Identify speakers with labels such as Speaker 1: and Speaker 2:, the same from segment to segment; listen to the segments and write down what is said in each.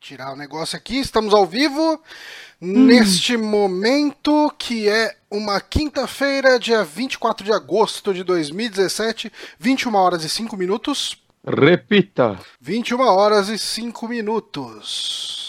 Speaker 1: tirar o negócio aqui, estamos ao vivo neste momento que é uma quinta-feira, dia 24 de agosto de 2017, 21 horas e 5 minutos.
Speaker 2: Repita.
Speaker 1: 21 horas e 5 minutos.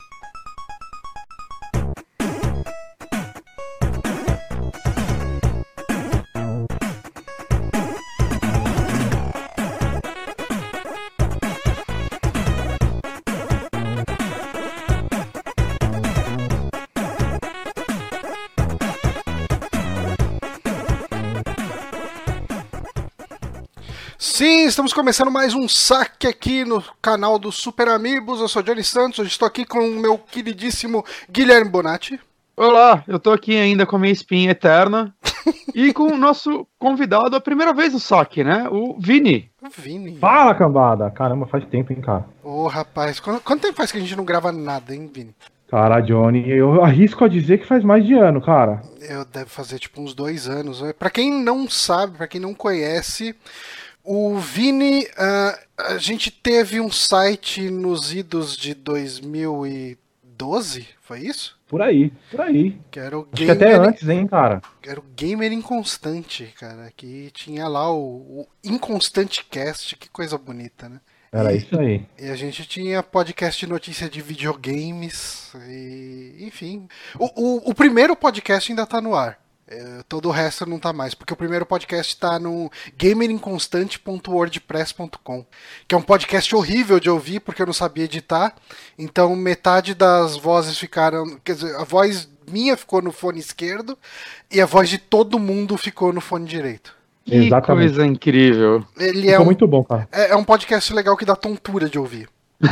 Speaker 1: Sim, estamos começando mais um saque aqui no canal do Super Amigos. Eu sou Johnny Santos, hoje estou aqui com o meu queridíssimo Guilherme Bonatti.
Speaker 2: Olá, eu tô aqui ainda com a minha espinha eterna e com o nosso convidado a primeira vez no saque, né? O Vini.
Speaker 1: O Vini.
Speaker 3: Fala, cambada. Caramba, faz tempo, hein, cara.
Speaker 1: Ô, rapaz, quanto tempo faz que a gente não grava nada, hein, Vini?
Speaker 3: Cara, Johnny, eu arrisco a dizer que faz mais de ano, cara.
Speaker 1: Eu devo fazer tipo uns 2 anos. Pra quem não sabe, pra quem não conhece... O Vini, a gente teve um site nos idos de 2012, foi isso?
Speaker 3: Por aí.
Speaker 1: Que era o
Speaker 3: Acho que até antes, hein, cara.
Speaker 1: Era o Gamer Inconstante, cara, que tinha lá o Inconstante Cast, que coisa bonita, né?
Speaker 3: Era isso aí.
Speaker 1: E a gente tinha podcast de notícia de videogames, enfim. O primeiro podcast ainda tá no ar. Todo o resto não tá mais, porque o primeiro podcast tá no gamerinconstante.wordpress.com, que é um podcast horrível de ouvir, porque eu não sabia editar, então metade das vozes ficaram, quer dizer, a voz minha ficou no fone esquerdo e a voz de todo mundo ficou no fone direito.
Speaker 2: Que
Speaker 3: Exatamente.
Speaker 2: coisa incrível.
Speaker 1: Ele
Speaker 3: Ficou muito bom, cara.
Speaker 1: É um podcast legal que dá tontura de ouvir.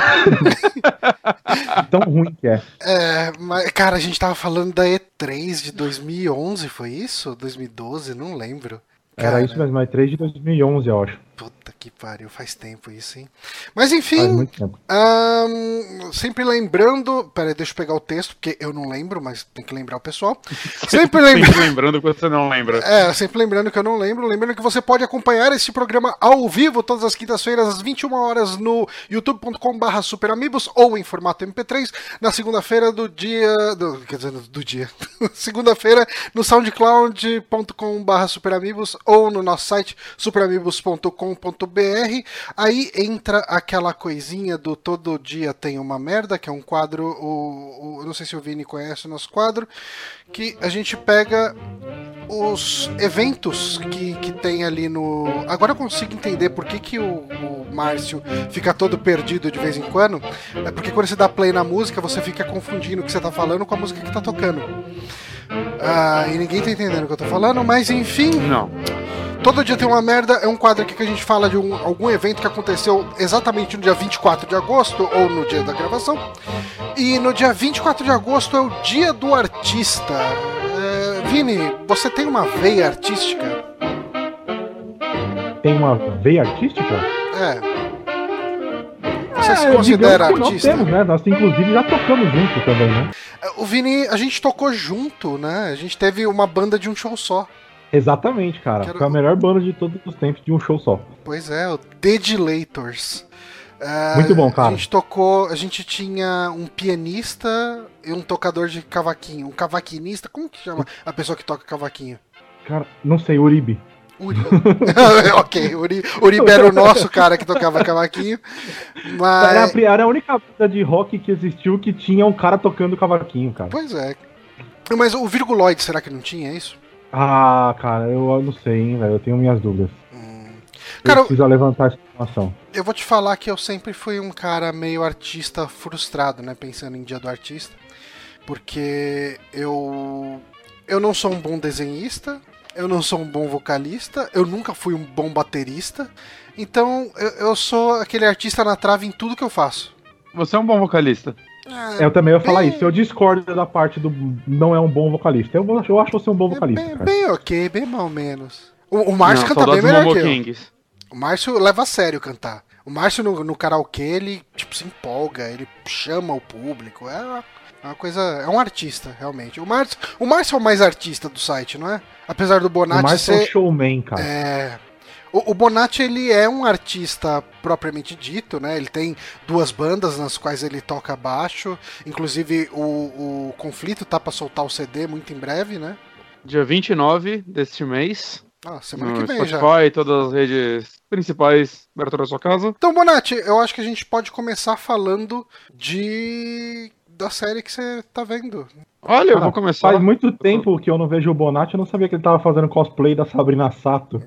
Speaker 3: Tão ruim que é.
Speaker 1: Mas, cara, a gente tava falando da E3 de 2011, foi isso? 2012? Não lembro. Cara,
Speaker 3: Era isso mesmo, mas 3 de 2011, eu acho.
Speaker 1: Puta que pariu, faz tempo isso, hein? Mas
Speaker 3: Faz
Speaker 1: enfim,
Speaker 3: muito tempo.
Speaker 1: sempre lembrando... Peraí, deixa eu pegar o texto, porque eu não lembro, mas tem que lembrar o pessoal.
Speaker 2: Sempre lembrando que você não lembra.
Speaker 1: Sempre lembrando que eu não lembro. Lembrando que você pode acompanhar esse programa ao vivo todas as quintas-feiras, às 21 horas, no youtube.com/superamigos ou em formato MP3, na segunda-feira do dia... quer dizer, do dia. Segunda-feira, no soundcloud.com/superamigos ou no nosso site superamigos.com.br. Aí entra aquela coisinha do Todo Dia Tem Uma Merda, que é um quadro, eu não sei se o Vini conhece o nosso quadro, que a gente pega os eventos que tem ali no... Agora eu consigo entender por que o Márcio fica todo perdido de vez em quando. É porque quando você dá play na música, você fica confundindo o que você tá falando com a música que tá tocando. E ninguém tá entendendo o que eu tô falando, mas enfim...
Speaker 2: Não.
Speaker 1: Todo Dia Tem Uma Merda é um quadro aqui que a gente fala de algum evento que aconteceu exatamente no dia 24 de agosto, ou no dia da gravação. E no dia 24 de agosto é o Dia do Artista. Vini, você tem uma veia artística?
Speaker 3: Tem uma veia artística?
Speaker 1: Você se considera
Speaker 3: digamos que
Speaker 1: artista?
Speaker 3: Nós temos, né? Nós inclusive já tocamos junto também, né?
Speaker 1: O Vini, a gente tocou junto, né? A gente teve uma banda de um show só.
Speaker 3: Exatamente, cara. Foi a melhor banda de todos os tempos de um show só.
Speaker 1: Pois é, o Dedilators.
Speaker 3: Muito bom, cara.
Speaker 1: A gente tinha um pianista e um tocador de cavaquinho. Um cavaquinista, como que chama a pessoa que toca cavaquinho?
Speaker 3: Cara, não sei, Uribe.
Speaker 1: Ok, Uribe era o nosso cara que tocava cavaquinho. Mas...
Speaker 3: Era a única banda de rock que existiu que tinha um cara tocando cavaquinho, cara.
Speaker 1: Pois é. Mas o Virguloid, será que não tinha isso?
Speaker 3: Ah, cara, eu não sei, hein, velho. Eu tenho minhas dúvidas.
Speaker 1: Cara,
Speaker 3: eu preciso levantar essa informação.
Speaker 1: Eu vou te falar que eu sempre fui um cara meio artista frustrado, né? Pensando em Dia do Artista. Porque eu não sou um bom desenhista, eu não sou um bom vocalista, eu nunca fui um bom baterista. Então eu sou aquele artista na trave em tudo que eu faço.
Speaker 2: Você é um bom vocalista.
Speaker 3: Eu também ia falar isso. Eu discordo da parte do não é um bom vocalista. Eu acho você um bom vocalista, cara.
Speaker 1: Bem ok, bem mal menos. O Márcio canta bem melhor que eu. O Márcio leva a sério cantar. O Márcio no karaokê, ele tipo, se empolga, ele chama o público. É uma coisa... É um artista, realmente. O Márcio é o mais artista do site, não é? Apesar do Bonatti
Speaker 3: ser... O Márcio é um showman, cara.
Speaker 1: O Bonatti, ele é um artista propriamente dito, né? Ele tem 2 bandas nas quais ele toca baixo. Inclusive, o Conflito tá pra soltar o CD muito em breve, né?
Speaker 2: Dia 29 deste mês.
Speaker 1: Semana
Speaker 2: no
Speaker 1: que vem
Speaker 2: Spotify,
Speaker 1: já.
Speaker 2: todas as redes principais abertas da sua casa.
Speaker 1: Então, Bonatti, eu acho que a gente pode começar falando da série que você tá vendo.
Speaker 2: Olha, eu vou começar.
Speaker 3: Faz muito tempo que eu não vejo o Bonatti, eu não sabia que ele tava fazendo cosplay da Sabrina Sato.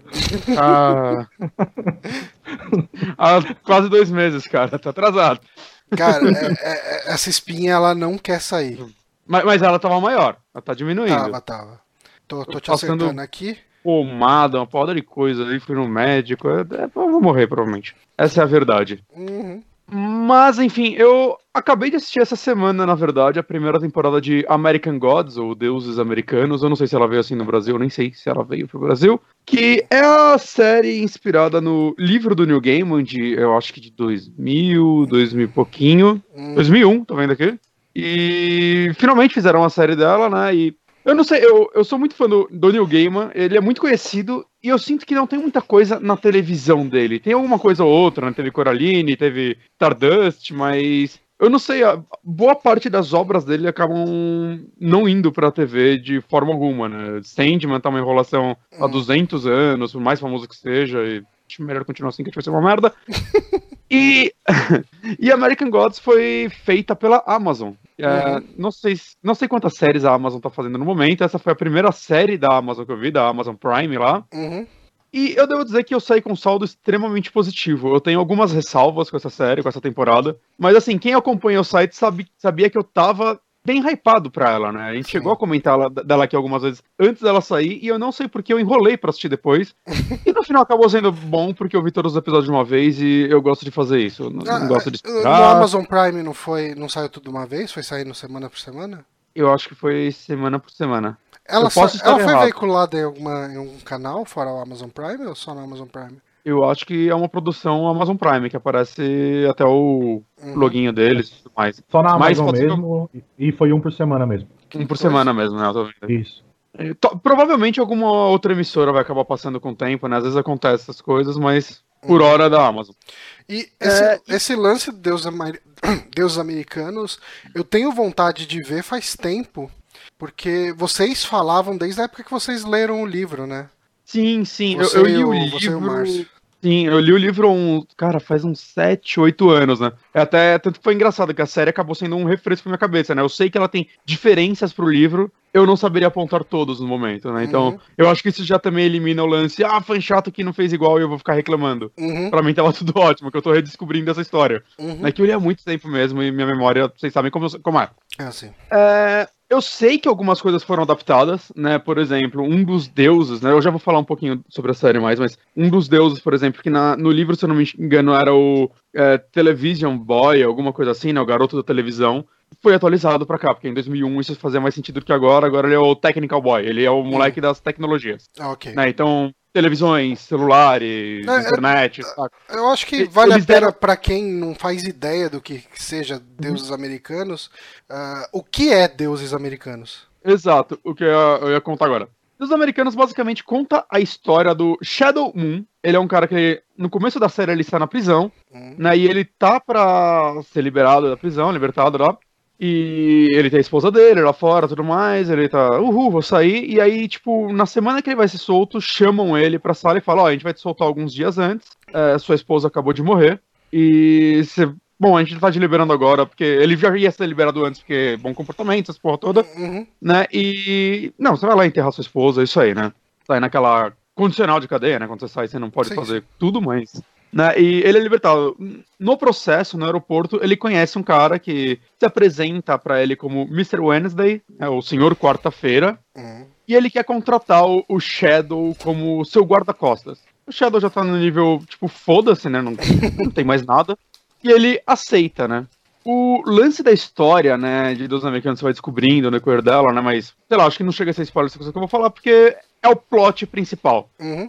Speaker 2: Há quase 2 meses, cara. Tá atrasado.
Speaker 1: Cara, essa espinha, ela não quer sair.
Speaker 2: Mas ela tava maior. Ela tá diminuindo.
Speaker 1: Tava. Tô te
Speaker 2: Passando
Speaker 1: acertando aqui.
Speaker 2: Pomada, uma porrada de coisa aí. Fui no médico. Eu vou morrer, provavelmente. Essa é a verdade.
Speaker 1: Uhum.
Speaker 2: Mas, enfim, eu acabei de assistir essa semana, na verdade, a primeira temporada de American Gods, ou Deuses Americanos. Eu não sei se ela veio assim no Brasil, eu nem sei se ela veio pro Brasil. Que é a série inspirada no livro do Neil Gaiman, eu acho que de 2000 e pouquinho. 2001, tô vendo aqui. E finalmente fizeram uma série dela, né? E eu não sei, eu sou muito fã do Neil Gaiman, ele é muito conhecido e eu sinto que não tem muita coisa na televisão dele. Tem alguma coisa ou outra, né? Teve Coraline, teve Stardust, mas eu não sei, boa parte das obras dele acabam não indo pra TV de forma alguma, né? Sandman tá uma enrolação há 200 anos, por mais famoso que seja, e acho melhor continuar assim que a gente vai ser uma merda. E American Gods foi feita pela Amazon. Não sei quantas séries a Amazon tá fazendo no momento. Essa foi a primeira série da Amazon que eu vi, da Amazon Prime lá.
Speaker 1: Uhum.
Speaker 2: E eu devo dizer que eu saí com um saldo extremamente positivo. Eu tenho algumas ressalvas com essa série, com essa temporada. Mas assim, quem acompanha o site sabia que eu tava bem hypado pra ela, né? A gente chegou a comentar dela aqui algumas vezes antes dela sair, e eu não sei porque eu enrolei pra assistir depois. E no final acabou sendo bom, porque eu vi todos os episódios de uma vez e eu gosto de fazer isso. Eu não gosto de esperar.
Speaker 1: No Amazon Prime não saiu tudo de uma vez? Foi saindo semana por semana?
Speaker 2: Eu acho que foi semana por semana.
Speaker 1: Ela foi
Speaker 2: errado.
Speaker 1: veiculada em algum canal fora o Amazon Prime ou só no Amazon Prime?
Speaker 2: Eu acho que é uma produção Amazon Prime, que aparece até o loginho deles e tudo mais.
Speaker 3: Só na Amazon mesmo, e foi 1 por semana mesmo.
Speaker 2: 1 por semana mesmo, né? Eu tô vendo.
Speaker 3: Isso.
Speaker 2: Provavelmente alguma outra emissora vai acabar passando com o tempo, né? Às vezes acontece essas coisas, mas por hora é da Amazon.
Speaker 1: E esse lance de Deuses Americanos, eu tenho vontade de ver faz tempo, porque vocês falavam desde a época que vocês leram o livro, né?
Speaker 2: Sim, eu li o livro.
Speaker 1: Você e o Márcio.
Speaker 2: Sim, eu li o livro faz uns 7, 8 anos, né? Tanto que foi engraçado que a série acabou sendo um refresco pra minha cabeça, né? Eu sei que ela tem diferenças pro livro, eu não saberia apontar todos no momento, né? Então, eu acho que isso já também elimina o lance, fã chato que não fez igual e eu vou ficar reclamando. Pra mim tava tudo ótimo, que eu tô redescobrindo essa história. É que eu li há muito tempo mesmo e minha memória, vocês sabem como é.
Speaker 1: Sim.
Speaker 2: Eu sei que algumas coisas foram adaptadas, né? Por exemplo, um dos deuses, né? Eu já vou falar um pouquinho sobre a série mais, mas um dos deuses, por exemplo, que no livro, se eu não me engano, era o Television Boy, alguma coisa assim, né? O garoto da televisão. Foi atualizado pra cá, porque em 2001 isso fazia mais sentido do que agora. Agora ele é o Technical Boy, ele é o moleque das tecnologias.
Speaker 1: Ok.
Speaker 2: Né? Então, televisões, celulares, internet, saca?
Speaker 1: Eu acho que vale a pena pra quem não faz ideia do que seja Deuses Americanos, o que é Deuses Americanos?
Speaker 2: Exato, o que eu ia contar agora. Deuses Americanos basicamente conta a história do Shadow Moon. Ele é um cara que no começo da série ele está na prisão, né, e ele tá pra ser liberado da prisão, libertado lá. E ele tem a esposa dele lá fora, tudo mais, ele tá, vou sair, e aí, tipo, na semana que ele vai ser solto, chamam ele pra sala e falam, a gente vai te soltar alguns dias antes, sua esposa acabou de morrer, e bom, a gente tá te liberando agora, porque ele já ia ser liberado antes, porque bom comportamento, essa porra toda, né, e, não, você vai lá enterrar sua esposa, isso aí, né, tá aí naquela condicional de cadeia, né, quando você sai, você não pode fazer tudo, mas... Né, e ele é libertado. No processo, no aeroporto, ele conhece um cara que se apresenta pra ele como Mr. Wednesday, o Senhor Quarta-feira, e ele quer contratar o Shadow como seu guarda-costas. O Shadow já tá no nível, tipo, foda-se, né, não tem mais nada, e ele aceita, né. O lance da história, né, de Deuses Americanos, você vai descobrindo no decorrer dela, né, mas, sei lá, acho que não chega a ser spoiler essa coisa que eu vou falar, porque é o plot principal.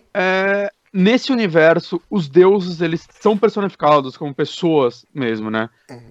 Speaker 2: Nesse universo, os deuses, eles são personificados como pessoas mesmo, né?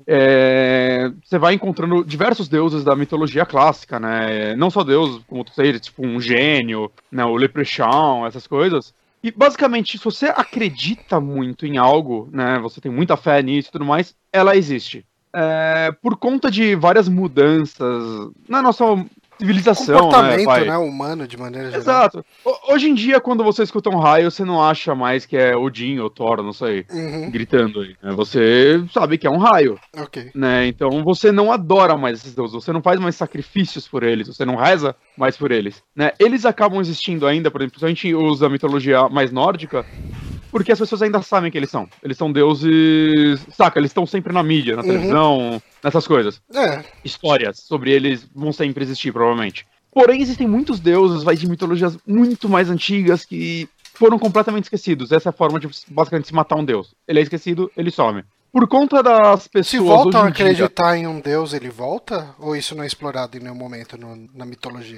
Speaker 2: Você vai encontrando diversos deuses da mitologia clássica, né? Não só deuses, como outros seres, tipo um gênio, né? O Leprechaun, essas coisas. E basicamente, se você acredita muito em algo, né? Você tem muita fé nisso e tudo mais, ela existe. Por conta de várias mudanças na nossa civilização,
Speaker 1: comportamento, né, humano de maneira geral.
Speaker 2: Exato. Hoje em dia, quando você escuta um raio, você não acha mais que é Odin ou Thor, não sei, gritando aí. Né? Você sabe que é um raio.
Speaker 1: Ok.
Speaker 2: Né? Então você não adora mais esses deuses, você não faz mais sacrifícios por eles, você não reza mais por eles. Né? Eles acabam existindo ainda, por exemplo, se a gente usa a mitologia mais nórdica, porque as pessoas ainda sabem que eles são. Eles são deuses. Saca, eles estão sempre na mídia, na televisão, nessas coisas. Histórias sobre eles vão sempre existir, provavelmente. Porém, existem muitos deuses, de mitologias muito mais antigas que foram completamente esquecidos. Essa é a forma de basicamente se matar um deus. Ele é esquecido, ele some. Por conta das pessoas.
Speaker 1: Se voltam a acreditar em um deus, ele volta? Ou isso não é explorado em nenhum momento na mitologia?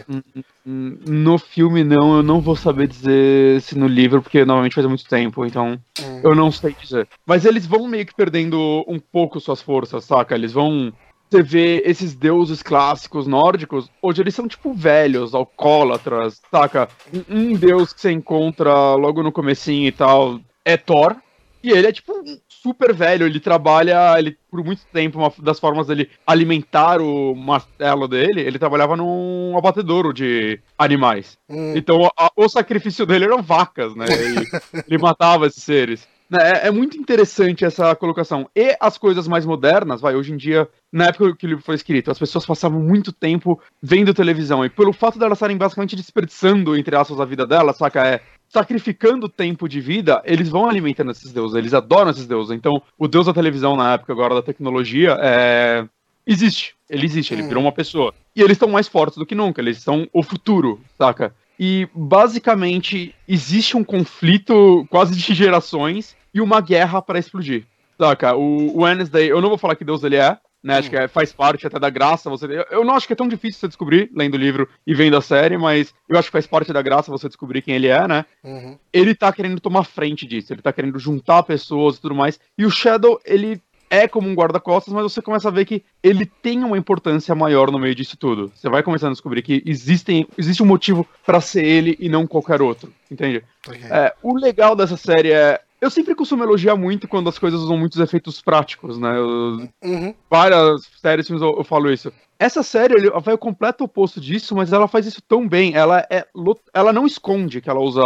Speaker 2: No filme, não. Eu não vou saber dizer se no livro, porque normalmente faz muito tempo, então eu não sei dizer. Mas eles vão meio que perdendo um pouco suas forças, saca? Eles vão. Você vê esses deuses clássicos nórdicos, hoje eles são tipo velhos, alcoólatras, saca? Um deus que você encontra logo no comecinho e tal é Thor. E ele é tipo super velho, ele trabalha, por muito tempo, uma das formas dele alimentar o martelo dele, ele trabalhava num abatedouro de animais. Então o sacrifício dele eram vacas, né? Ele matava esses seres. É muito interessante essa colocação. E as coisas mais modernas, hoje em dia, na época que o livro foi escrito, as pessoas passavam muito tempo vendo televisão. E pelo fato delas estarem basicamente desperdiçando, entre aspas, a vida delas, saca? Sacrificando tempo de vida, eles vão alimentando esses deuses, eles adoram esses deuses. Então, o deus da televisão, na época agora da tecnologia, existe. Ele virou uma pessoa. E eles estão mais fortes do que nunca, eles são o futuro, saca? E, basicamente, existe um conflito quase de gerações e uma guerra para explodir, saca? O Wednesday, eu não vou falar que deus ele é, né? Acho que faz parte até da graça. Eu não acho que é tão difícil você descobrir, lendo o livro e vendo a série, mas eu acho que faz parte da graça você descobrir quem ele é, né? Ele tá querendo tomar frente disso, ele tá querendo juntar pessoas e tudo mais. E o Shadow, ele é como um guarda-costas, mas você começa a ver que ele tem uma importância maior no meio disso tudo. Você vai começando a descobrir que existe um motivo pra ser ele e não qualquer outro, entende?
Speaker 1: Okay.
Speaker 2: O legal dessa série é... Eu sempre costumo elogiar muito quando as coisas usam muitos efeitos práticos, né? Várias séries, filmes eu falo isso. Essa série vai ao completo oposto disso, mas ela faz isso tão bem. Ela não esconde que ela usa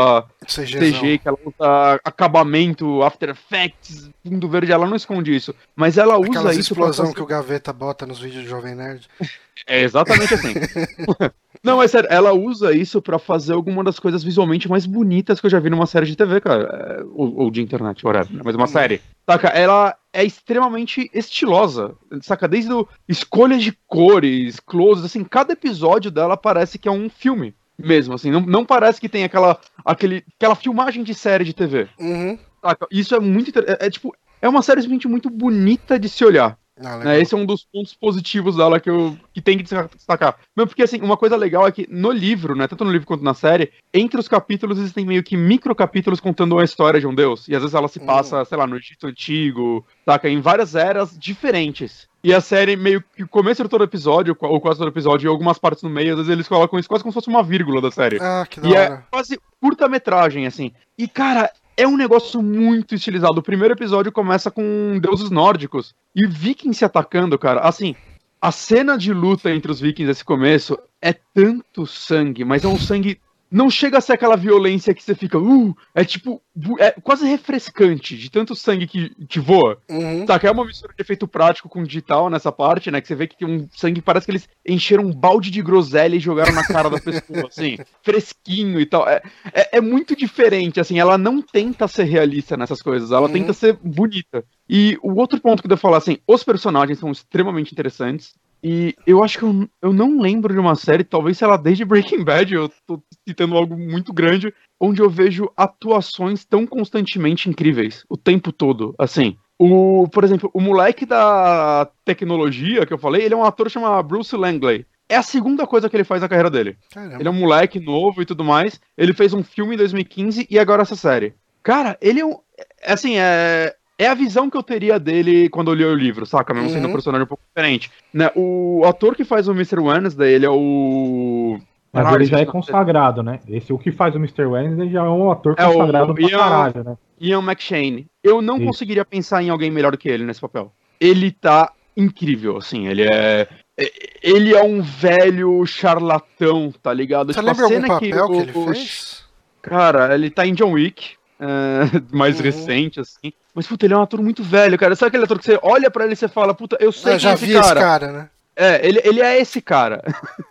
Speaker 2: CG, que ela usa acabamento, After Effects, fundo verde, ela não esconde isso. Mas ela usa
Speaker 1: aquelas
Speaker 2: isso.
Speaker 1: Explosão que o Gaveta bota nos vídeos do Jovem Nerd.
Speaker 2: É exatamente assim. Não, é sério, ela usa isso pra fazer alguma das coisas visualmente mais bonitas que eu já vi numa série de TV, cara. Ou de internet, whatever, né? Mas uma série. Saca? Ela é extremamente estilosa, saca? Desde escolhas de cores, closes, assim, cada episódio dela parece que é um filme mesmo, assim. Não parece que tem aquela filmagem de série de TV. Saca? Isso é muito interessante. É uma série simplesmente muito bonita de se olhar. Esse é um dos pontos positivos dela que tem que destacar. Mesmo porque, assim, uma coisa legal é que no livro, né, tanto no livro quanto na série, entre os capítulos existem meio que microcapítulos contando a história de um deus. E às vezes ela se passa, sei lá, no Egito Antigo, saca? Em várias eras diferentes. E a série meio que o começo de todo episódio, ou quase todo episódio, e algumas partes no meio, às vezes eles colocam isso quase como se fosse uma vírgula da série.
Speaker 1: Que da hora.
Speaker 2: É quase curta-metragem, assim. E, cara, é um negócio muito estilizado. O primeiro episódio começa com deuses nórdicos e vikings se atacando, cara. Assim, a cena de luta entre os vikings nesse começo é tanto sangue, mas é um sangue... Não chega a ser aquela violência que você fica... é tipo... É quase refrescante de tanto sangue que voa. Saca? É uma mistura de efeito prático com digital nessa parte, né? Que você vê que tem um sangue... Parece que eles encheram um balde de groselha e jogaram na cara da pessoa, assim. Fresquinho e tal. É muito diferente, assim. Ela não tenta ser realista nessas coisas. Ela tenta ser bonita. E o outro ponto que eu devo falar, assim... Os personagens são extremamente interessantes. E eu acho que eu não lembro de uma série, talvez, sei lá, desde Breaking Bad, eu tô citando algo muito grande, onde eu vejo atuações tão constantemente incríveis, o tempo todo, assim. Por exemplo, o moleque da tecnologia que eu falei, ele é um ator chamado Bruce Langley. É a segunda coisa que ele faz na carreira dele.
Speaker 1: Caramba.
Speaker 2: Ele é um moleque novo e tudo mais, ele fez um filme em 2015 e agora essa série. Cara, ele é um... Assim, é a visão que eu teria dele quando eu li o livro, saca? Mesmo sendo um personagem um pouco diferente. Né? O ator que faz o Mr. Wednesday, ele é o
Speaker 3: Mas ele já é consagrado, né? Esse, o que faz o Mr. Wednesday já é um ator
Speaker 2: É
Speaker 3: consagrado pra
Speaker 2: Ian,
Speaker 3: caralho, né?
Speaker 2: Ian McShane. Eu não conseguiria pensar em alguém melhor do que ele nesse papel. Ele tá incrível, assim. Ele é um velho charlatão, tá ligado?
Speaker 1: Você
Speaker 2: tipo,
Speaker 1: lembra algum papel que ele fez?
Speaker 2: Cara, ele tá em John Wick, mais recente, assim. Mas, puta, ele é um ator muito velho, cara. Sabe aquele ator que você olha pra ele e você fala, puta, eu sei
Speaker 1: já vi esse cara, né?
Speaker 2: Ele é esse cara.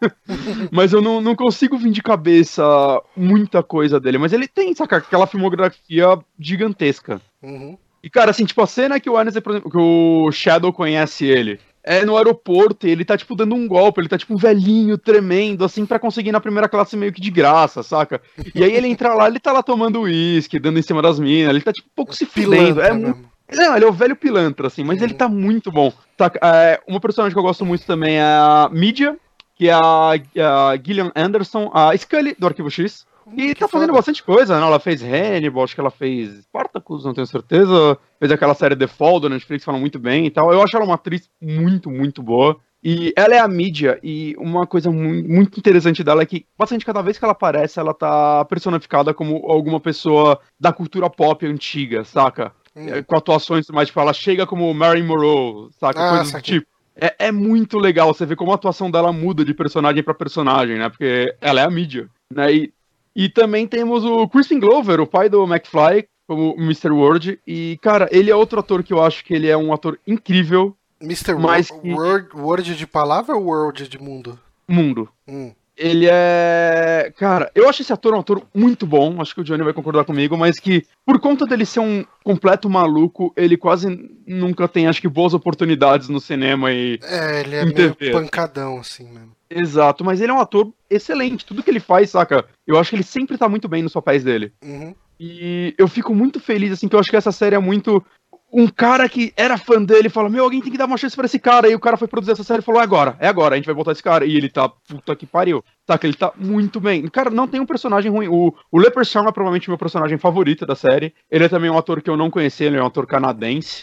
Speaker 2: Mas eu não consigo vir de cabeça muita coisa dele. Mas ele tem, saca, aquela filmografia gigantesca. E, cara, assim, tipo, a cena que o Wednesday, por exemplo, que o Shadow conhece ele, é no aeroporto e ele tá, tipo, dando um golpe, ele tá, tipo, um velhinho, tremendo, assim, pra conseguir ir na primeira classe meio que de graça, saca? E aí ele entra lá, ele tá lá tomando uísque, dando em cima das minas, ele tá, tipo, um pouco se filando. Não, ele é o velho pilantra, assim, mas ele tá muito bom. Tá, uma personagem que eu gosto muito também é a Mídia, que é a Gillian Anderson, a Scully, do Arquivo X. E tá fazendo bastante coisa, né? Ela fez Hannibal, acho que ela fez Spartacus, não tenho certeza. Fez aquela série The Fall do Netflix, falam muito bem e tal. Eu acho ela uma atriz muito, muito boa. E ela é a Mídia, e uma coisa muito interessante dela é que, bastante cada vez que ela aparece, ela tá personificada como alguma pessoa da cultura pop antiga, saca? Com atuações mais, tipo, ela chega como Marilyn Monroe, saca? Coisas do tipo. É muito legal você ver como a atuação dela muda de personagem pra personagem, né? Porque ela é a Mídia, né? E também temos o Crispin Glover, o pai do McFly, como Mr. World. E, cara, ele é outro ator que eu acho que ele é um ator incrível.
Speaker 1: Mr. World de palavra ou World de mundo?
Speaker 2: Mundo. Ele é... Cara, eu acho esse ator um ator muito bom, acho que o Johnny vai concordar comigo, mas que, por conta dele ser um completo maluco, ele quase nunca tem, acho que, boas oportunidades no cinema e...
Speaker 1: ele é meio pancadão, assim, mesmo.
Speaker 2: Exato, mas ele é um ator excelente, tudo que ele faz, saca? Eu acho que ele sempre tá muito bem nos papéis dele. E eu fico muito feliz, assim, que eu acho que essa série é muito... Um cara que era fã dele fala, alguém tem que dar uma chance pra esse cara. E o cara foi produzir essa série e falou, é agora, a gente vai botar esse cara. E ele tá, puta que pariu. Tá, que ele tá muito bem. Cara, não tem um personagem ruim. O Leprechaun é provavelmente o meu personagem favorito da série. Ele é também um ator que eu não conhecia, ele é um ator canadense.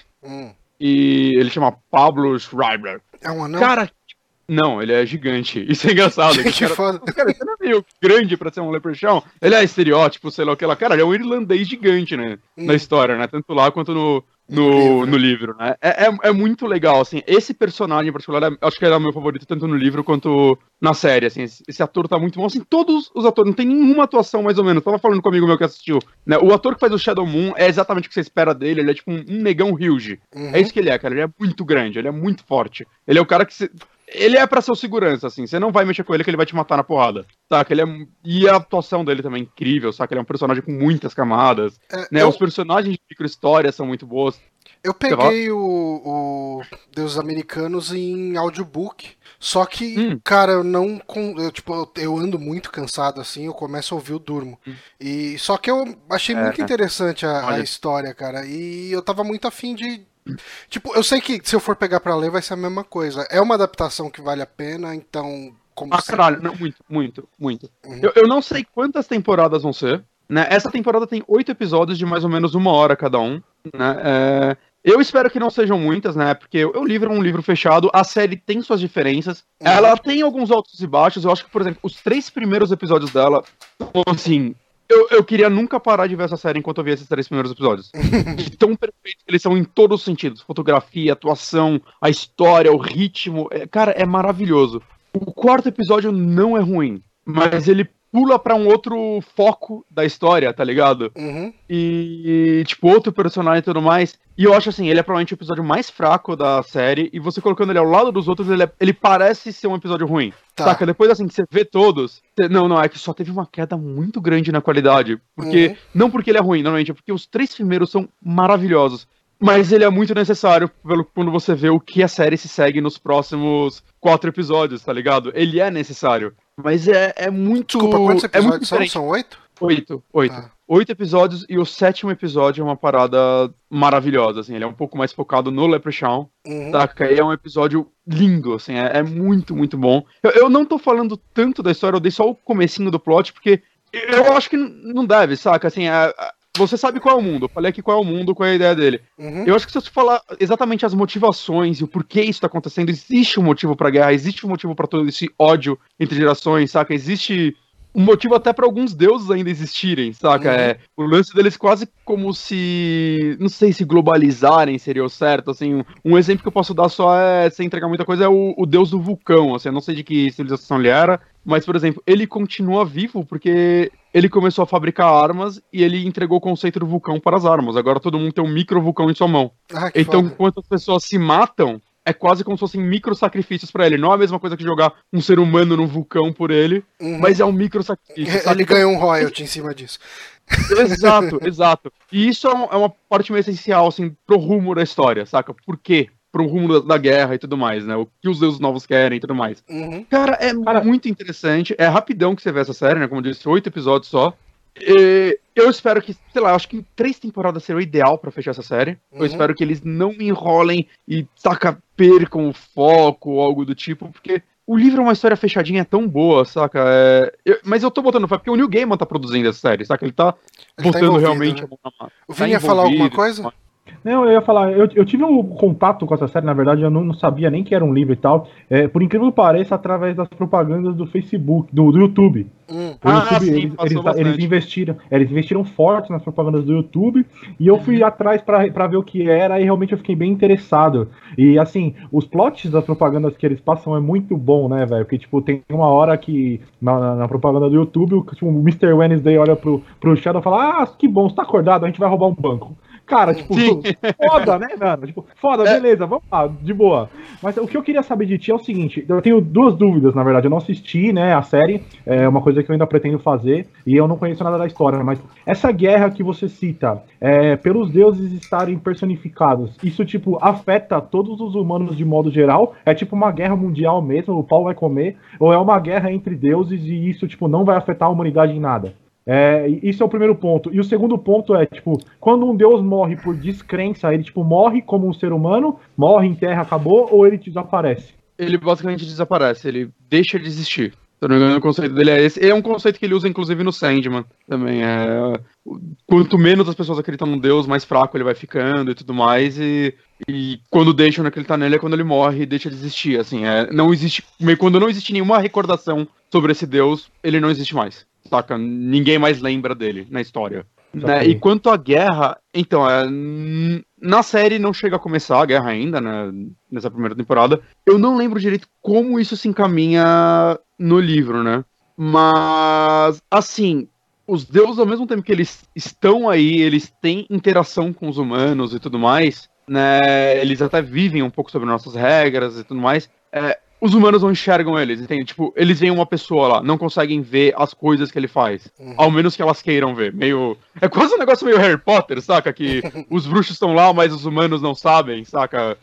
Speaker 2: E ele chama Pablo Schreiber.
Speaker 1: É um anão?
Speaker 2: Cara, não, ele é gigante. Isso é engraçado.
Speaker 1: Que foda.
Speaker 2: Cara, ele não é meio grande pra ser um Leprechaun. Ele é estereótipo, sei lá o que lá. Cara, ele é um irlandês gigante, né? Na história, né? Tanto lá quanto no livro, né? É muito legal, assim. Esse personagem em particular, acho que ele é o meu favorito, tanto no livro quanto na série, assim. Esse ator tá muito bom, assim. Todos os atores, não tem nenhuma atuação, mais ou menos. Tava falando com um amigo meu que assistiu, né? O ator que faz o Shadow Moon é exatamente o que você espera dele. Ele é tipo um negão huge. É isso que ele é, cara. Ele é muito grande, ele é muito forte. Ele é o cara que ele é pra ser o segurança, assim. Você não vai mexer com ele que ele vai te matar na porrada. Saca? E a atuação dele também é incrível, saca? Ele é um personagem com muitas camadas. Né? Os personagens de micro-história são muito boas.
Speaker 1: Eu peguei o Deuses Americanos em audiobook. Só que, cara, eu ando muito cansado, assim, eu começo a ouvir, eu durmo. Só que eu achei muito interessante a história, cara. E eu tava muito afim de... Tipo, eu sei que se eu for pegar pra ler vai ser a mesma coisa. É uma adaptação que vale a pena, então...
Speaker 2: caralho, não, muito. Eu não sei quantas temporadas vão ser, né? Essa temporada tem 8 episódios de mais ou menos 1 hora cada um, né? Eu espero que não sejam muitas, né? Porque o livro é um livro fechado, a série tem suas diferenças, ela tem alguns altos e baixos. Eu acho que, por exemplo, os 3 primeiros episódios dela, assim... Eu queria nunca parar de ver essa série enquanto eu via esses 3 primeiros episódios. De tão perfeitos que eles são em todos os sentidos. Fotografia, atuação, a história, o ritmo. Cara, é maravilhoso. O 4º episódio não é ruim, mas ele pula pra um outro foco da história, tá ligado? E, tipo, outro personagem e tudo mais. E eu acho assim, ele é provavelmente o episódio mais fraco da série, e você colocando ele ao lado dos outros, ele parece ser um episódio ruim. Saca? Depois, assim, que você vê todos... Não, é que só teve uma queda muito grande na qualidade. Porque, não porque ele é ruim, normalmente, é porque os 3 primeiros são maravilhosos. Mas ele é muito necessário quando você vê o que a série se segue nos próximos 4 episódios, tá ligado? Ele é necessário. Mas é muito...
Speaker 1: Desculpa, quantos episódios
Speaker 2: são?
Speaker 1: São 8?
Speaker 2: 8. 8 episódios, e o 7º episódio é uma parada maravilhosa, assim. Ele é um pouco mais focado no Leprechaun, saca? E é um episódio lindo, assim. É muito, muito bom. Eu não tô falando tanto da história, eu dei só o comecinho do plot, porque eu acho que não deve, saca? Assim, você sabe qual é o mundo. Eu falei aqui qual é o mundo, qual é a ideia dele. Eu acho que se você falar exatamente as motivações e o porquê isso tá acontecendo, existe um motivo pra guerra, existe um motivo pra todo esse ódio entre gerações, saca? Existe um motivo até pra alguns deuses ainda existirem, saca? O lance deles quase como se... Não sei se globalizarem seria o certo, assim. Um exemplo que eu posso dar só sem entregar muita coisa, é o deus do vulcão, assim. Eu não sei de que civilização ele era, mas, por exemplo, ele continua vivo porque ele começou a fabricar armas e ele entregou o conceito do vulcão para as armas. Agora todo mundo tem um micro vulcão em sua mão. Então, enquanto as pessoas se matam, é quase como se fossem micro sacrifícios pra ele. Não é a mesma coisa que jogar um ser humano no vulcão por ele, mas é um micro sacrifício.
Speaker 1: Ele ganha um royalty em cima disso.
Speaker 2: Exato. E isso é uma parte meio essencial, assim, pro rumo da história, saca? Por quê? Pro rumo da guerra e tudo mais, né? O que os deuses novos querem e tudo mais. Cara, é muito interessante. É rapidão que você vê essa série, né? Como eu disse, 8 episódios só. Eu espero que, sei lá, acho que 3 temporadas seria o ideal pra fechar essa série. Eu espero que eles não me enrolem e, saca, percam o foco ou algo do tipo, porque o livro é uma história fechadinha, é tão boa, saca? Mas eu tô botando fé, porque o Neil Gaiman tá produzindo essa série, saca? Ele tá botando realmente a mão na massa.
Speaker 1: O Vini ia falar alguma coisa?
Speaker 3: Não, eu ia falar, eu tive um contato com essa série, na verdade, eu não sabia nem que era um livro e tal. Por incrível que pareça, através das propagandas do Facebook, do YouTube.
Speaker 2: Sim,
Speaker 3: eles investiram forte nas propagandas do YouTube e eu fui atrás pra ver o que era e realmente eu fiquei bem interessado. E assim, os plots das propagandas que eles passam é muito bom, né, velho? Porque, tipo, tem uma hora que na propaganda do YouTube, o Mr. Wednesday olha pro Shadow e fala: ah, que bom, você tá acordado, a gente vai roubar um banco. Cara, tipo, foda, né, mano? Tipo, foda, beleza, vamos lá, de boa. Mas o que eu queria saber de ti é o seguinte, eu tenho 2 dúvidas, na verdade. Eu não assisti, né, a série, é uma coisa que eu ainda pretendo fazer, e eu não conheço nada da história, mas essa guerra que você cita, pelos deuses estarem personificados, isso, tipo, afeta todos os humanos de modo geral? É tipo uma guerra mundial mesmo, o pau vai comer? Ou é uma guerra entre deuses e isso, tipo, não vai afetar a humanidade em nada? Isso é o primeiro ponto. E o segundo ponto é, tipo, quando um deus morre por descrença, ele, tipo, morre como um ser humano, morre em terra, acabou, ou ele desaparece?
Speaker 2: Ele basicamente desaparece, ele deixa de existir. Se eu não me engano, o conceito dele é esse. É um conceito que ele usa, inclusive, no Sandman também. Quanto menos as pessoas acreditam no deus, mais fraco ele vai ficando e tudo mais. E quando deixam que ele tá nele é quando ele morre e deixa de existir. Assim, não existe. Quando não existe nenhuma recordação sobre esse deus, ele não existe mais. Saca? Ninguém mais lembra dele na história. Né? E quanto à guerra, então, na série não chega a começar a guerra ainda, né? Nessa primeira temporada. Eu não lembro direito como isso se encaminha no livro, né? Mas, assim, os deuses, ao mesmo tempo que eles estão aí, eles têm interação com os humanos e tudo mais, né? Eles até vivem um pouco sobre nossas regras e tudo mais. Os humanos não enxergam eles, entende? Tipo, eles veem uma pessoa lá, não conseguem ver as coisas que ele faz. Ao menos que elas queiram ver. É quase um negócio meio Harry Potter, saca? Que os bruxos estão lá, mas os humanos não sabem, saca?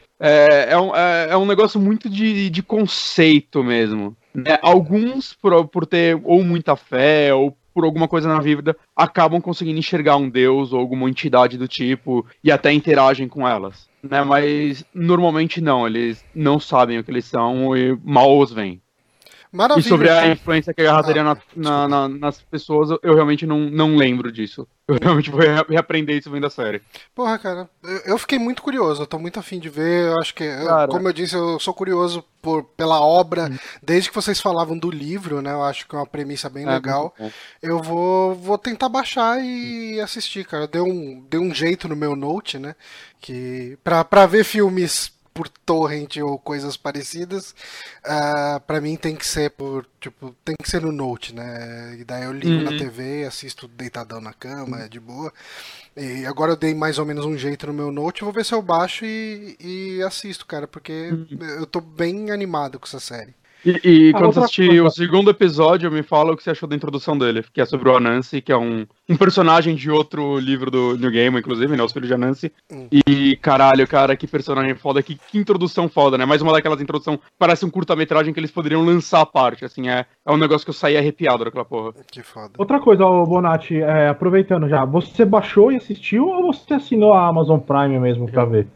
Speaker 2: É um negócio muito de conceito mesmo. Né? Alguns, por ter ou muita fé, ou por alguma coisa na vida, acabam conseguindo enxergar um deus ou alguma entidade do tipo e até interagem com elas. Né, mas normalmente não, eles não sabem o que eles são e mal os veem.
Speaker 1: Maravilha.
Speaker 2: E sobre a influência que a guerra teria nas pessoas, eu realmente não lembro disso. Eu realmente vou reaprender isso vendo da série.
Speaker 1: Porra, cara, eu fiquei muito curioso, eu tô muito afim de ver, eu acho que, como eu disse, eu sou curioso pela obra, desde que vocês falavam do livro, né, eu acho que é uma premissa bem legal. Eu vou tentar baixar e assistir, cara, deu um jeito no meu Note, né, que pra ver filmes por torrent ou coisas parecidas, pra mim tem que ser tem que ser no Note, né? E daí eu ligo na TV, assisto deitadão na cama, de boa. E agora eu dei mais ou menos um jeito no meu Note, vou ver se eu baixo e assisto, cara, porque eu tô bem animado com essa série.
Speaker 2: E quando você assistir o segundo episódio, me fala o que você achou da introdução dele, que é sobre o Anansi, que é um personagem de outro livro do New Game, inclusive, né, Os Filhos de Anansi. E, caralho, cara, que personagem foda, que introdução foda, né? Mais uma daquelas introduções, parece um curta-metragem que eles poderiam lançar à parte, assim, é um negócio que eu saí arrepiado daquela porra.
Speaker 1: Que foda.
Speaker 3: Outra coisa, Bonatti, aproveitando já, você baixou e assistiu ou você assinou a Amazon Prime mesmo pra ver?
Speaker 2: Eu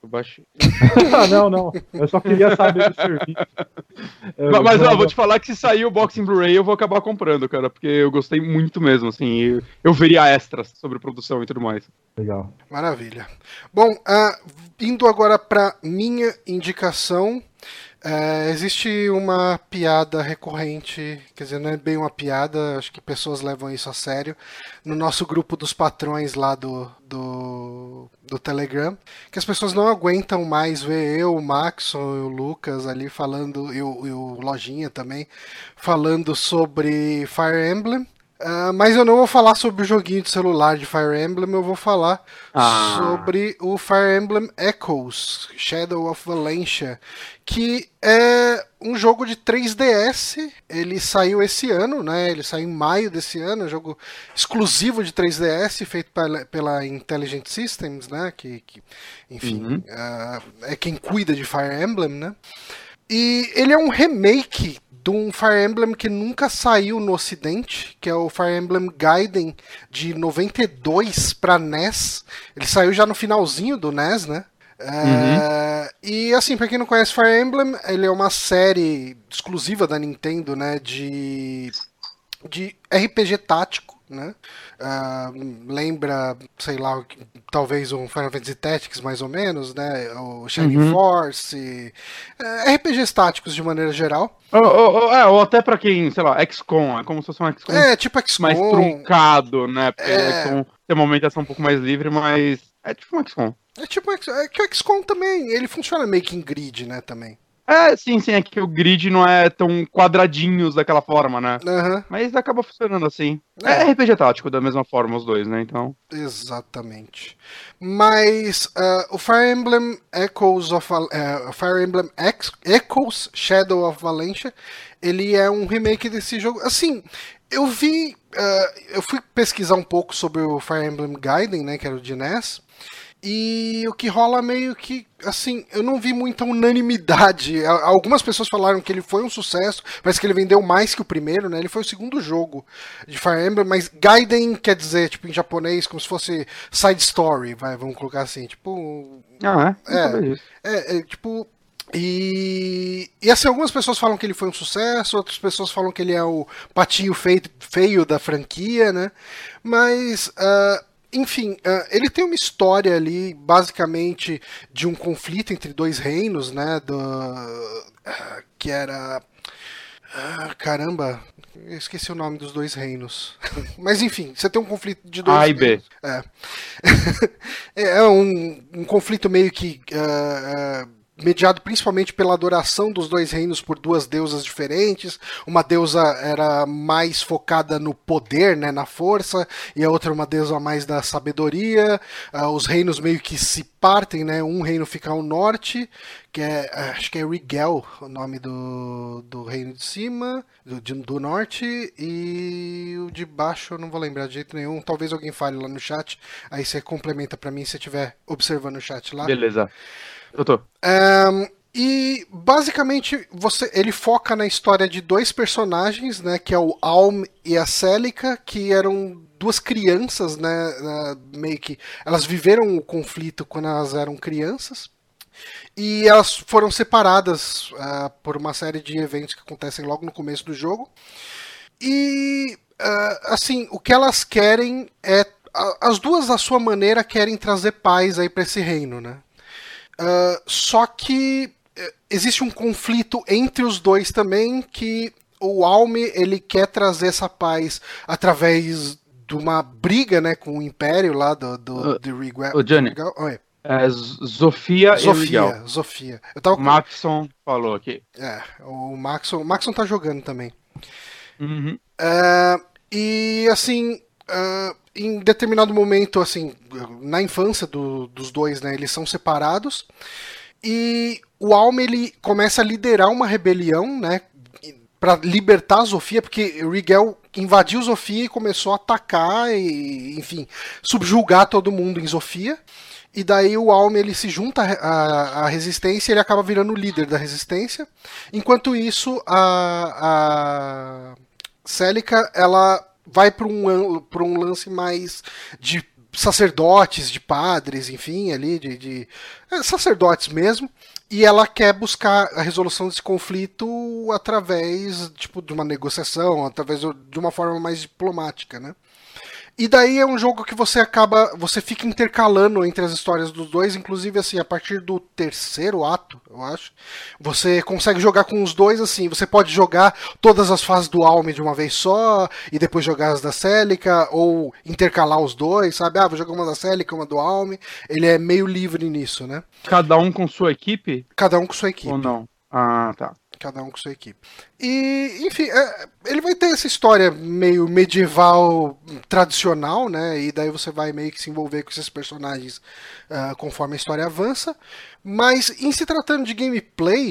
Speaker 2: eu baixei.
Speaker 3: Não. Eu só queria saber do serviço.
Speaker 2: Mas ó, vou te falar que se sair o boxing Blu-ray eu vou acabar comprando, cara, porque eu gostei muito mesmo, assim. Eu veria extras sobre produção e tudo mais.
Speaker 3: Legal.
Speaker 1: Maravilha. Bom, indo agora para minha indicação, existe uma piada recorrente, quer dizer, não é bem uma piada, acho que pessoas levam isso a sério, no nosso grupo dos patrões lá do Telegram, que as pessoas não aguentam mais ver eu, o Maxon e o Lucas ali falando, e o Lojinha também, falando sobre Fire Emblem. Mas eu não vou falar sobre o joguinho de celular de Fire Emblem, eu vou falar sobre o Fire Emblem Echoes, Shadow of Valentia, que é um jogo de 3DS, ele saiu esse ano, né? Ele saiu em maio desse ano, um jogo exclusivo de 3DS, feito pela Intelligent Systems, né? Que enfim, é quem cuida de Fire Emblem, né? E ele é um remake de um Fire Emblem que nunca saiu no ocidente, que é o Fire Emblem Gaiden de 92 para NES. Ele saiu já no finalzinho do NES, né? E assim, pra quem não conhece Fire Emblem, ele é uma série exclusiva da Nintendo, né? De RPG tático, né? Lembra, sei lá, talvez um Final Fantasy Tactics mais ou menos, né? O Shining Force, RPGs táticos de maneira geral.
Speaker 2: Ou até pra quem, sei lá, XCOM, é como se fosse um XCOM.
Speaker 1: Tipo XCOM.
Speaker 2: Mais truncado, né? Porque XCOM tem uma movimentação um pouco mais livre, mas é tipo um XCOM. É
Speaker 1: que o XCOM também, ele funciona meio que em grid, né, também.
Speaker 2: Sim, é que o grid não é tão quadradinhos daquela forma, né? Mas acaba funcionando assim. É RPG tático da mesma forma os dois, né? Então.
Speaker 1: Exatamente. Mas o Fire Emblem Echoes Echoes Shadow of Valentia, ele é um remake desse jogo. Assim, eu fui pesquisar um pouco sobre o Fire Emblem Gaiden, né, que era o de NES. E o que rola meio que, assim, eu não vi muita unanimidade. Algumas pessoas falaram que ele foi um sucesso, parece que ele vendeu mais que o primeiro, né? Ele foi o segundo jogo de Fire Emblem, mas Gaiden quer dizer, tipo, em japonês, como se fosse side story, vamos colocar assim, tipo... tipo... E assim, algumas pessoas falam que ele foi um sucesso, outras pessoas falam que ele é o patinho feio da franquia, né? Mas... enfim, ele tem uma história ali, basicamente, de um conflito entre dois reinos, né? Que era... caramba, eu esqueci o nome dos dois reinos. Mas enfim, você tem um conflito de dois
Speaker 2: A e B.
Speaker 1: É um conflito meio que... mediado principalmente pela adoração dos dois reinos por duas deusas diferentes. Uma deusa era mais focada no poder, né, na força, e a outra uma deusa mais da sabedoria. Os reinos meio que se partem, né? Um reino fica ao norte, que acho que é Rigel, o nome do reino de cima, do norte, e o de baixo eu não vou lembrar de jeito nenhum. Talvez alguém fale lá no chat, aí você complementa pra mim se você estiver observando o chat lá.
Speaker 2: Beleza. Eu tô.
Speaker 1: E basicamente ele foca na história de dois personagens, né, que é o Alm e a Celica, que eram duas crianças, né, meio que elas viveram o conflito quando elas eram crianças e elas foram separadas por uma série de eventos que acontecem logo no começo do jogo. E assim, o que elas querem é, as duas à sua maneira querem trazer paz aí para esse reino, né? Só que existe um conflito entre os dois também, que o Alm, ele quer trazer essa paz através de uma briga, né, com o Império lá do Rigel.
Speaker 2: O Johnny. Zofia e Rigel.
Speaker 1: Zofia.
Speaker 2: O Maxon falou aqui.
Speaker 1: O Maxon tá jogando também. E assim... em determinado momento, assim, na infância dos dois, né, eles são separados e o Alm, ele começa a liderar uma rebelião, né, para libertar a Zofia, porque Rigel invadiu Zofia e começou a atacar e, enfim, subjugar todo mundo em Zofia. E daí o Alm, ele se junta à resistência e ele acaba virando o líder da resistência. Enquanto isso, a Celica, ela vai para um lance mais de sacerdotes, de padres, enfim, ali, sacerdotes mesmo, e ela quer buscar a resolução desse conflito através, tipo, de uma negociação, através de uma forma mais diplomática, né? E daí é um jogo que você fica intercalando entre as histórias dos dois, inclusive assim, a partir do terceiro ato, eu acho, você consegue jogar com os dois assim, você pode jogar todas as fases do Alme de uma vez só, e depois jogar as da Celica, ou intercalar os dois, sabe? Vou jogar uma da Celica, uma do Alme, ele é meio livre nisso, né?
Speaker 2: Cada um com sua equipe?
Speaker 1: Cada um com sua equipe.
Speaker 2: Ou não? Ah, tá.
Speaker 1: Cada um com sua equipe. E, enfim, ele vai ter essa história meio medieval tradicional, né? E daí você vai meio que se envolver com esses personagens conforme a história avança. Mas, em se tratando de gameplay,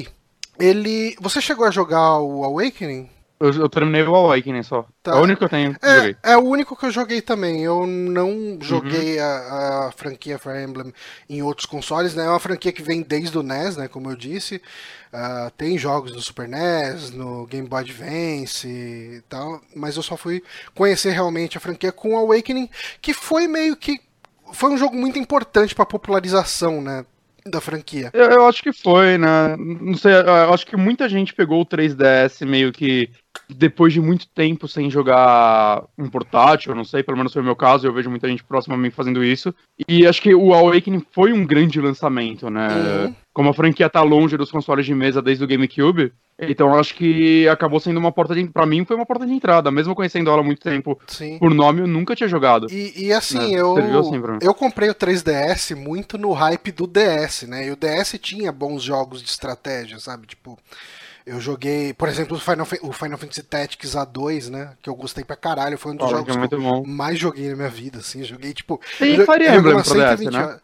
Speaker 1: você chegou a jogar o Awakening?
Speaker 2: Eu terminei o Awakening só.
Speaker 1: Tá.
Speaker 2: É o único que eu tenho que joguei.
Speaker 1: É o único que eu joguei também. Eu não joguei a franquia Fire Emblem em outros consoles, né? É uma franquia que vem desde o NES, né? Como eu disse. Tem jogos no Super NES, no Game Boy Advance e tal. Mas eu só fui conhecer realmente a franquia com o Awakening, que foi meio que... Foi um jogo muito importante para a popularização, né? Da franquia.
Speaker 2: Eu acho que foi, né? Não sei, eu acho que muita gente pegou o 3DS meio que depois de muito tempo sem jogar um portátil, eu não sei, pelo menos foi o meu caso, eu vejo muita gente próxima a mim fazendo isso. E acho que o Awakening foi um grande lançamento, né? Como a franquia tá longe dos consoles de mesa desde o GameCube, então acho que acabou sendo uma porta de... Pra mim foi uma porta de entrada, mesmo conhecendo ela há muito tempo.
Speaker 1: Sim.
Speaker 2: Por nome, eu nunca tinha jogado.
Speaker 1: E assim,
Speaker 2: né?
Speaker 1: eu comprei o 3DS muito no hype do DS, né? E o DS tinha bons jogos de estratégia, sabe? Tipo, eu joguei, por exemplo, o Final Fantasy Tactics A2, né? Que eu gostei pra caralho, foi um dos jogos que eu mais joguei na minha vida, assim. Joguei, tipo...
Speaker 2: Tem Fire Emblem pro DS, né?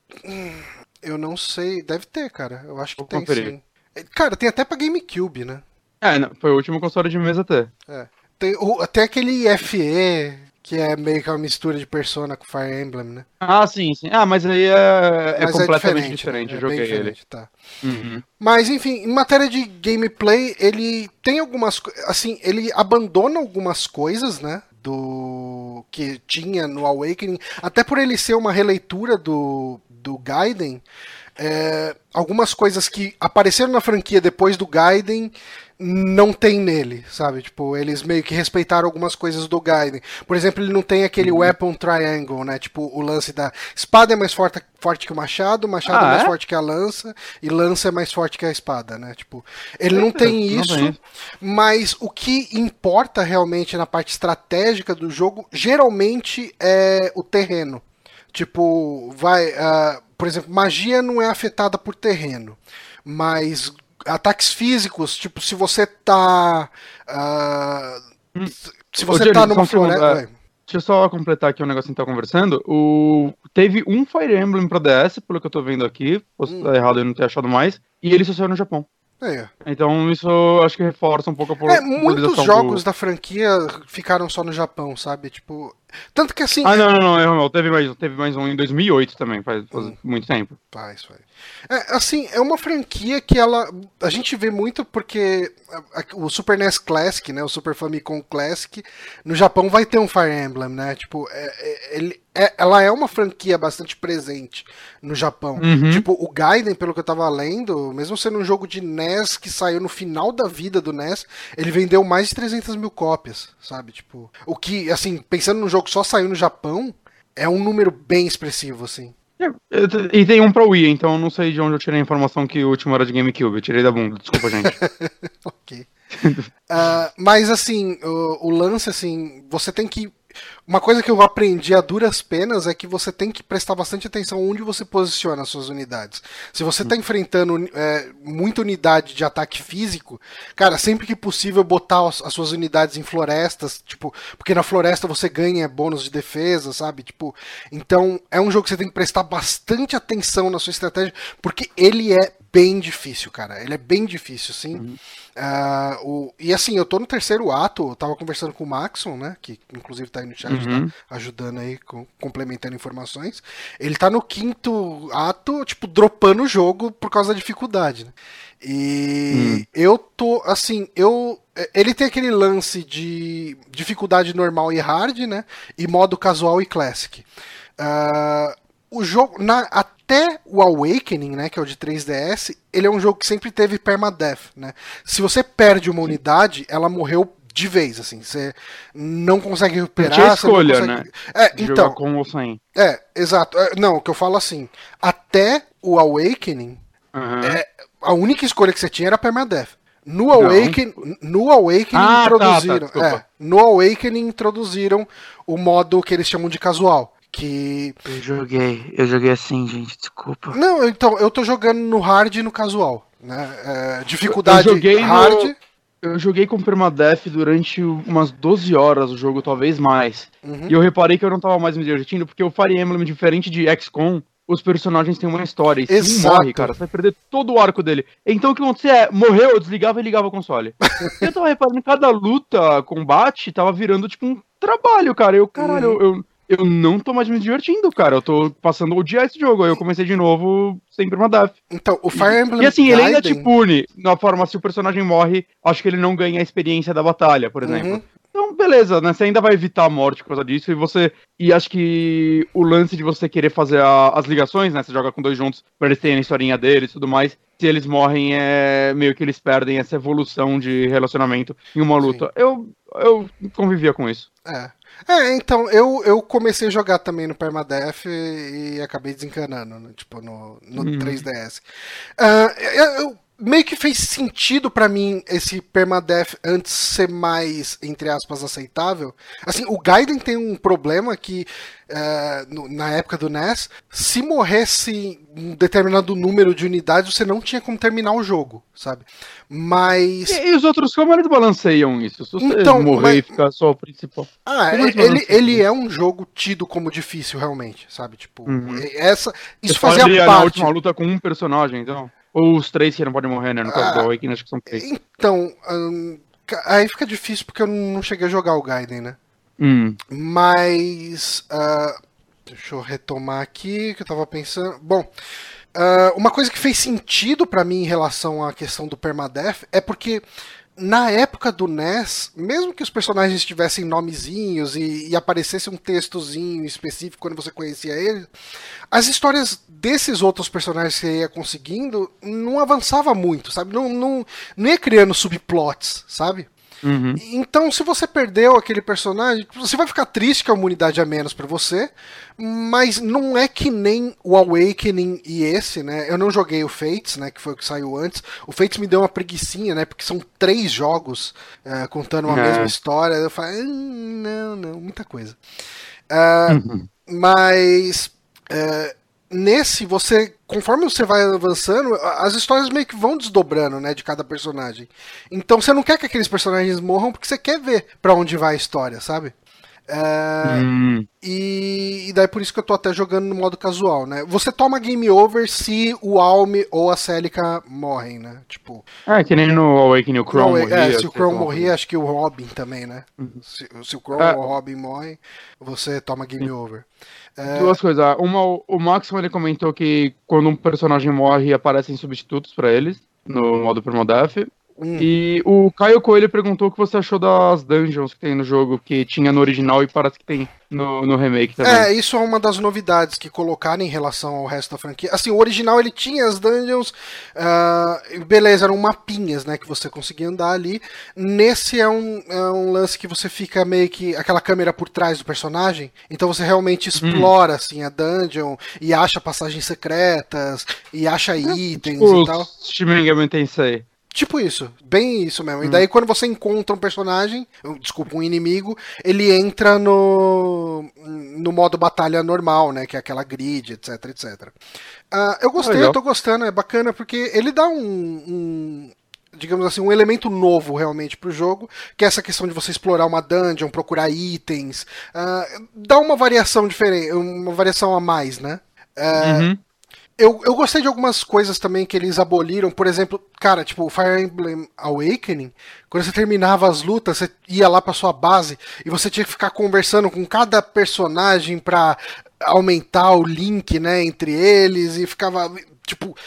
Speaker 1: Eu não sei, deve ter, cara. Eu acho que
Speaker 2: Vou
Speaker 1: tem
Speaker 2: conferir.
Speaker 1: sim. Cara, tem até pra GameCube, né?
Speaker 2: Não, foi o último console de mesa até.
Speaker 1: Tem aquele FE, que é meio que uma mistura de Persona com Fire Emblem, né?
Speaker 2: Sim. Mas aí é completamente diferente,
Speaker 1: né?
Speaker 2: Eu joguei ele.
Speaker 1: Tá.
Speaker 2: Uhum.
Speaker 1: Mas, enfim, em matéria de gameplay, ele tem algumas... Assim, ele abandona algumas coisas, né? Do que tinha no Awakening, até por ele ser uma releitura do Gaiden. Algumas coisas que apareceram na franquia depois do Gaiden não tem nele, sabe? Tipo, eles meio que respeitaram algumas coisas do Gaiden. Por exemplo, ele não tem aquele Weapon Triangle, né? Tipo, o lance da espada é mais forte que o machado é mais forte que a lança, e lança é mais forte que a espada, né? Tipo, ele não tem isso, mas o que importa realmente na parte estratégica do jogo, geralmente é o terreno. Tipo, por exemplo, magia não é afetada por terreno, mas ataques físicos, tipo, se você tá numa floresta...
Speaker 2: Deixa eu só completar aqui um negócio que a gente tá conversando. Teve um Fire Emblem pra DS, pelo que eu tô vendo aqui, posso estar errado e não ter achado mais, e ele só saiu no Japão. Então isso acho que reforça um pouco a popularização.
Speaker 1: Muitos jogos da franquia ficaram só no Japão, sabe? Tipo, tanto que assim...
Speaker 2: Não, teve mais um em 2008 também, faz muito tempo.
Speaker 1: Faz. Assim, é uma franquia que a gente vê muito porque o Super NES Classic, né, o Super Famicom Classic, no Japão vai ter um Fire Emblem, né? Tipo, ela é uma franquia bastante presente no Japão. Tipo, o Gaiden, pelo que eu tava lendo, mesmo sendo um jogo de NES que saiu no final da vida do NES, ele vendeu mais de 300 mil cópias, sabe? Tipo, o que, assim, pensando num jogo que só saiu no Japão, é um número bem expressivo, assim.
Speaker 2: E tem um pra Wii, então eu não sei de onde eu tirei a informação que o último era de GameCube. Eu tirei da bunda, desculpa, gente.
Speaker 1: Ok. Mas, assim, o lance, assim, você tem que... Uma coisa que eu aprendi a duras penas é que você tem que prestar bastante atenção onde você posiciona as suas unidades. Se você está enfrentando muita unidade de ataque físico, cara, sempre que possível botar as suas unidades em florestas, tipo, porque na floresta você ganha bônus de defesa, sabe? Tipo, então é um jogo que você tem que prestar bastante atenção na sua estratégia, porque ele é bem difícil, cara. Ele é bem difícil, sim. E assim, eu tô no terceiro ato, eu tava conversando com o Maxon, né, que inclusive tá aí no chat, tá ajudando aí, complementando informações. Ele tá no quinto ato, tipo, dropando o jogo por causa da dificuldade, né? E eu tô, assim, ele tem aquele lance de dificuldade normal e hard, né, e modo casual e classic. O jogo, até o Awakening, né, que é o de 3DS, ele é um jogo que sempre teve permadeath, né? Se você perde uma unidade, ela morreu de vez, assim, você não consegue recuperar.
Speaker 2: Tinha escolha,
Speaker 1: você não consegue...
Speaker 2: né?
Speaker 1: Então,
Speaker 2: jogar com ou sem.
Speaker 1: Exato. Não, o que eu falo assim, até o Awakening, a única escolha que você tinha era permadeath. No Awakening introduziram. No Awakening introduziram o modo que eles chamam de casual. Que...
Speaker 4: Eu joguei assim, gente, desculpa.
Speaker 1: Não, então, eu tô jogando no hard e no casual, né? Dificuldade hard.
Speaker 2: Eu joguei com permadeath durante umas 12 horas o jogo, talvez mais. E eu reparei que eu não tava mais me divertindo, porque o Fire Emblem, diferente de XCOM, os personagens têm uma história. E se um morre, cara, você vai perder todo o arco dele. Então o que acontecia morreu, eu desligava e ligava o console. E eu tava reparando que cada luta, combate, tava virando tipo um trabalho, cara. Eu não tô mais me divertindo, cara. Eu tô passando a odiar esse jogo. Aí eu comecei de novo sem permadeath.
Speaker 1: Então, o Fire Emblem
Speaker 2: E assim, ele ainda te pune na forma, se o personagem morre, acho que ele não ganha a experiência da batalha, por exemplo. Então, beleza, né? Você ainda vai evitar a morte por causa disso. E acho que o lance de você querer fazer as ligações, né? Você joga com dois juntos pra eles terem a historinha deles e tudo mais. Se eles morrem, é meio que eles perdem essa evolução de relacionamento em uma luta. Eu convivia com isso.
Speaker 1: Então, eu comecei a jogar também no permadeath e acabei desencanando, né? Tipo, no 3DS. Meio que fez sentido pra mim esse permadeath antes ser mais, entre aspas, aceitável. Assim, o Gaiden tem um problema que, na época do NES, se morresse um determinado número de unidades, você não tinha como terminar o jogo, sabe? Mas...
Speaker 2: E os outros, como eles balanceiam isso? Se você morrer e ficar só o principal.
Speaker 1: Ele é um jogo tido como difícil, realmente, sabe? Tipo, isso
Speaker 2: fazia
Speaker 1: parte...
Speaker 2: na última luta com um personagem, então... Ou os três que não podem morrer, né? No caso do Awakening, acho que são três.
Speaker 1: Então, aí fica difícil porque eu não cheguei a jogar o Gaiden, né? Mas... deixa eu retomar aqui, que eu tava pensando... Bom, uma coisa que fez sentido pra mim em relação à questão do permadeath é porque... Na época do NES, mesmo que os personagens tivessem nomezinhos e aparecesse um textozinho específico quando você conhecia eles, as histórias desses outros personagens que você ia conseguindo não avançava muito, sabe? Não ia criando subplots, sabe? Então, se você perdeu aquele personagem, você vai ficar triste que é uma unidade a menos pra você, mas não é que nem o Awakening e esse, né? Eu não joguei o Fates, né? Que foi o que saiu antes. O Fates me deu uma preguicinha, né? Porque são 3 jogos contando uma mesma história. Eu falei, não, muita coisa. Mas... nesse, conforme você vai avançando, as histórias meio que vão desdobrando, né, de cada personagem. Então você não quer que aqueles personagens morram porque você quer ver pra onde vai a história, sabe? E daí por isso que eu tô até jogando no modo casual, né? Você toma game over se o Alme ou a Celica morrem, né? Tipo...
Speaker 2: que nem no Awakening o Chrome morria.
Speaker 1: Se o Chrome morrer, acho que o Robin também, né? Se o Chrome ou o Robin morrem, você toma game over.
Speaker 2: Duas coisas. O Maxon, ele comentou que quando um personagem morre, aparecem substitutos pra eles, no modo permadeath. E o Caio Coelho perguntou o que você achou das dungeons que tem no jogo, que tinha no original e parece que tem no remake também.
Speaker 1: Isso é uma das novidades que colocaram em relação ao resto da franquia. Assim, o original ele tinha as dungeons, beleza, eram mapinhas, né, que você conseguia andar ali. Nesse é um lance que você fica meio que aquela câmera por trás do personagem, então você realmente explora assim a dungeon e acha passagens secretas e acha itens e tal.
Speaker 2: Shin Megami Tensei.
Speaker 1: Tipo isso, bem isso mesmo. E daí quando você encontra um personagem, um inimigo, ele entra no modo batalha normal, né? Que é aquela grid, etc, etc. Eu gostei, eu tô gostando, é bacana, porque ele dá digamos assim, um elemento novo realmente pro jogo, que é essa questão de você explorar uma dungeon, procurar itens, dá uma variação diferente, uma variação a mais, né? Eu gostei de algumas coisas também que eles aboliram, por exemplo, cara, tipo, o Fire Emblem Awakening, quando você terminava as lutas, você ia lá pra sua base e você tinha que ficar conversando com cada personagem pra aumentar o link, né, entre eles, e ficava, tipo...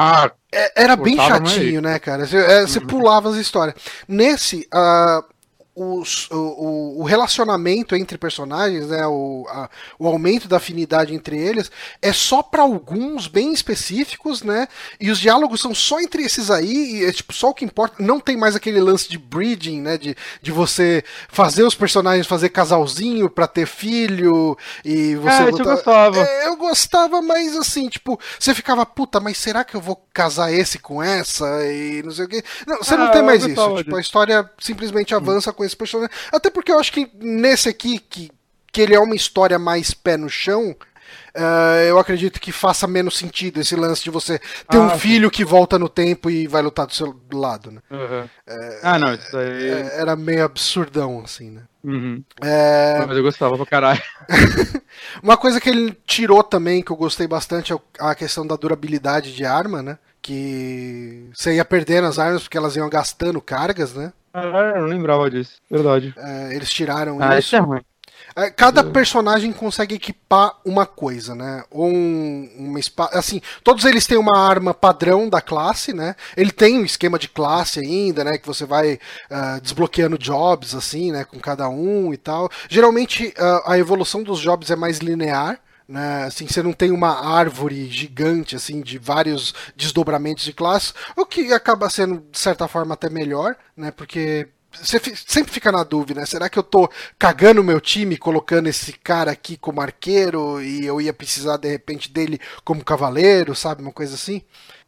Speaker 1: era bem chatinho, né, cara? Você pulava as histórias. Nesse, o relacionamento entre personagens, né, o aumento da afinidade entre eles, é só pra alguns bem específicos, né, e os diálogos são só entre esses aí, e é tipo, só o que importa, não tem mais aquele lance de breeding, né, de você fazer os personagens fazer casalzinho pra ter filho, e você...
Speaker 2: Isso eu gostava.
Speaker 1: Eu gostava, mas assim, tipo, você ficava, puta, mas será que eu vou casar esse com essa? E não sei o quê. Não, você não tem mais isso. Tipo, a história simplesmente avança com esse personagem. Até porque eu acho que nesse aqui, que ele é uma história mais pé no chão, eu acredito que faça menos sentido esse lance de você ter um filho que volta no tempo e vai lutar do seu lado, né?
Speaker 2: Não, isso aí...
Speaker 1: Era meio absurdão, assim, né?
Speaker 2: Mas eu gostava pra caralho.
Speaker 1: Uma coisa que ele tirou também, que eu gostei bastante, é a questão da durabilidade de arma, né? Que você ia perdendo as armas porque elas iam gastando cargas, né?
Speaker 2: Eu não lembrava disso, verdade.
Speaker 1: Eles tiraram
Speaker 2: isso.
Speaker 1: Isso
Speaker 2: É ruim.
Speaker 1: Cada personagem consegue equipar uma coisa, né? Ou uma espada. Assim, todos eles têm uma arma padrão da classe, né? Ele tem um esquema de classe ainda, né? Que você vai desbloqueando jobs, assim, né? Com cada um e tal. Geralmente a evolução dos jobs é mais linear. Né, assim, você não tem uma árvore gigante assim de vários desdobramentos de classe, o que acaba sendo de certa forma até melhor, né? Porque você sempre fica na dúvida, né? Será que eu tô cagando o meu time colocando esse cara aqui como arqueiro e eu ia precisar de repente dele como cavaleiro, sabe, uma coisa assim?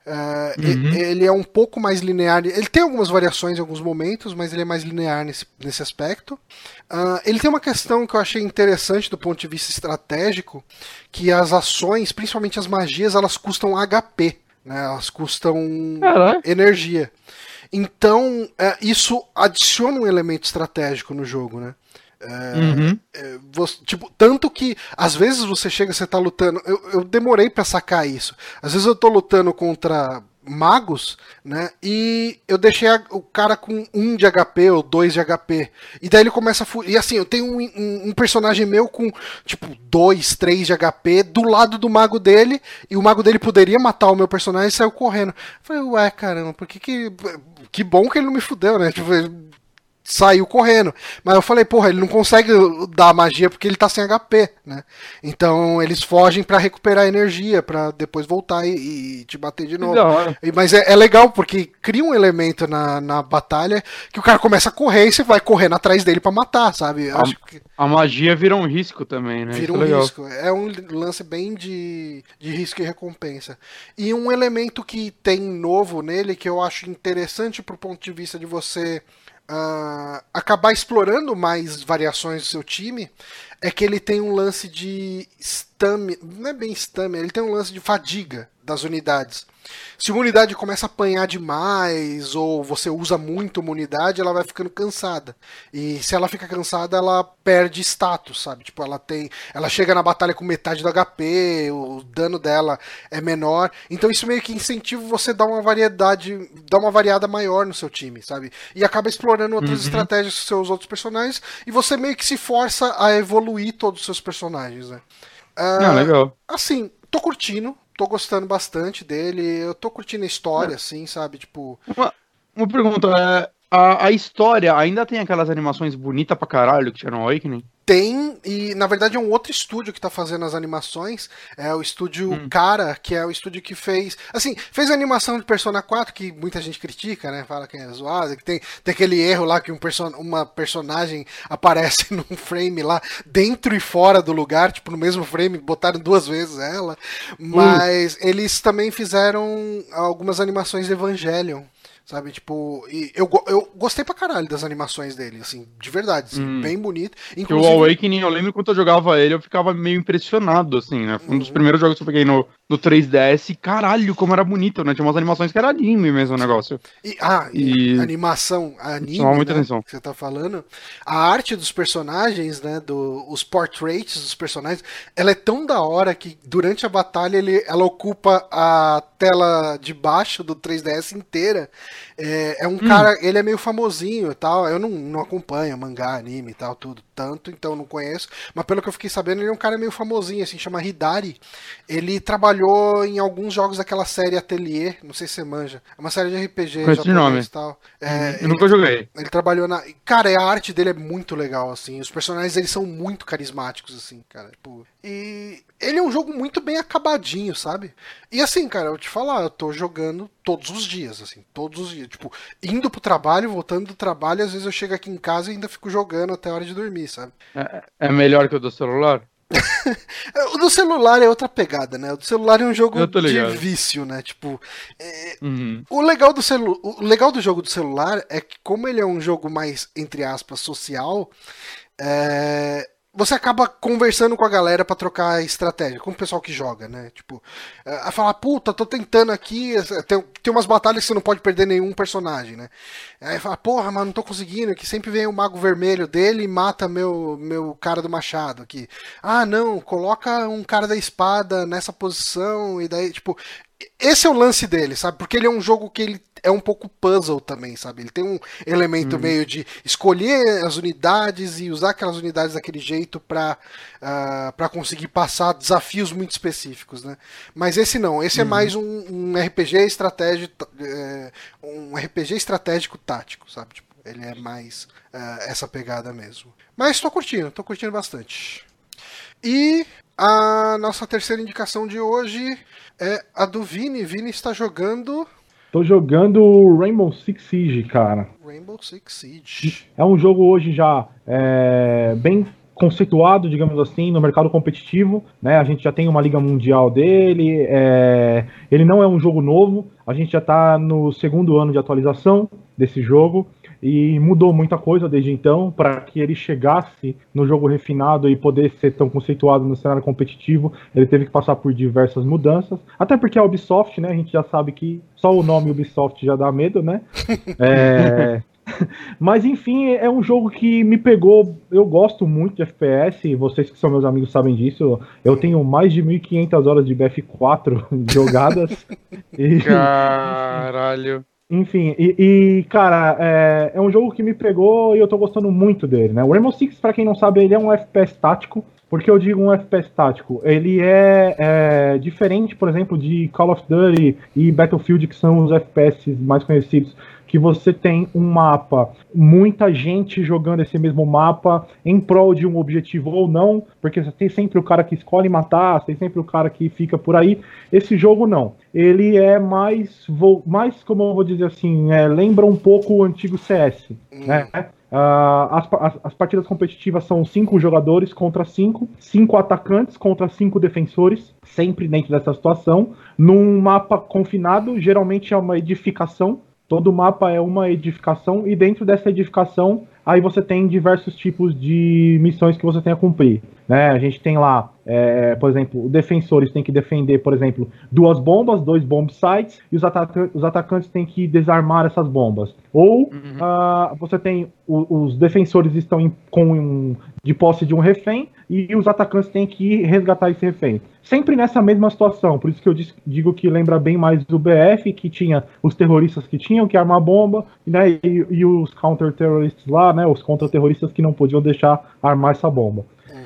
Speaker 1: Ele é um pouco mais linear. Ele tem algumas variações em alguns momentos, mas ele é mais linear nesse aspecto. Ele tem uma questão que eu achei interessante do ponto de vista estratégico, que as ações, principalmente as magias, elas custam HP, né? Elas custam energia. Então, isso adiciona um elemento estratégico no jogo, né? Tipo, tanto que às vezes você tá lutando. Eu demorei pra sacar isso. Às vezes eu tô lutando contra magos, né? E eu deixei o cara com 1 de HP ou 2 de HP. E daí ele começa a E assim, eu tenho um personagem meu com tipo 2, 3 de HP do lado do mago dele. E o mago dele poderia matar o meu personagem e saiu correndo. Eu falei, ué, caramba, por que bom que ele não me fudeu, né? Tipo, saiu correndo. Mas eu falei, porra, ele não consegue dar magia porque ele tá sem HP, né? Então eles fogem pra recuperar energia, pra depois voltar e te bater de novo. Mas é legal porque cria um elemento na batalha que o cara começa a correr e você vai correndo atrás dele pra matar, sabe?
Speaker 2: A magia vira um risco também, né?
Speaker 1: Vira um risco. É um lance bem de risco e recompensa. E um elemento que tem novo nele, que eu acho interessante pro ponto de vista de você acabar explorando mais variações do seu time, é que ele tem um lance de stamina, não é bem stamina, ele tem um lance de fadiga das unidades. Se uma unidade começa a apanhar demais, ou você usa muito uma unidade, ela vai ficando cansada. E se ela fica cansada, ela perde status, sabe? Tipo, ela chega na batalha com metade do HP, o dano dela é menor. Então isso meio que incentiva você a dar uma variada maior no seu time, sabe? E acaba explorando outras estratégias com seus outros personagens, e você meio que se força a evoluir todos os seus personagens, né?
Speaker 2: Legal.
Speaker 1: Assim, tô curtindo. Tô gostando bastante dele, eu tô curtindo a história, assim, sabe? Tipo.
Speaker 2: Uma pergunta, a história ainda tem aquelas animações bonitas pra caralho que tinha no Awakening?
Speaker 1: Tem, e na verdade é um outro estúdio que tá fazendo as animações. É o estúdio Cara, que é o estúdio que fez. Assim, fez a animação de Persona 4, que muita gente critica, né? Fala que é zoado, que tem aquele erro lá que uma personagem aparece num frame lá, dentro e fora do lugar, tipo, no mesmo frame, botaram 2 vezes ela. Mas eles também fizeram algumas animações de Evangelion. Sabe, tipo, eu gostei pra caralho das animações dele, assim, de verdade, assim, bem bonito.
Speaker 2: Inclusive... O Awakening, eu lembro quando eu jogava ele, eu ficava meio impressionado, assim, né? Um dos primeiros jogos que eu peguei no 3DS, caralho, como era bonito, né? Tinha umas animações que era anime mesmo o negócio.
Speaker 1: Animação, anime,
Speaker 2: muita atenção.
Speaker 1: Que você tá falando, a arte dos personagens, né, os portraits dos personagens, ela é tão da hora que durante a batalha ela ocupa a tela de baixo do 3DS inteira. É um cara, ele é meio famosinho e tal. Eu não acompanho mangá, anime e tal, tudo tanto, então não conheço. Mas pelo que eu fiquei sabendo, ele é um cara meio famosinho, assim, chama Hidari. Ele trabalhou em alguns jogos daquela série Atelier, não sei se você manja. É uma série de RPG
Speaker 2: Conheço de nome.
Speaker 1: japonês e tal.
Speaker 2: Eu nunca joguei.
Speaker 1: Ele trabalhou na. Cara, a arte dele é muito legal, assim. Os personagens eles são muito carismáticos, assim, cara. Tipo, e ele é um jogo muito bem acabadinho, sabe? E assim, cara, eu te falar, eu tô jogando todos os dias, assim, todos os dias. Tipo, indo pro trabalho, voltando do trabalho, às vezes eu chego aqui em casa e ainda fico jogando até a hora de dormir, sabe?
Speaker 2: É melhor que o do celular?
Speaker 1: O do celular é outra pegada, né? O do celular é um jogo de
Speaker 2: ligado.
Speaker 1: vício, né? Tipo, o legal o legal do jogo do celular é que como ele é um jogo mais, entre aspas, social, você acaba conversando com a galera pra trocar estratégia, com o pessoal que joga, né? Tipo, a falar, puta, tô tentando aqui, tem umas batalhas que você não pode perder nenhum personagem, né? Aí fala, porra, mas não tô conseguindo, que sempre vem o mago vermelho dele e mata meu cara do machado aqui. Ah, não, coloca um cara da espada nessa posição, e daí, tipo, esse é o lance dele, sabe? Porque ele é um jogo que ele é um pouco puzzle também, sabe? Ele tem um elemento meio de escolher as unidades e usar aquelas unidades daquele jeito pra conseguir passar desafios muito específicos, né? Mas esse não, esse é mais um RPG estratégico, um RPG estratégico tático, sabe? Tipo, ele é mais essa pegada mesmo. Mas tô curtindo bastante. E a nossa terceira indicação de hoje é a do Vini. Vini está jogando...
Speaker 3: Tô jogando Rainbow Six Siege, cara.
Speaker 1: Rainbow Six Siege.
Speaker 3: É um jogo hoje já bem conceituado, digamos assim, no mercado competitivo, né? A gente já tem uma liga mundial dele, ele não é um jogo novo, a gente já tá no segundo ano de atualização desse jogo, e mudou muita coisa desde então para que ele chegasse no jogo refinado e poder ser tão conceituado no cenário competitivo. Ele teve que passar por diversas mudanças, até porque a Ubisoft, né, a gente já sabe que só o nome Ubisoft já dá medo, né? Mas enfim, é um jogo que me pegou. Eu gosto muito de FPS, vocês que são meus amigos sabem disso. Eu tenho mais de 1.500 horas de BF4 jogadas.
Speaker 2: Caralho.
Speaker 3: Enfim, cara, é um jogo que me pegou e eu tô gostando muito dele, né? O Rainbow Six, pra quem não sabe, ele é um FPS tático. Por que eu digo um FPS tático? Ele é diferente, por exemplo, de Call of Duty e Battlefield, que são os FPS mais conhecidos, que você tem um mapa, muita gente jogando esse mesmo mapa em prol de um objetivo ou não, porque você tem sempre o cara que escolhe matar, tem sempre o cara que fica por aí. Esse jogo não. Ele é mais como eu vou dizer assim, lembra um pouco o antigo CS, né? As partidas competitivas são 5 jogadores contra 5 atacantes contra 5 defensores, sempre dentro dessa situação, num mapa confinado, geralmente é uma edificação. Todo mapa é uma edificação e dentro dessa edificação aí você tem diversos tipos de missões que você tem a cumprir, né? A gente tem lá, por exemplo, os defensores têm que defender, por exemplo, 2 bombas, 2 bomb sites, e os atacantes têm que desarmar essas bombas. Ou você tem os defensores estão de posse de um refém e os atacantes têm que resgatar esse refém. Sempre nessa mesma situação, por isso que eu digo que lembra bem mais do BF, que tinha os terroristas que tinham que armar bomba, né, e os counter-terroristas lá, né, os contra-terroristas que não podiam deixar armar essa bomba.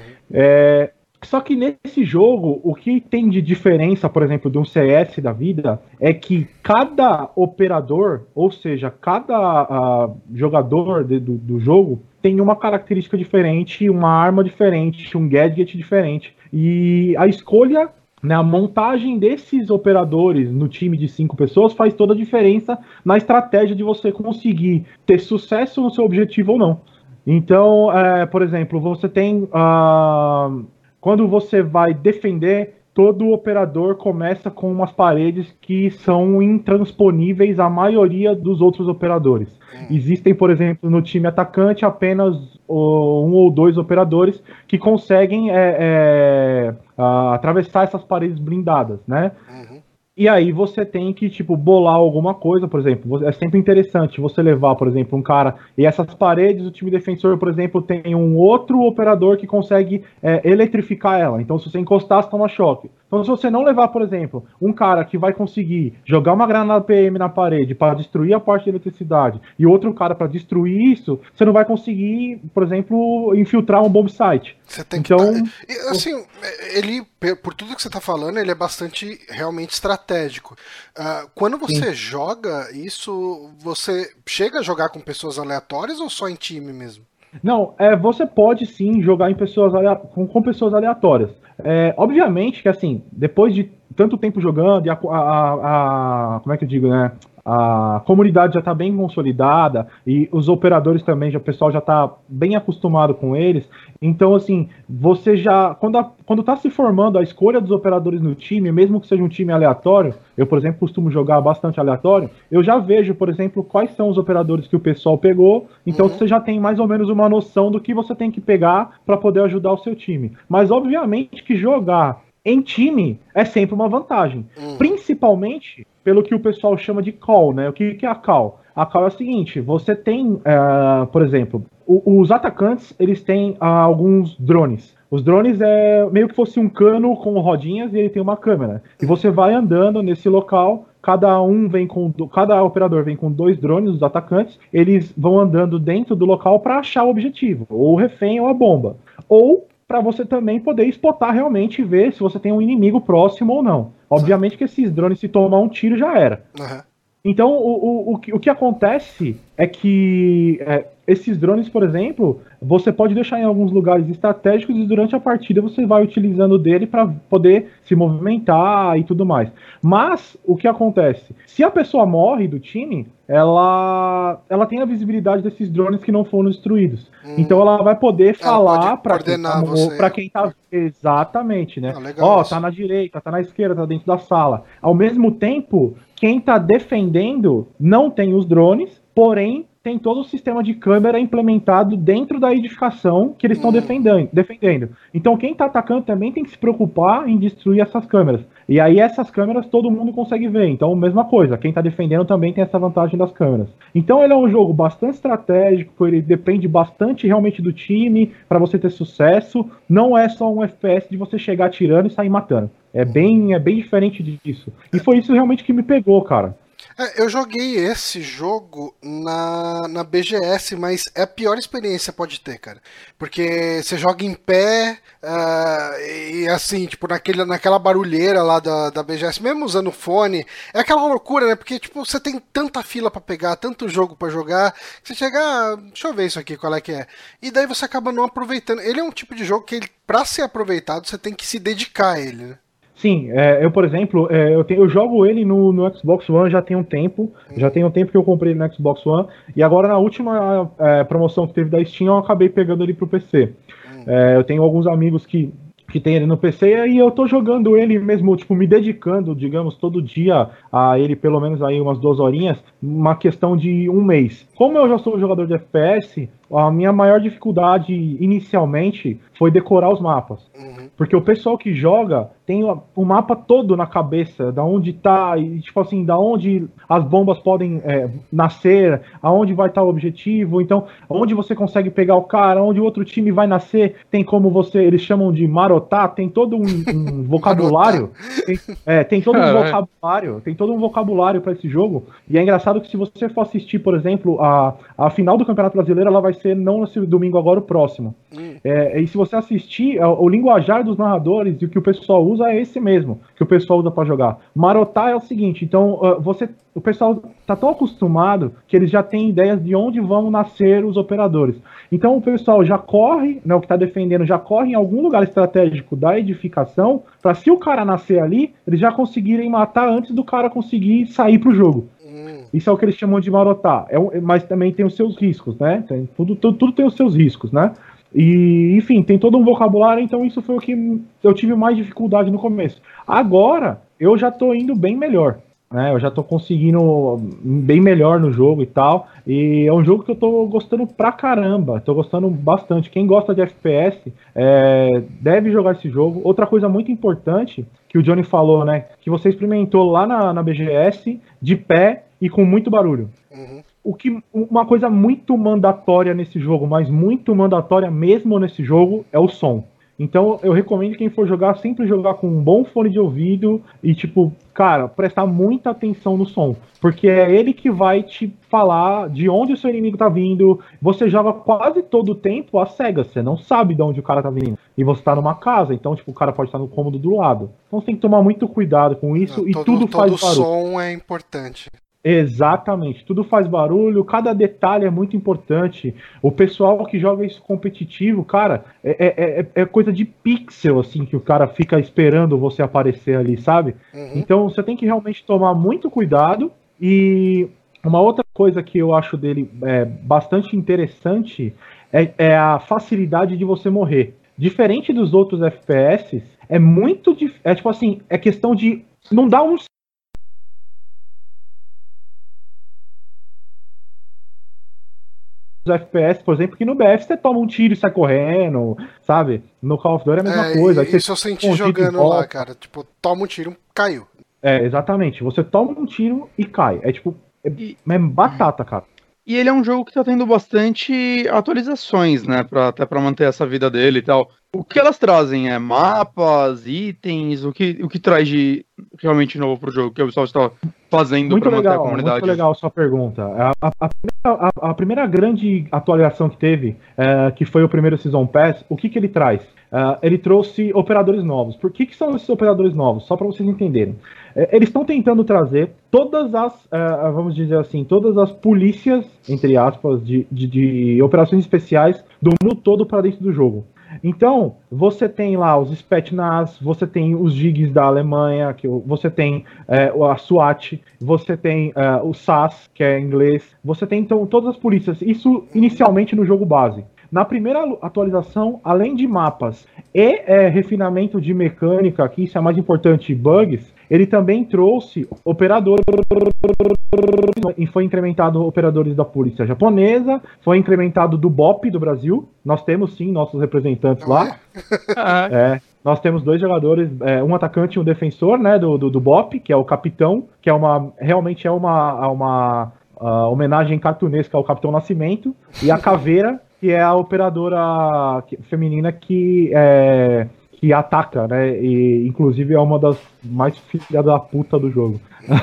Speaker 3: Só que nesse jogo, o que tem de diferença, por exemplo, de um CS da vida, é que cada operador, ou seja, cada jogador do jogo, tem uma característica diferente, uma arma diferente, um gadget diferente. E a escolha, né, a montagem desses operadores no time de 5 pessoas faz toda a diferença na estratégia de você conseguir ter sucesso no seu objetivo ou não. Então, por exemplo, você tem... quando você vai defender, todo operador começa com umas paredes que são intransponíveis à maioria dos outros operadores. Existem, por exemplo, no time atacante apenas 1 ou 2 operadores que conseguem atravessar essas paredes blindadas, né? E aí você tem que, tipo, bolar alguma coisa, por exemplo, é sempre interessante você levar, por exemplo, um cara, e essas paredes, o time defensor, por exemplo, tem um outro operador que consegue eletrificar ela, então se você encostar, você toma choque. Então se você não levar, por exemplo, um cara que vai conseguir jogar uma granada PM na parede para destruir a parte de eletricidade, e outro cara para destruir isso, você não vai conseguir, por exemplo, infiltrar um bomb site.
Speaker 1: Você tem que assim, ele, por tudo que você tá falando, ele é bastante realmente estratégico. Quando você joga isso, você chega a jogar com pessoas aleatórias ou só em time mesmo?
Speaker 3: Não, você pode sim jogar em com pessoas aleatórias. Obviamente que assim, depois de tanto tempo jogando, e como é que eu digo, né? A comunidade já está bem consolidada e os operadores também, o pessoal já está bem acostumado com eles. Então, assim, você já. Quando está se formando a escolha dos operadores no time, mesmo que seja um time aleatório, eu, por exemplo, costumo jogar bastante aleatório, eu já vejo, por exemplo, quais são os operadores que o pessoal pegou. Então, você já tem mais ou menos uma noção do que você tem que pegar para poder ajudar o seu time. Mas, obviamente, que jogar em time é sempre uma vantagem. Principalmente pelo que o pessoal chama de call, né? O que é a call? A call é o seguinte, você tem, por exemplo, os atacantes, eles têm alguns drones. Os drones é meio que fosse um cano com rodinhas e ele tem uma câmera. E você vai andando nesse local, cada operador vem com 2 drones, os atacantes, eles vão andando dentro do local para achar o objetivo, ou o refém ou a bomba. Ou para você também poder spotar realmente e ver se você tem um inimigo próximo ou não. Obviamente que esses drones, se tomar um tiro, já era. Então, o que acontece é que esses drones, por exemplo, você pode deixar em alguns lugares estratégicos e durante a partida você vai utilizando dele para poder se movimentar e tudo mais. Mas, o que acontece? Se a pessoa morre do time, ela tem a visibilidade desses drones que não foram destruídos. Então ela vai poder falar para quem tá... Exatamente, né? Tá na direita, tá na esquerda, tá dentro da sala. Ao mesmo tempo, quem tá defendendo não tem os drones, porém tem todo o sistema de câmera implementado dentro da edificação que eles estão defendendo. Então quem está atacando também tem que se preocupar em destruir essas câmeras. E aí essas câmeras todo mundo consegue ver. Então mesma coisa, quem está defendendo também tem essa vantagem das câmeras. Então ele é um jogo bastante estratégico, ele depende bastante realmente do time para você ter sucesso. Não é só um FPS de você chegar atirando e sair matando. É bem diferente disso. E foi isso realmente que me pegou, cara.
Speaker 1: Eu joguei esse jogo na BGS, mas é a pior experiência que pode ter, cara. Porque você joga em pé, e assim, tipo, naquela barulheira lá da BGS, mesmo usando fone, é aquela loucura, né? Porque, tipo, você tem tanta fila pra pegar, tanto jogo pra jogar, que você chega, deixa eu ver isso aqui, qual é que é. E daí você acaba não aproveitando. Ele é um tipo de jogo que, pra ser aproveitado, você tem que se dedicar a ele, né?
Speaker 3: Sim, eu, por exemplo, eu jogo ele no Xbox One já tem um tempo. Já tem um tempo que eu comprei ele no Xbox One. E agora na última promoção que teve da Steam, eu acabei pegando ele pro PC. Eu tenho alguns amigos que tem ele no PC e eu tô jogando ele mesmo, tipo, me dedicando, digamos, todo dia a ele, pelo menos aí umas 2 horinhas, uma questão de um mês. Como eu já sou jogador de FPS, a minha maior dificuldade inicialmente foi decorar os mapas. Porque o pessoal que joga tem o mapa todo na cabeça, da onde tá, e, tipo assim, da onde as bombas podem nascer, aonde vai estar o objetivo, então, onde você consegue pegar o cara, onde o outro time vai nascer, tem como eles chamam de marotar, tem todo um vocabulário, tem todo um vocabulário para esse jogo, e é engraçado que se você for assistir, por exemplo, a final do Campeonato Brasileiro, ela vai ser não nesse domingo agora, o próximo. E se você assistir, o linguajar dos narradores e o que o pessoal usa é esse mesmo, que o pessoal usa para jogar. Marotar é o seguinte, então o pessoal tá tão acostumado que eles já têm ideias de onde vão nascer os operadores. Então o pessoal já corre, né, o que tá defendendo, já corre em algum lugar estratégico da edificação, para se o cara nascer ali, eles já conseguirem matar antes do cara conseguir sair pro jogo. Isso é o que eles chamam de marotar. Mas também tem os seus riscos, né? Tudo tem os seus riscos, né? E, enfim, tem todo um vocabulário, então isso foi o que eu tive mais dificuldade no começo. Agora, eu já tô indo bem melhor. né? Eu já tô conseguindo bem melhor no jogo e tal. E é um jogo que eu tô gostando pra caramba. Tô gostando bastante. Quem gosta de FPS deve jogar esse jogo. Outra coisa muito importante que o Johnny falou, né? Que você experimentou lá na BGS, de pé e com muito barulho. Uma coisa muito mandatória nesse jogo, mas muito mandatória mesmo nesse jogo, é o som. Então eu recomendo quem for jogar, sempre jogar com um bom fone de ouvido e, tipo, cara, prestar muita atenção no som. Porque é ele que vai te falar de onde o seu inimigo tá vindo. Você joga quase todo o tempo às cegas, você não sabe de onde o cara tá vindo. E você tá numa casa, então, tipo, o cara pode estar no cômodo do lado. Então você tem que tomar muito cuidado com isso tudo faz barulho.
Speaker 1: Todo som é importante.
Speaker 3: Exatamente, tudo faz barulho, cada detalhe é muito importante. O pessoal que joga isso competitivo, cara, é coisa de pixel, assim, que o cara fica esperando você aparecer ali, sabe? Então você tem que realmente tomar muito cuidado. E uma outra coisa que eu acho dele bastante interessante é a facilidade de você morrer. Diferente dos outros FPS, é muito difícil. É tipo assim, é questão de não dar um FPS, por exemplo, que no BF você toma um tiro e sai correndo, sabe? No Call of Duty é a mesma coisa.
Speaker 1: Isso eu senti jogando lá, cara. Tipo, toma um tiro, caiu.
Speaker 3: Exatamente. Você toma um tiro e cai. É tipo, é batata, cara.
Speaker 2: E ele é um jogo que tá tendo bastante atualizações, né? Até pra manter essa vida dele e tal. O que elas trazem? Mapas, itens, o que traz de realmente novo pro jogo que o pessoal está fazendo
Speaker 3: muito
Speaker 2: pra
Speaker 3: legal,
Speaker 2: manter a comunidade?
Speaker 3: Muito legal a sua pergunta. A primeira grande atualização que teve, que foi o primeiro Season Pass, o que ele traz? Ele trouxe operadores novos. Por que são esses operadores novos? Só para vocês entenderem. Eles estão tentando trazer todas as, vamos dizer assim, todas as polícias, entre aspas, de operações especiais do mundo todo para dentro do jogo. Então, você tem lá os Spetsnaz, você tem os JIGs da Alemanha, você tem a SWAT, você tem o SAS, que é inglês, você tem então todas as polícias, isso inicialmente no jogo base. Na primeira atualização, além de mapas e refinamento de mecânica, que isso é mais importante, bugs, ele também trouxe operadores e foi incrementado operadores da polícia japonesa, foi incrementado do BOP do Brasil. Nós temos sim nossos representantes lá. Nós temos 2 jogadores, um atacante e um defensor, né, do BOP, que é o capitão, que realmente é uma homenagem cartunesca ao Capitão Nascimento, e a Caveira, que é a operadora feminina que ataca, né? E inclusive é uma das mais filha da puta do jogo.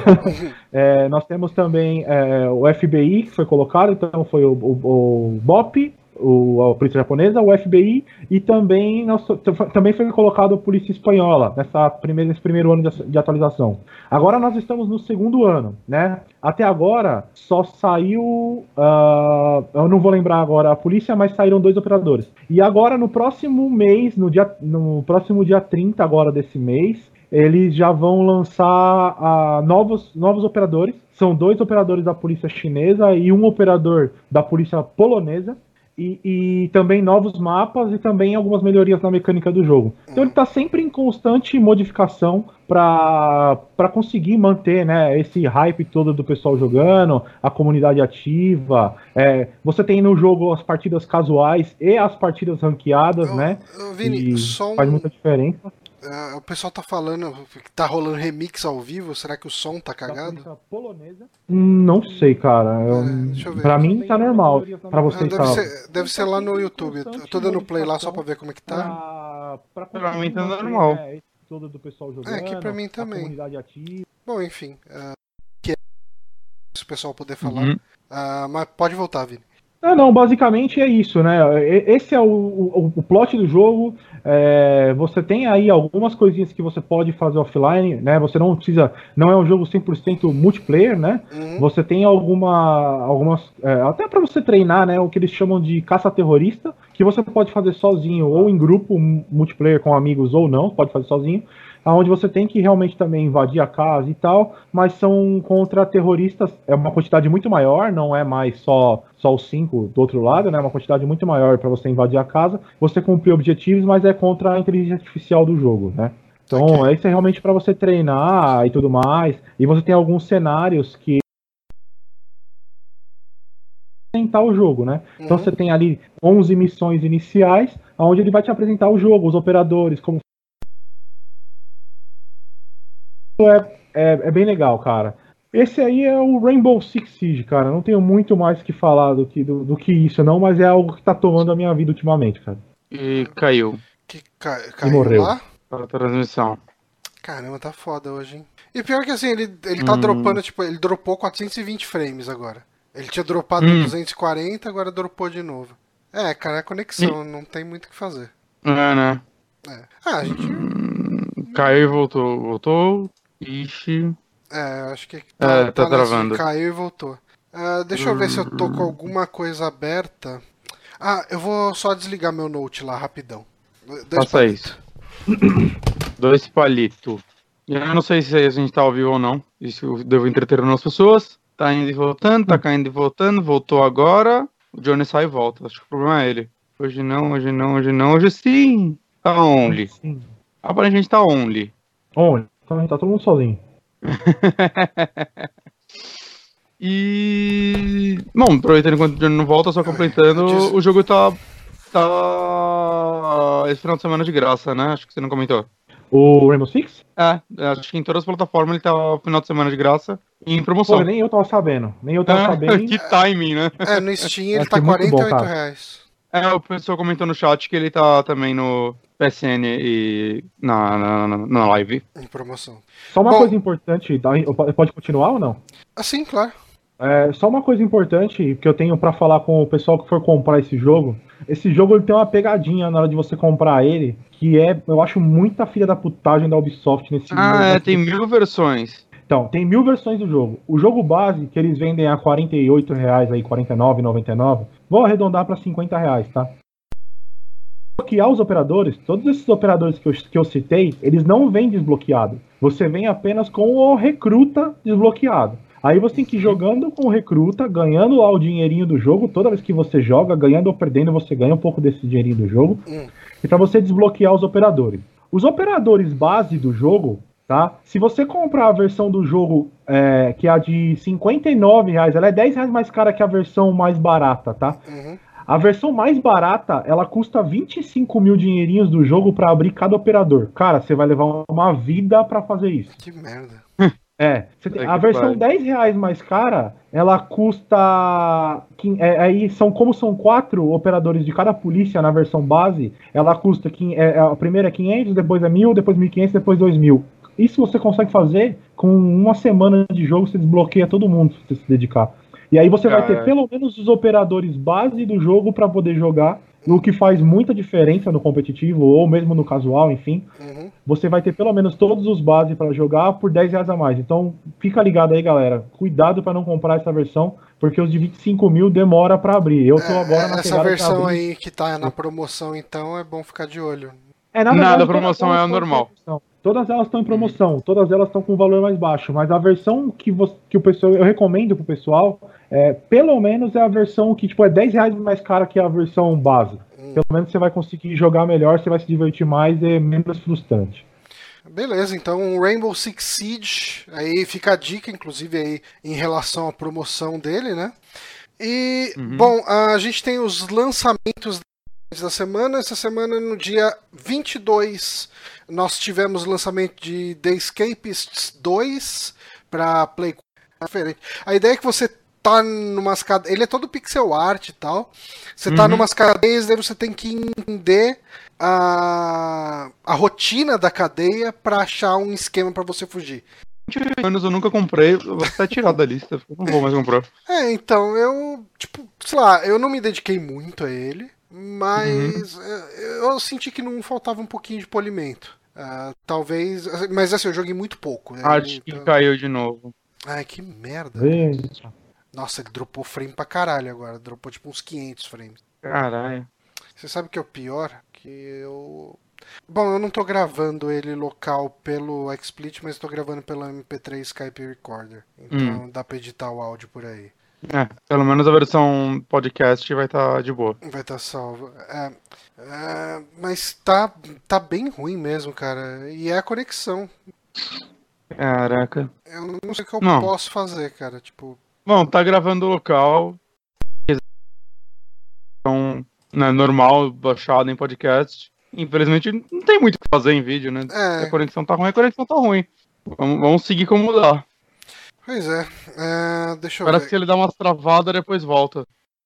Speaker 3: Nós temos também o FBI, que foi colocado, então foi o BOP, a polícia japonesa, o FBI, e também foi colocado a polícia espanhola nesse primeiro ano de atualização. Agora nós estamos no segundo ano, né? Até agora só saiu, eu não vou lembrar agora a polícia, mas saíram 2 operadores. E agora no próximo mês, no próximo dia 30 agora desse mês, eles já vão lançar novos operadores. São 2 operadores da polícia chinesa e um operador da polícia polonesa. E também novos mapas e também algumas melhorias na mecânica do jogo. Então ele está sempre em constante modificação para conseguir manter, né, esse hype todo do pessoal jogando, a comunidade ativa. Você tem no jogo as partidas casuais e as partidas ranqueadas, né?
Speaker 1: Vini,
Speaker 3: faz muita diferença.
Speaker 1: O pessoal tá falando que tá rolando remix ao vivo. Será que o som tá cagado?
Speaker 3: Polonesa? Não sei, cara.
Speaker 1: Deixa eu ver.
Speaker 3: Pra mim tá normal. Pra vocês
Speaker 1: deve ser lá no YouTube. Eu tô dando play lá só pra ver como é que tá.
Speaker 2: Pra mim tá normal.
Speaker 3: Todo do pessoal jogando,
Speaker 1: aqui pra mim também.
Speaker 3: Comunidade ativa.
Speaker 1: Bom, enfim. Que se o pessoal puder falar. Mas pode voltar, Vini.
Speaker 3: Não, basicamente é isso, né? Esse é o plot do jogo. Você tem aí algumas coisinhas que você pode fazer offline, né? Você não precisa. Não é um jogo 100% multiplayer, né? Você tem algumas. Até para você treinar, né? O que eles chamam de caça-terrorista, que você pode fazer sozinho ou em grupo, multiplayer com amigos ou não, pode fazer sozinho. Onde você tem que realmente também invadir a casa e tal, mas são contra terroristas, é uma quantidade muito maior, não é mais só os 5 do outro lado, né? É uma quantidade muito maior para você invadir a casa, você cumprir objetivos, mas é contra a inteligência artificial do jogo, né? Então, esse é realmente para você treinar e tudo mais. E você tem alguns cenários que apresentar o jogo, né? Então você tem ali 11 missões iniciais, onde ele vai te apresentar o jogo, os operadores, como é bem legal, cara. Esse aí é o Rainbow Six Siege, cara. Não tenho muito mais que falar do que isso, não, mas é algo que tá tomando a minha vida ultimamente, cara.
Speaker 2: E caiu
Speaker 1: Que
Speaker 3: E
Speaker 1: caiu
Speaker 3: morreu.
Speaker 1: lá?
Speaker 2: a transmissão.
Speaker 1: Caramba, tá foda hoje, hein? E pior que assim, ele tá dropando, tipo, ele dropou 420 frames agora. Ele tinha dropado em 240, agora dropou de novo. É, cara, é conexão, não tem muito o que fazer.
Speaker 2: É, né?
Speaker 1: É. Ah, a gente.
Speaker 2: Caiu e voltou. Voltou. Ixi.
Speaker 1: Acho que
Speaker 2: Tá
Speaker 1: nessa de
Speaker 2: travando.
Speaker 1: caiu e voltou. Deixa eu ver se eu tô com alguma coisa aberta. Ah, eu vou só desligar meu note lá, rapidão.
Speaker 2: Faça isso. 2 palitos. Eu não sei se a gente tá ao vivo ou não. Isso eu devo entreter as pessoas. Tá indo e voltando, tá caindo e voltando. Voltou agora. O Johnny sai e volta. Acho que o problema é ele. Hoje não, hoje não, hoje não. Hoje sim. Tá only.
Speaker 3: Sim.
Speaker 2: Aparentemente tá only.
Speaker 3: Onde? Tá todo mundo sozinho.
Speaker 2: E... Bom, aproveitando enquanto o Johnny não volta, só completando, o jogo tá esse final de semana de graça, né? Acho que você não comentou.
Speaker 3: O Rainbow Six?
Speaker 2: Acho que em todas as plataformas ele tá final de semana de graça e em promoção.
Speaker 3: Pô, nem eu tava sabendo.
Speaker 2: Que timing, né?
Speaker 1: No Steam ele
Speaker 3: Acho
Speaker 1: tá
Speaker 3: que muito bom, cara.
Speaker 1: R$48.
Speaker 2: O pessoal comentou no chat que ele tá também no PSN e na live.
Speaker 1: Em promoção.
Speaker 3: Só uma
Speaker 1: Bom,
Speaker 3: coisa importante, tá? Pode continuar ou não?
Speaker 1: Assim, claro.
Speaker 3: Só uma coisa importante que eu tenho pra falar com o pessoal que for comprar esse jogo. Esse jogo ele tem uma pegadinha na hora de você comprar ele, que eu acho muita filha da putagem da Ubisoft nesse
Speaker 2: Tem 1000 versões.
Speaker 3: Então, tem 1000 versões do jogo. O jogo base, que eles vendem a R$48, aí, R$49,99, vou arredondar pra R$50, tá? Desbloquear os operadores, todos esses operadores que eu citei, eles não vêm desbloqueado. Você vem apenas com o recruta desbloqueado. Aí você tem que ir jogando com o recruta, ganhando lá o dinheirinho do jogo. Toda vez que você joga, ganhando ou perdendo, você ganha um pouco desse dinheirinho do jogo. E para você desbloquear os operadores. Os operadores base do jogo, tá? Se você comprar a versão do jogo, que é a de R$59, ela é R$10 mais cara que a versão mais barata, tá? A versão mais barata, ela custa 25 mil dinheirinhos do jogo para abrir cada operador. Cara, você vai levar uma vida para fazer isso.
Speaker 1: Que merda.
Speaker 3: A versão R$10 mais cara, ela custa. Aí são 4 operadores de cada polícia na versão base. Ela custa. A primeira é 500, depois é 1000, depois 1500, depois 2000. Isso você consegue fazer com uma semana de jogo, você desbloqueia todo mundo se você se dedicar. E aí você vai ter pelo menos os operadores base do jogo para poder jogar, o que faz muita diferença no competitivo ou mesmo no casual, enfim. Você vai ter pelo menos todos os bases para jogar por R$10 a mais. Então fica ligado aí, galera. Cuidado para não comprar essa versão, porque os de 25 mil demora para abrir. Eu tô agora na
Speaker 1: essa versão aí que tá na promoção, então é bom ficar de olho.
Speaker 2: Nada, a promoção é a normal.
Speaker 3: Todas elas estão em promoção, todas elas estão com um valor mais baixo, mas a versão que o pessoal, eu recomendo pro pessoal, pelo menos é a versão que tipo, é R$10 mais cara que a versão base. Pelo menos você vai conseguir jogar melhor, você vai se divertir mais e é menos frustrante.
Speaker 1: Beleza, então Rainbow Six Siege, aí fica a dica, inclusive, aí em relação à promoção dele, né? E, bom, a gente tem os lançamentos da semana. Essa semana, no dia 22, nós tivemos o lançamento de The Escapists 2 para Play 4 diferente. A ideia é que você tá numas cadeias, ele é todo pixel art e tal. Você tá numas cadeias, daí você tem que entender a rotina da cadeia para achar um esquema para você fugir.
Speaker 2: Anos eu nunca comprei, eu vou até tirar da lista, eu não vou mais comprar.
Speaker 1: Então eu, tipo, sei lá, eu não me dediquei muito a ele, mas eu senti que não faltava um pouquinho de polimento. Talvez, mas assim, eu joguei muito pouco. Né?
Speaker 2: Acho que caiu de novo.
Speaker 1: Ai, que merda. Nossa, ele dropou frame pra caralho agora. Dropou tipo uns 500 frames.
Speaker 2: Caralho.
Speaker 1: Você sabe o que é o pior? Que eu... Bom, eu não tô gravando ele local pelo XSplit, mas tô gravando pelo MP3 Skype Recorder. Então dá pra editar o áudio por aí.
Speaker 2: Pelo menos a versão podcast vai estar de boa.
Speaker 1: Vai estar salvo. Mas tá bem ruim mesmo, cara. E é a conexão.
Speaker 2: Caraca.
Speaker 1: Eu não sei o que eu
Speaker 2: Não.
Speaker 1: posso fazer, cara. Tipo,
Speaker 2: Bom, tá gravando local. Então, né, normal, baixado em podcast. Infelizmente, não tem muito o que fazer em vídeo, né?
Speaker 1: É.
Speaker 2: A conexão tá ruim. Vamos seguir como dá.
Speaker 1: pois é. Deixa eu
Speaker 2: Parece
Speaker 1: ver.
Speaker 2: que ele dá umas travadas e depois volta.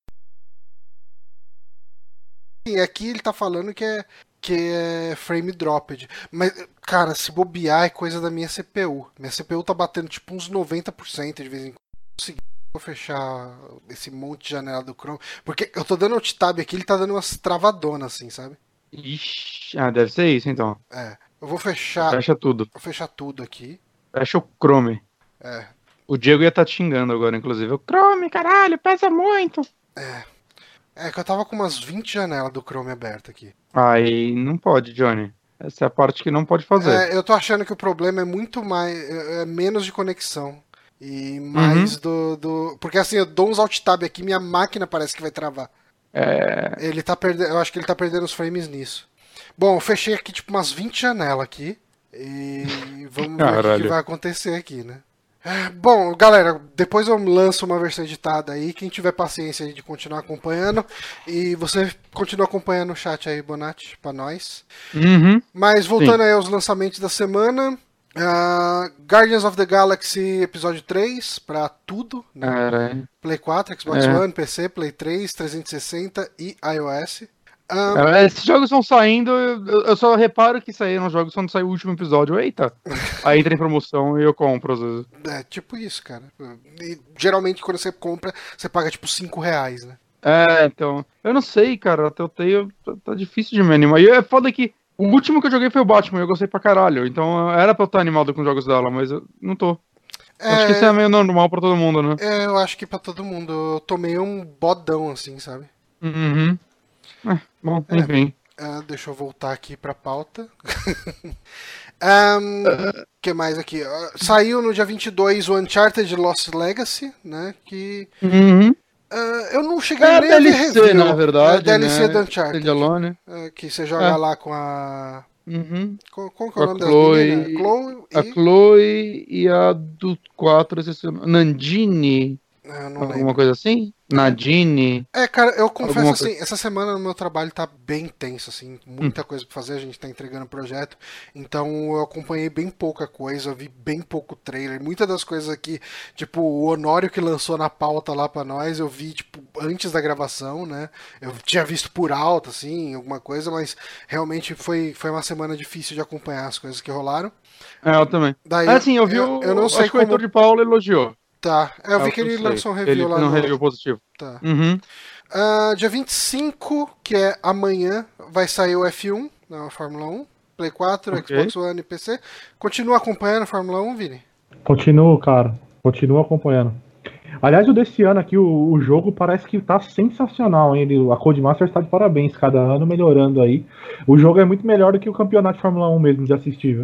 Speaker 1: E aqui ele tá falando que é frame dropped. Mas, cara, se bobear é coisa da minha CPU. Minha CPU tá batendo tipo uns 90% de vez em quando. Vou fechar esse monte de janela do Chrome. Porque eu tô dando alt tab aqui, ele tá dando umas travadonas assim, sabe?
Speaker 2: Ixi, deve ser isso então.
Speaker 1: Eu vou fechar.
Speaker 2: Fecha tudo.
Speaker 1: Vou fechar tudo aqui.
Speaker 2: Fecha o Chrome.
Speaker 1: É.
Speaker 2: O Diego ia estar te xingando agora, inclusive. O Chrome, caralho, pesa muito.
Speaker 1: É que eu tava com umas 20 janelas do Chrome aberta aqui.
Speaker 2: Aí não pode, Johnny. Essa é a parte que não pode fazer.
Speaker 1: Eu tô achando que o problema é muito mais. É menos de conexão. E mais do. Porque assim, eu dou uns alt tab aqui, minha máquina parece que vai travar. Ele tá perdendo. Eu acho que ele tá perdendo os frames nisso. Bom, eu fechei aqui tipo umas 20 janelas aqui. E vamos ver o que vai acontecer aqui, né? Bom, galera, depois eu lanço uma versão editada aí. Quem tiver paciência aí de continuar acompanhando. E você continua acompanhando o chat aí, Bonatti, pra nós. Mas voltando aí aos lançamentos da semana. Guardians of the Galaxy episódio 3 pra tudo, né? Play 4, Xbox One, PC, Play 3, 360 e iOS.
Speaker 2: Esses jogos vão saindo, eu só reparo que saíram os jogos quando sai o último episódio. Eita! Aí entra em promoção e eu compro às vezes.
Speaker 1: É tipo isso, cara. E, geralmente quando você compra, você paga tipo R$5, né?
Speaker 2: Então. Eu não sei, cara. A Telltale tá difícil de me animar. E é foda que o último que eu joguei foi o Batman e eu gostei pra caralho. Então era pra eu estar animado com os jogos dela, mas eu não tô. Acho que isso é meio normal pra todo mundo, né?
Speaker 1: Eu acho que pra todo mundo. Eu tomei um bodão assim, sabe?
Speaker 2: Bom, enfim.
Speaker 1: Deixa eu voltar aqui pra pauta. Que mais aqui? Saiu no dia 22 o Uncharted Lost Legacy, né? Que eu não cheguei nem a ver
Speaker 2: DLC,
Speaker 1: review.
Speaker 2: na verdade,
Speaker 1: DLC
Speaker 2: né?
Speaker 1: do Uncharted.
Speaker 2: Alone.
Speaker 1: Que você joga lá com a... Qual que é o nome das
Speaker 2: Chloe,
Speaker 1: meninas?
Speaker 2: a Chloe e a do 4, Nandini. Alguma coisa assim? Nadine.
Speaker 1: Cara, eu confesso assim, essa semana no meu trabalho tá bem tenso, assim, muita coisa pra fazer, a gente tá entregando projeto, então eu acompanhei bem pouca coisa, eu vi bem pouco trailer, muitas das coisas aqui, tipo, o Honório que lançou na pauta lá pra nós, eu vi, tipo, antes da gravação, né, eu tinha visto por alto, assim, alguma coisa, mas realmente foi uma semana difícil de acompanhar as coisas que rolaram.
Speaker 2: Eu também.
Speaker 1: Daí,
Speaker 2: assim, eu vi eu não sei como... o Heitor de Paulo elogiou.
Speaker 1: Tá, eu vi que ele lançou um review lá
Speaker 2: no review positivo.
Speaker 1: Tá. Dia 25, que é amanhã, vai sair o F1 na Fórmula 1, Play 4, Xbox One e PC. Continua acompanhando a Fórmula 1, Vini?
Speaker 3: Continuo, cara. Continuo acompanhando. Aliás, o desse ano aqui, o jogo parece que tá sensacional, hein? A Codemasters está de parabéns, cada ano melhorando aí. O jogo é muito melhor do que o campeonato de Fórmula 1 mesmo, de assistir, viu?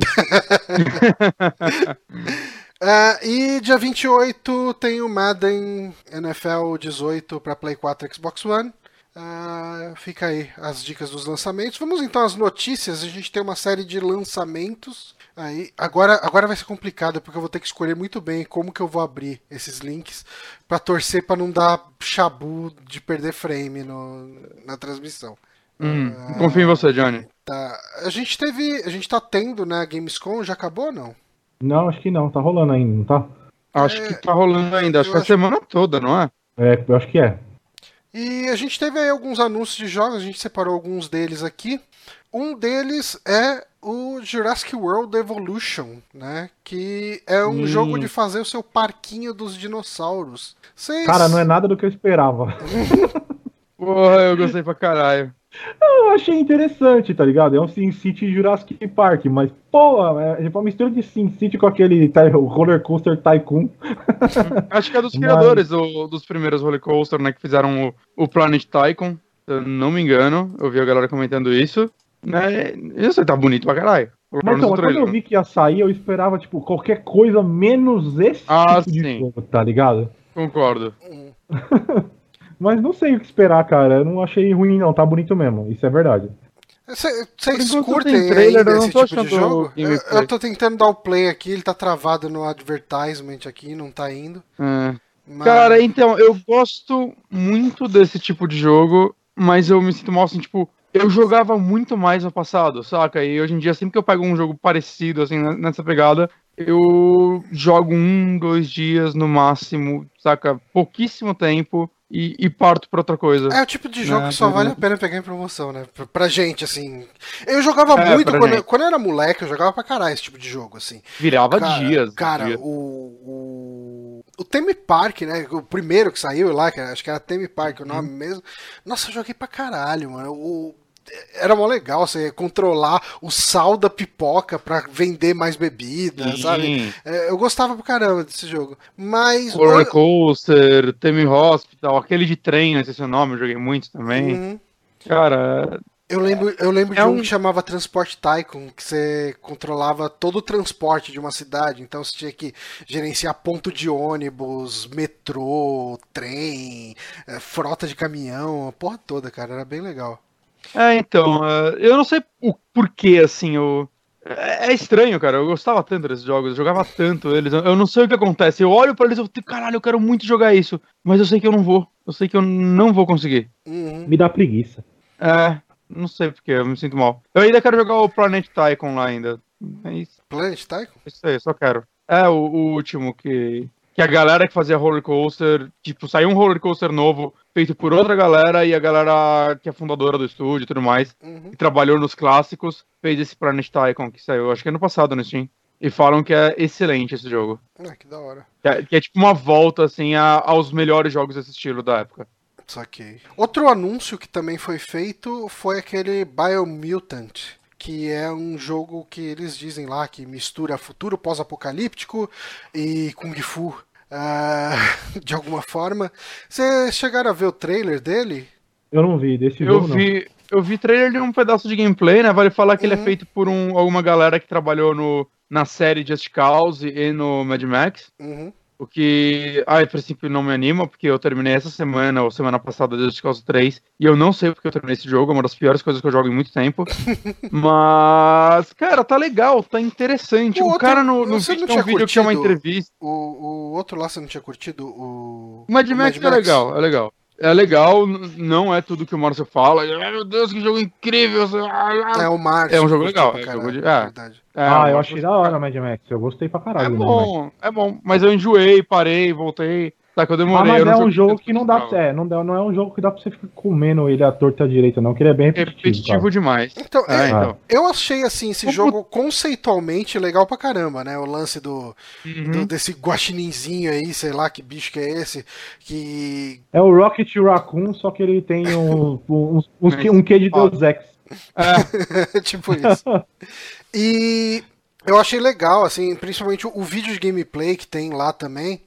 Speaker 1: E dia 28 tem o Madden NFL 18 para Play 4 e Xbox One. Fica aí as dicas dos lançamentos. Vamos então às notícias. A gente tem uma série de lançamentos. Aí, agora vai ser complicado, porque eu vou ter que escolher muito bem como que eu vou abrir esses links para torcer para não dar chabu de perder frame na transmissão.
Speaker 2: Confio em você, Johnny.
Speaker 1: Tá. A gente tá tendo, né, a Gamescom, já acabou ou não?
Speaker 3: Não, acho que não, tá rolando ainda, não tá?
Speaker 2: Acho que tá rolando ainda, acho que é a semana toda, não é?
Speaker 3: Eu acho que é.
Speaker 1: E a gente teve aí alguns anúncios de jogos, a gente separou alguns deles aqui. Um deles é o Jurassic World Evolution, né? Que é um jogo de fazer o seu parquinho dos dinossauros.
Speaker 3: Cara, não é nada do que eu esperava.
Speaker 2: Porra, eu gostei pra caralho.
Speaker 3: Eu achei interessante, tá ligado? É um SimCity Jurassic Park, mas, pô, é uma mistura de SimCity com aquele Roller Coaster Tycoon.
Speaker 2: Acho que é dos criadores dos primeiros Roller Coaster, né, que fizeram o Planet Tycoon, se eu não me engano, eu vi a galera comentando isso, né, eu sei, tá bonito pra caralho.
Speaker 3: Mas então, quando eu vi que ia sair, eu esperava, tipo, qualquer coisa menos esse tipo de jogo, tá ligado?
Speaker 2: Concordo.
Speaker 3: Mas não sei o que esperar, cara. Eu não achei ruim, não. Tá bonito mesmo. Isso é verdade.
Speaker 1: Vocês
Speaker 2: enquanto
Speaker 1: curtem
Speaker 2: tem trailer,
Speaker 1: ainda
Speaker 2: eu não
Speaker 1: esse
Speaker 2: tô
Speaker 1: tipo de
Speaker 2: achando
Speaker 1: jogo?
Speaker 2: gameplay.
Speaker 1: Eu tô tentando dar o play aqui, ele tá travado no advertisement aqui, não tá indo.
Speaker 2: É.
Speaker 1: Mas...
Speaker 2: Cara, então, eu gosto muito desse tipo de jogo, mas eu me sinto mal assim, tipo, eu jogava muito mais no passado, saca? E hoje em dia, sempre que eu pego um jogo parecido, assim, nessa pegada, eu jogo 1, 2 dias no máximo, saca? Pouquíssimo tempo e parto pra outra coisa.
Speaker 1: É o tipo de jogo
Speaker 2: Né?
Speaker 1: que só vale a pena pegar em promoção, né? Pra gente, assim. Eu jogava muito
Speaker 2: pra
Speaker 1: quando,
Speaker 2: gente.
Speaker 1: quando eu era moleque, eu jogava pra caralho esse tipo de jogo, assim.
Speaker 2: Virava
Speaker 1: Cara,
Speaker 2: dias.
Speaker 1: cara, o Theme Park, né? O primeiro que saiu lá, que acho que era Theme Park o nome mesmo. Nossa, eu joguei pra caralho, mano. Era mó legal você controlar o sal da pipoca pra vender mais bebida, sabe? Eu gostava pra caramba desse jogo. Mas.
Speaker 2: Roller Coaster, Theme Hospital, aquele de trem, não sei se é o nome, eu joguei muito também.
Speaker 1: Uhum.
Speaker 2: Cara,
Speaker 1: Eu lembro de
Speaker 2: é
Speaker 1: um que chamava Transport Tycoon, que você controlava todo o transporte de uma cidade. Então você tinha que gerenciar ponto de ônibus, metrô, trem, frota de caminhão, a porra toda, cara. Era bem legal.
Speaker 2: então, eu não sei o porquê, assim, é estranho, cara, eu gostava tanto desses jogos, eu jogava tanto eles, eu não sei o que acontece, eu olho pra eles e eu caralho, eu quero muito jogar isso, mas eu sei que eu não vou, eu sei que eu não vou conseguir.
Speaker 1: Uhum.
Speaker 3: Me dá preguiça.
Speaker 2: Não sei porquê, eu me sinto mal. Eu ainda quero jogar o Planet Tycoon lá ainda, mas
Speaker 1: Planet Tycoon?
Speaker 2: isso aí, só quero. O último que a galera que fazia roller coaster, tipo, saiu um roller coaster novo feito por outra galera e a galera que é fundadora do estúdio e tudo mais, que trabalhou nos clássicos, fez esse Planet Tycoon que saiu, acho que ano passado no Steam. E falam que é excelente esse jogo.
Speaker 1: Que da hora.
Speaker 2: Que é tipo uma volta, assim, aos melhores jogos desse estilo da época.
Speaker 1: Saquei. Outro anúncio que também foi feito foi aquele Biomutant, que é um jogo que eles dizem lá que mistura futuro pós-apocalíptico e Kung Fu de alguma forma. Vocês chegaram a ver o trailer dele?
Speaker 3: Eu não vi, desse jogo não.
Speaker 2: Eu vi trailer de um pedaço de gameplay, né? Vale falar que ele é feito por alguma galera que trabalhou na série Just Cause e no Mad Max. O que, a princípio, não me anima, porque eu terminei essa semana ou semana passada Just Cause 3, e eu não sei porque eu terminei esse jogo, é uma das piores coisas que eu jogo em muito tempo. Mas, cara, tá legal, tá interessante. O cara no vídeo tem um vídeo que é uma entrevista.
Speaker 1: O outro lá você não tinha curtido? O
Speaker 2: Mad Max é legal, é legal. É legal, não é tudo que o Márcio fala. Ai, meu Deus, que jogo incrível!
Speaker 1: É o Márcio.
Speaker 2: É um jogo legal.
Speaker 1: É
Speaker 2: jogo de,
Speaker 1: verdade.
Speaker 3: Eu achei da hora Mad Max. Eu gostei pra caralho.
Speaker 2: É bom. Mas eu enjoei, parei, voltei. Tá, que eu demorei.
Speaker 3: Mas é um jogo que não dá pra não é um jogo que dá pra você ficar comendo ele à torta direita, não, que ele é bem repetitivo
Speaker 2: demais.
Speaker 1: Então, eu achei assim esse jogo conceitualmente legal pra caramba, né? O lance desse guaxininzinho aí, sei lá que bicho que é esse, que...
Speaker 3: É o Rocket Raccoon, só que ele tem um quê de Deus Ex.
Speaker 1: Tipo isso. E eu achei legal, assim, principalmente o vídeo de gameplay que tem lá também.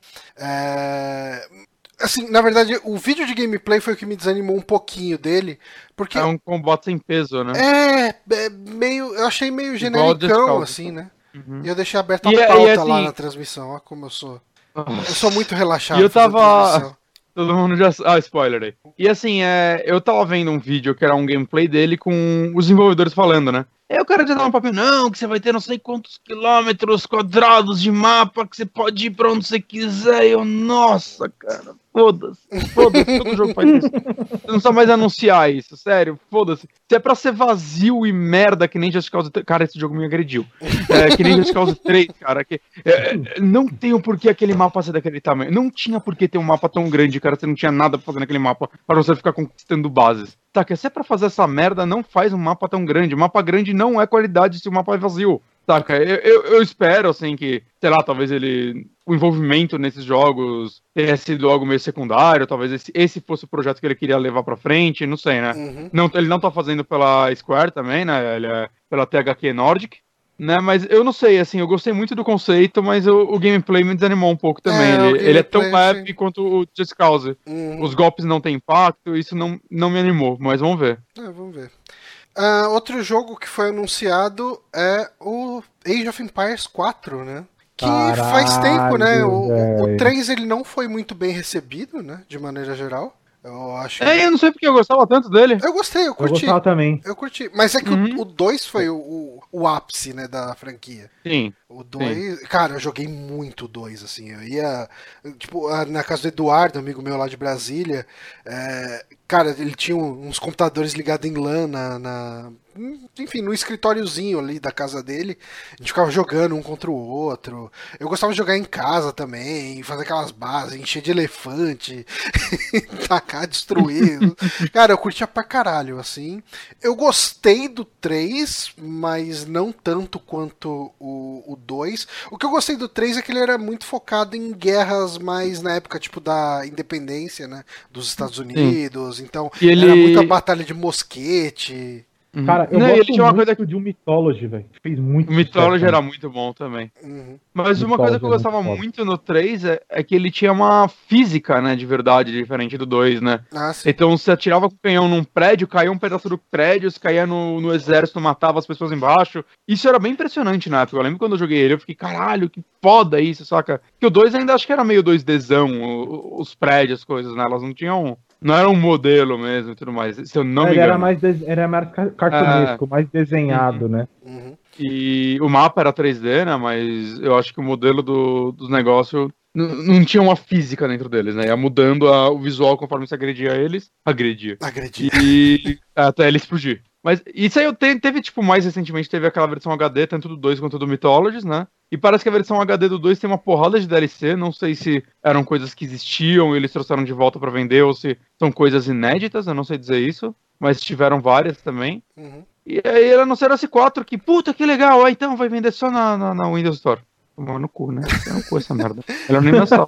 Speaker 1: Assim, na verdade, o vídeo de gameplay foi o que me desanimou um pouquinho dele, porque...
Speaker 2: É um combate sem peso, né?
Speaker 1: Eu achei meio genericão, assim, né? E eu deixei aberta a pauta lá na transmissão, olha como eu sou. Eu sou muito relaxado.
Speaker 2: E eu tava... Todo mundo já... spoiler aí. E assim, eu tava vendo um vídeo que era um gameplay dele com os desenvolvedores falando, né? Aí o cara já dá um papel, não, que você vai ter não sei quantos quilômetros quadrados de mapa, que você pode ir pra onde você quiser. E eu, nossa, cara, foda-se, todo jogo faz isso. Você não precisa mais anunciar isso, sério, foda-se. Se é pra ser vazio e merda, que nem Just Cause 3, cara, esse jogo me agrediu. Que nem Just Cause 3, cara, não tem o porquê aquele mapa ser daquele tamanho. Não tinha porquê ter um mapa tão grande, cara, você não tinha nada pra fazer naquele mapa, para você ficar conquistando bases. Tá, que se é pra fazer essa merda, não faz um mapa tão grande. Mapa grande não é qualidade se o mapa é vazio. Saca? Eu espero, assim, que, sei lá, talvez o envolvimento nesses jogos tenha sido algo meio secundário, talvez esse fosse o projeto que ele queria levar pra frente, não sei, né? Não, ele não tá fazendo pela Square também, né? Ele é pela THQ Nordic, né? Mas eu não sei, assim, eu gostei muito do conceito, mas o gameplay me desanimou um pouco também. Ele é tão leve quanto o Just Cause. Os golpes não têm impacto, isso não me animou, mas vamos ver.
Speaker 1: Vamos ver. Outro jogo que foi anunciado é o Age of Empires 4, né? Que faz tempo, né? O
Speaker 3: velho.
Speaker 1: 3 ele não foi muito bem recebido, né? De maneira geral. Eu acho.
Speaker 2: Eu não sei porque eu gostava tanto dele.
Speaker 1: Eu gostei, eu
Speaker 3: Eu
Speaker 1: curti.
Speaker 3: gostava também.
Speaker 1: Eu curti. Mas é que
Speaker 2: Uhum.
Speaker 1: o 2 foi o ápice, né, da franquia.
Speaker 2: Sim.
Speaker 1: O 2, cara, eu joguei muito o 2, assim, eu ia, tipo, na casa do Eduardo, amigo meu lá de Brasília, cara, ele tinha uns computadores ligados em LAN enfim, no escritóriozinho ali da casa dele, a gente ficava jogando um contra o outro, eu gostava de jogar em casa também, fazer aquelas bases, encher de elefante, tacar, destruir, cara, eu curtia pra caralho, assim, eu gostei do 3, mas não tanto quanto o 2. O que eu gostei do 3 é que ele era muito focado em guerras mais na época, tipo, da independência, né? Dos Estados Unidos. Então,
Speaker 2: E ele-
Speaker 1: era muita batalha de mosquete.
Speaker 3: Cara, eu
Speaker 2: Não,
Speaker 3: gosto
Speaker 2: ele tinha uma
Speaker 3: muito
Speaker 2: coisa que
Speaker 3: de um Mythology, velho. Que fez muito
Speaker 2: o Mythology
Speaker 3: sucesso,
Speaker 2: era
Speaker 3: né?
Speaker 2: muito bom também.
Speaker 1: Uhum.
Speaker 2: Mas uma coisa que eu
Speaker 3: Mythology é
Speaker 2: gostava
Speaker 3: muito foda.
Speaker 2: muito no 3 é que ele tinha uma física, né, de verdade, diferente do 2, né?
Speaker 1: Ah, sim.
Speaker 2: Então você atirava com o canhão num prédio, caía um pedaço do prédio, você caía no exército, matava as pessoas embaixo. Isso era bem impressionante na época. Eu lembro quando eu joguei ele, eu fiquei, caralho, que foda isso, saca? Porque o 2 ainda acho que era meio 2Dzão, os prédios, as coisas, né? Elas não tinham. Não era um modelo mesmo e tudo mais, se eu não me
Speaker 3: Ele
Speaker 2: engano.
Speaker 3: era mais cartunesco, mais desenhado, né?
Speaker 1: Uhum.
Speaker 2: E o mapa era 3D, né? Mas eu acho que o modelo dos negócios não tinha uma física dentro deles, né? Ia mudando o visual conforme se agredia eles. Agredia.
Speaker 1: Agredi.
Speaker 2: E até ele explodir. Mas isso aí teve, tipo, mais recentemente, teve aquela versão HD, tanto do 2 quanto do Mythologies, né? E parece que a versão HD do 2 tem uma porrada de DLC, não sei se eram coisas que existiam e eles trouxeram de volta pra vender, ou se são coisas inéditas, eu não sei dizer isso, mas tiveram várias também.
Speaker 1: Uhum.
Speaker 2: E aí ele anunciaram esse 4 que, puta, que legal, então vai vender só na Windows Store. Tomar no cu, né? Tomar no cu essa merda. Melhor nem lançar.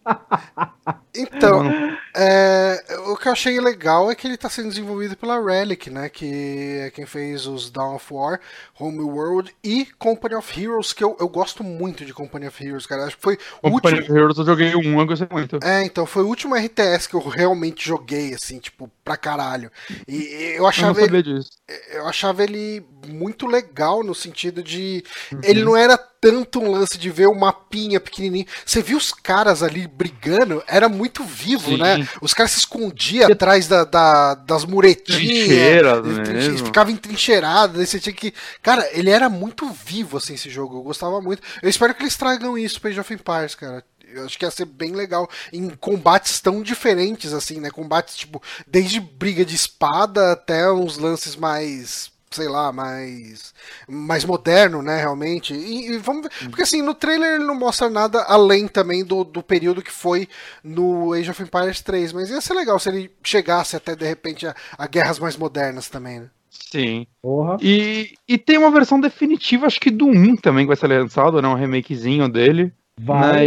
Speaker 1: Então,
Speaker 2: Tomar no cu.
Speaker 1: o que eu achei legal é que ele está sendo desenvolvido pela Relic, né? Que é quem fez os Dawn of War, Homeworld e Company of Heroes, que eu gosto muito de Company of Heroes, cara. Acho que foi o
Speaker 2: Company
Speaker 1: último.
Speaker 2: of Heroes eu joguei eu gostei muito.
Speaker 1: Então, foi o último RTS que eu realmente joguei, assim, tipo, pra caralho. E eu
Speaker 2: Eu não
Speaker 1: achava
Speaker 2: sabia disso.
Speaker 1: eu achava ele muito legal no sentido de
Speaker 2: Uhum.
Speaker 1: ele não era tanto um lance de ver o mapinha pequenininho. Você viu os caras ali brigando, era muito vivo,
Speaker 2: Sim.
Speaker 1: né? Os caras se escondiam atrás das muretinhas,
Speaker 2: Trincheiras mesmo.
Speaker 1: ficava entrincheirado, aí você tinha que... Cara, ele era muito vivo, assim, esse jogo, eu gostava muito. Eu espero que eles tragam isso para Age of Empires, cara. Eu acho que ia ser bem legal em combates tão diferentes, assim, né? Combates, tipo, desde briga de espada até uns lances mais, sei lá, mais moderno, né, realmente. E vamos ver. Porque, assim, no trailer ele não mostra nada além também do período que foi no Age of Empires 3. Mas ia ser legal se ele chegasse até, de repente, a guerras mais modernas também, né?
Speaker 2: Sim.
Speaker 3: Porra.
Speaker 2: E tem uma versão definitiva, acho que do 1 também, que vai ser lançado, né? Um remakezinho dele.
Speaker 3: Vai.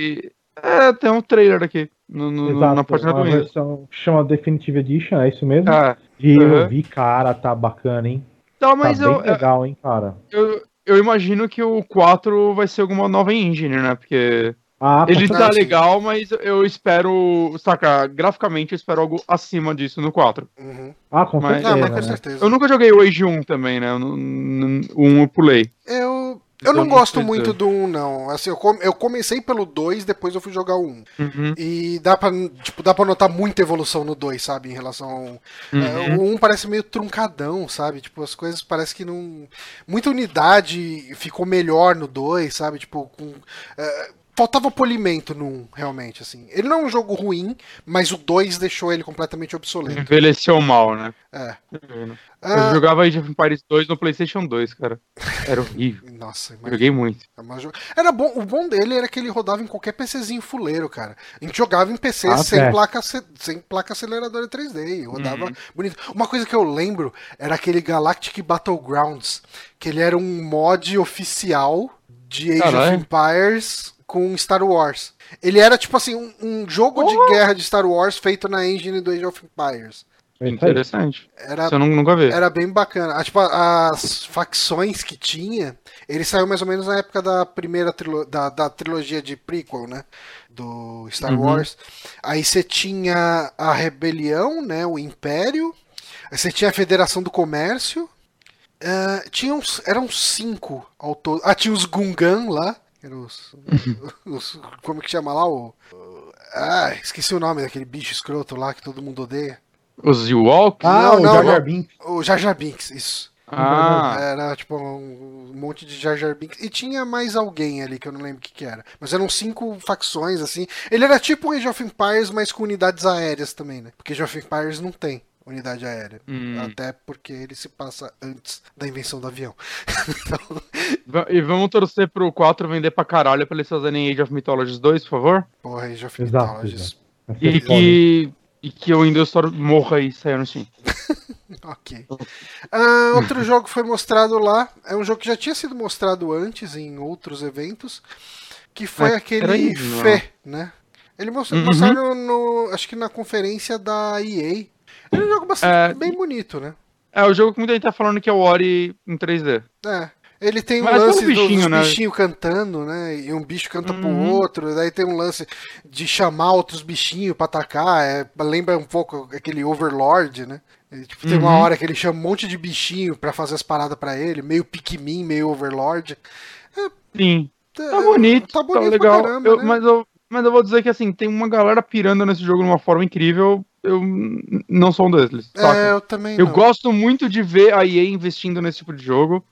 Speaker 2: Tem um trailer aqui
Speaker 3: Exato,
Speaker 2: na página do
Speaker 3: uma
Speaker 2: Windows.
Speaker 3: versão que chama Definitive Edition, é isso mesmo?
Speaker 2: Ah,
Speaker 3: E
Speaker 2: uhum.
Speaker 3: eu vi, cara, tá bacana, hein?
Speaker 2: Tá, mas
Speaker 3: Tá bem legal, hein, cara?
Speaker 2: eu imagino que o 4 vai ser alguma nova engine, né? Porque
Speaker 3: Ah,
Speaker 2: ele
Speaker 1: certeza.
Speaker 2: tá legal, mas eu espero, saca, graficamente eu espero algo acima disso no 4.
Speaker 1: Uhum.
Speaker 3: com
Speaker 2: Mas-
Speaker 3: certeza,
Speaker 1: Não, mas com
Speaker 3: né?
Speaker 1: certeza.
Speaker 2: Eu nunca joguei o Age 1 também, né? O 1 eu pulei.
Speaker 1: Eu não
Speaker 2: não
Speaker 1: gosto
Speaker 2: sei
Speaker 1: muito
Speaker 2: dizer.
Speaker 1: do 1, não. Assim, eu comecei pelo 2, depois eu fui jogar o 1.
Speaker 2: Uhum.
Speaker 1: E dá pra notar muita evolução no 2, sabe? Em relação ao 1.
Speaker 2: Uhum.
Speaker 1: O 1 parece meio truncadão, sabe? Tipo, as coisas parece que não... Muita unidade ficou melhor no 2, sabe? Tipo, faltava polimento no 1, realmente, assim. Ele não é um jogo ruim, mas o 2 deixou ele completamente obsoleto.
Speaker 2: Envelheceu mal, né?
Speaker 1: É.
Speaker 2: Eu
Speaker 1: Ah,
Speaker 2: jogava Age of Empires 2 no PlayStation 2, cara. Era horrível.
Speaker 1: nossa,
Speaker 2: Eu
Speaker 1: imagina.
Speaker 2: joguei muito.
Speaker 1: Era bom, o bom dele era que ele rodava em qualquer PCzinho fuleiro, cara. A gente jogava em PC sem
Speaker 3: é.
Speaker 1: placa aceleradora 3D, e rodava bonito. Uma coisa que eu lembro era aquele Galactic Battlegrounds, que ele era um mod oficial de Age of
Speaker 2: Caralho.
Speaker 1: Empires com Star Wars. Ele era tipo assim, um jogo de guerra de Star Wars feito na engine do Age of Empires.
Speaker 3: É isso aí.
Speaker 2: Interessante.
Speaker 1: Era
Speaker 2: Isso eu nunca vi.
Speaker 1: Era bem bacana. Tipo, as facções que tinha, ele saiu mais ou menos na época da primeira da trilogia de prequel, né? Do Star Wars. Aí você tinha a Rebelião, né? O Império. Aí você tinha a Federação do Comércio. Eram 5 ao todo. Tinha os Gungan lá. Era como que chama lá? Esqueci o nome daquele bicho escroto lá que todo mundo odeia.
Speaker 2: Os Ewoks?
Speaker 3: Ah, o Jar Jar Binks.
Speaker 1: O Jar Jar Binks, isso.
Speaker 2: Ah,
Speaker 1: Era tipo um monte de Jar Jar Binks. E tinha mais alguém ali que eu não lembro o que era. Mas eram 5 facções, assim. Ele era tipo um Age of Empires, mas com unidades aéreas também, né? Porque Age of Empires não tem unidade aérea. Até porque ele se passa antes da invenção do avião. Então...
Speaker 2: E vamos torcer pro 4 vender pra caralho pra eles fazerem Age of Mythologies 2, por favor?
Speaker 1: Porra, Age of
Speaker 3: Exato,
Speaker 1: Mythologies.
Speaker 2: E que o Windows Store morra e saia no Steam.
Speaker 1: Ok. Outro jogo foi mostrado lá. É um jogo que já tinha sido mostrado antes em outros eventos. Que foi aquele Fê, né? Ele mostraram acho que na conferência da EA. É um jogo bastante bem bonito, né?
Speaker 2: É o jogo que muita gente tá falando que é o Ori em 3D.
Speaker 1: Ele tem um
Speaker 2: Mas
Speaker 1: lance
Speaker 2: é um bichinho,
Speaker 1: dos
Speaker 2: né?
Speaker 1: bichinhos cantando, né? E um bicho canta pro outro. Daí tem um lance de chamar outros bichinhos pra atacar. Lembra um pouco aquele Overlord, né? Tipo, tem uma hora que ele chama um monte de bichinho pra fazer as paradas pra ele. Meio Pikmin, meio Overlord.
Speaker 2: Sim. Tá bonito, tá legal.
Speaker 1: Pra caramba, né?
Speaker 2: Mas eu vou dizer que assim, tem uma galera pirando nesse jogo de uma forma incrível. Eu não sou um deles, saca?
Speaker 1: Eu também
Speaker 2: Eu
Speaker 1: não.
Speaker 2: gosto muito de ver a EA investindo nesse tipo de jogo.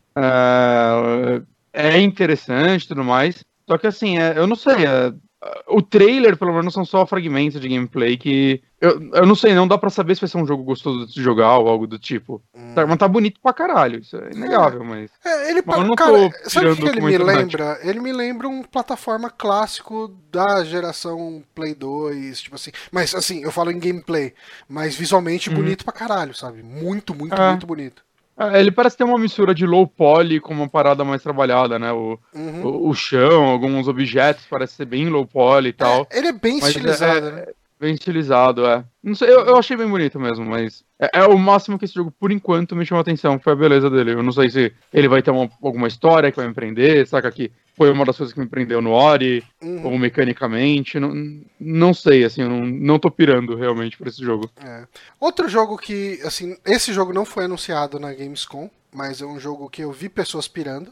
Speaker 2: É interessante e tudo mais. Só que assim, eu não sei. O trailer, pelo menos, são só fragmentos de gameplay que. Eu não sei, não dá pra saber se vai ser um jogo gostoso de jogar ou algo do tipo. Mas tá bonito pra caralho, isso é inegável, mas.
Speaker 1: Eu não
Speaker 2: tô
Speaker 1: sabe o que ele me
Speaker 2: internet.
Speaker 1: lembra? Ele me lembra um plataforma clássico da geração Play 2, tipo assim. Mas assim, eu falo em gameplay. Mas visualmente bonito pra caralho, sabe? Muito, muito, muito bonito.
Speaker 2: Ele parece ter uma mistura de low poly com uma parada mais trabalhada, né? O chão, alguns objetos, parece ser bem low poly e tal.
Speaker 1: Ele é bem estilizado, né?
Speaker 2: Bem estilizado, Não sei, eu achei bem bonito mesmo, mas é o máximo que esse jogo, por enquanto, me chamou a atenção, foi a beleza dele. Eu não sei se ele vai ter alguma história que vai me prender, saca que foi uma das coisas que me prendeu no Ori, ou mecanicamente, não sei, assim, eu não tô pirando realmente por esse jogo.
Speaker 1: Outro jogo que, assim, esse jogo não foi anunciado na Gamescom, mas é um jogo que eu vi pessoas pirando,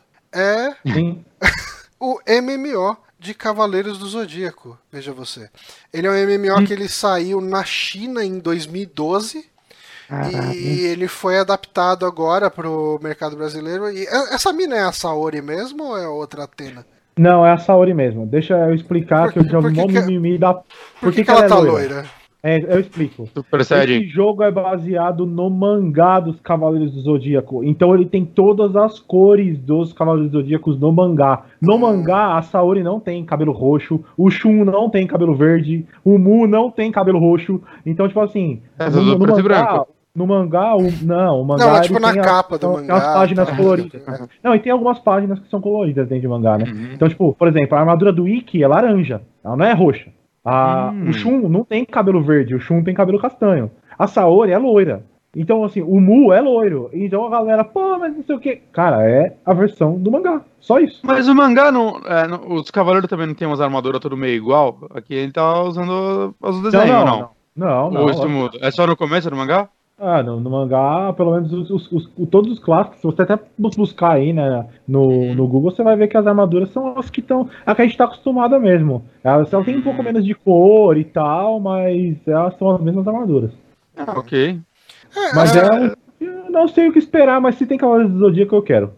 Speaker 1: o MMO de Cavaleiros do Zodíaco, veja você. Ele é um MMO que ele saiu na China em 2012 e ele foi adaptado agora pro mercado brasileiro. E essa mina é a Saori mesmo ou é outra Athena?
Speaker 3: Não, é a Saori mesmo. Deixa eu explicar que eu já vi mimimi da...
Speaker 1: Por que ela tá loira?
Speaker 3: Eu explico.
Speaker 2: Super Saiyajin.
Speaker 3: Esse jogo é baseado no mangá dos Cavaleiros do Zodíaco. Então ele tem todas as cores dos Cavaleiros do Zodíaco no mangá. No mangá, a Saori não tem cabelo roxo, o Shun não tem cabelo verde, o Mu não tem cabelo roxo. Então, tipo assim,
Speaker 2: no preto e branco.
Speaker 3: No mangá, o mangá.
Speaker 1: Não, tipo na capa do mangá.
Speaker 3: Tem as páginas coloridas. Não, e tem algumas páginas que são coloridas dentro de mangá, né? Então, tipo, por exemplo, a armadura do Ikki é laranja, ela não é roxa. O Shun não tem cabelo verde, o Shun tem cabelo castanho. A Saori é loira. Então, assim, o Mu é loiro. Então a galera, pô, mas não sei o que. Cara, é a versão do mangá. Só isso.
Speaker 2: Mas o mangá os Cavaleiros também não tem umas armaduras tudo meio igual? Aqui ele tá usando os desenhos, não?
Speaker 3: Não.
Speaker 2: Isso muda. É só no começo do mangá?
Speaker 3: No mangá, pelo menos todos os clássicos, se você até buscar aí, né, no Google, você vai ver que as armaduras são as que estão. A que a gente tá acostumada mesmo. Elas tem um pouco menos de cor e tal, mas elas são as mesmas armaduras.
Speaker 2: Ok.
Speaker 3: Mas eu não sei o que esperar, mas se tem Cavaleiros do Zodíaco, eu quero.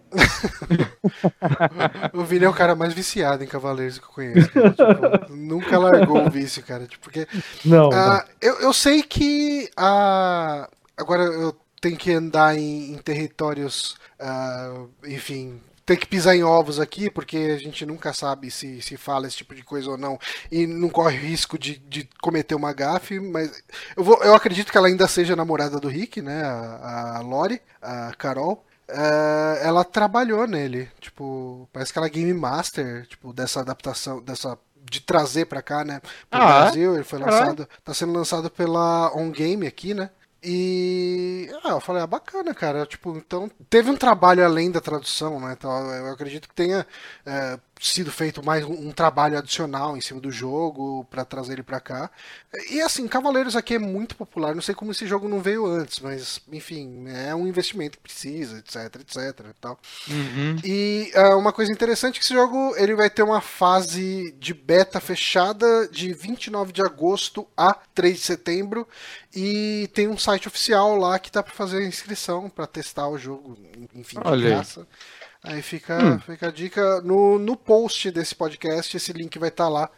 Speaker 1: O Vini é o cara mais viciado em Cavaleiros que eu conheço. Cara. Tipo, nunca largou o vício, cara. Tipo, porque.
Speaker 3: Não.
Speaker 1: Eu sei que agora eu tenho que andar em territórios, enfim, tem que pisar em ovos aqui, porque a gente nunca sabe se fala esse tipo de coisa ou não, e não corre risco de cometer uma gafe, mas eu acredito que ela ainda seja namorada do Rick, né, a Lori, a Carol. Ela trabalhou nele, tipo, parece que ela é Game Master, tipo, dessa adaptação, de trazer pra cá, né, pro Brasil. Ele foi lançado, tá sendo lançado pela On Game aqui, né. E eu falei, bacana, cara. Tipo, então teve um trabalho além da tradução, né? Então, eu acredito que tenha sido feito mais um trabalho adicional em cima do jogo pra trazer ele pra cá. E assim, Cavaleiros aqui é muito popular, não sei como esse jogo não veio antes, mas enfim, é um investimento que precisa, etc e tal. E uma coisa interessante é que esse jogo ele vai ter uma fase de beta fechada de 29 de agosto a 3 de setembro e tem um site oficial lá que dá pra fazer a inscrição pra testar o jogo, enfim, de graça. Aí fica a dica no post desse podcast, esse link vai estar lá.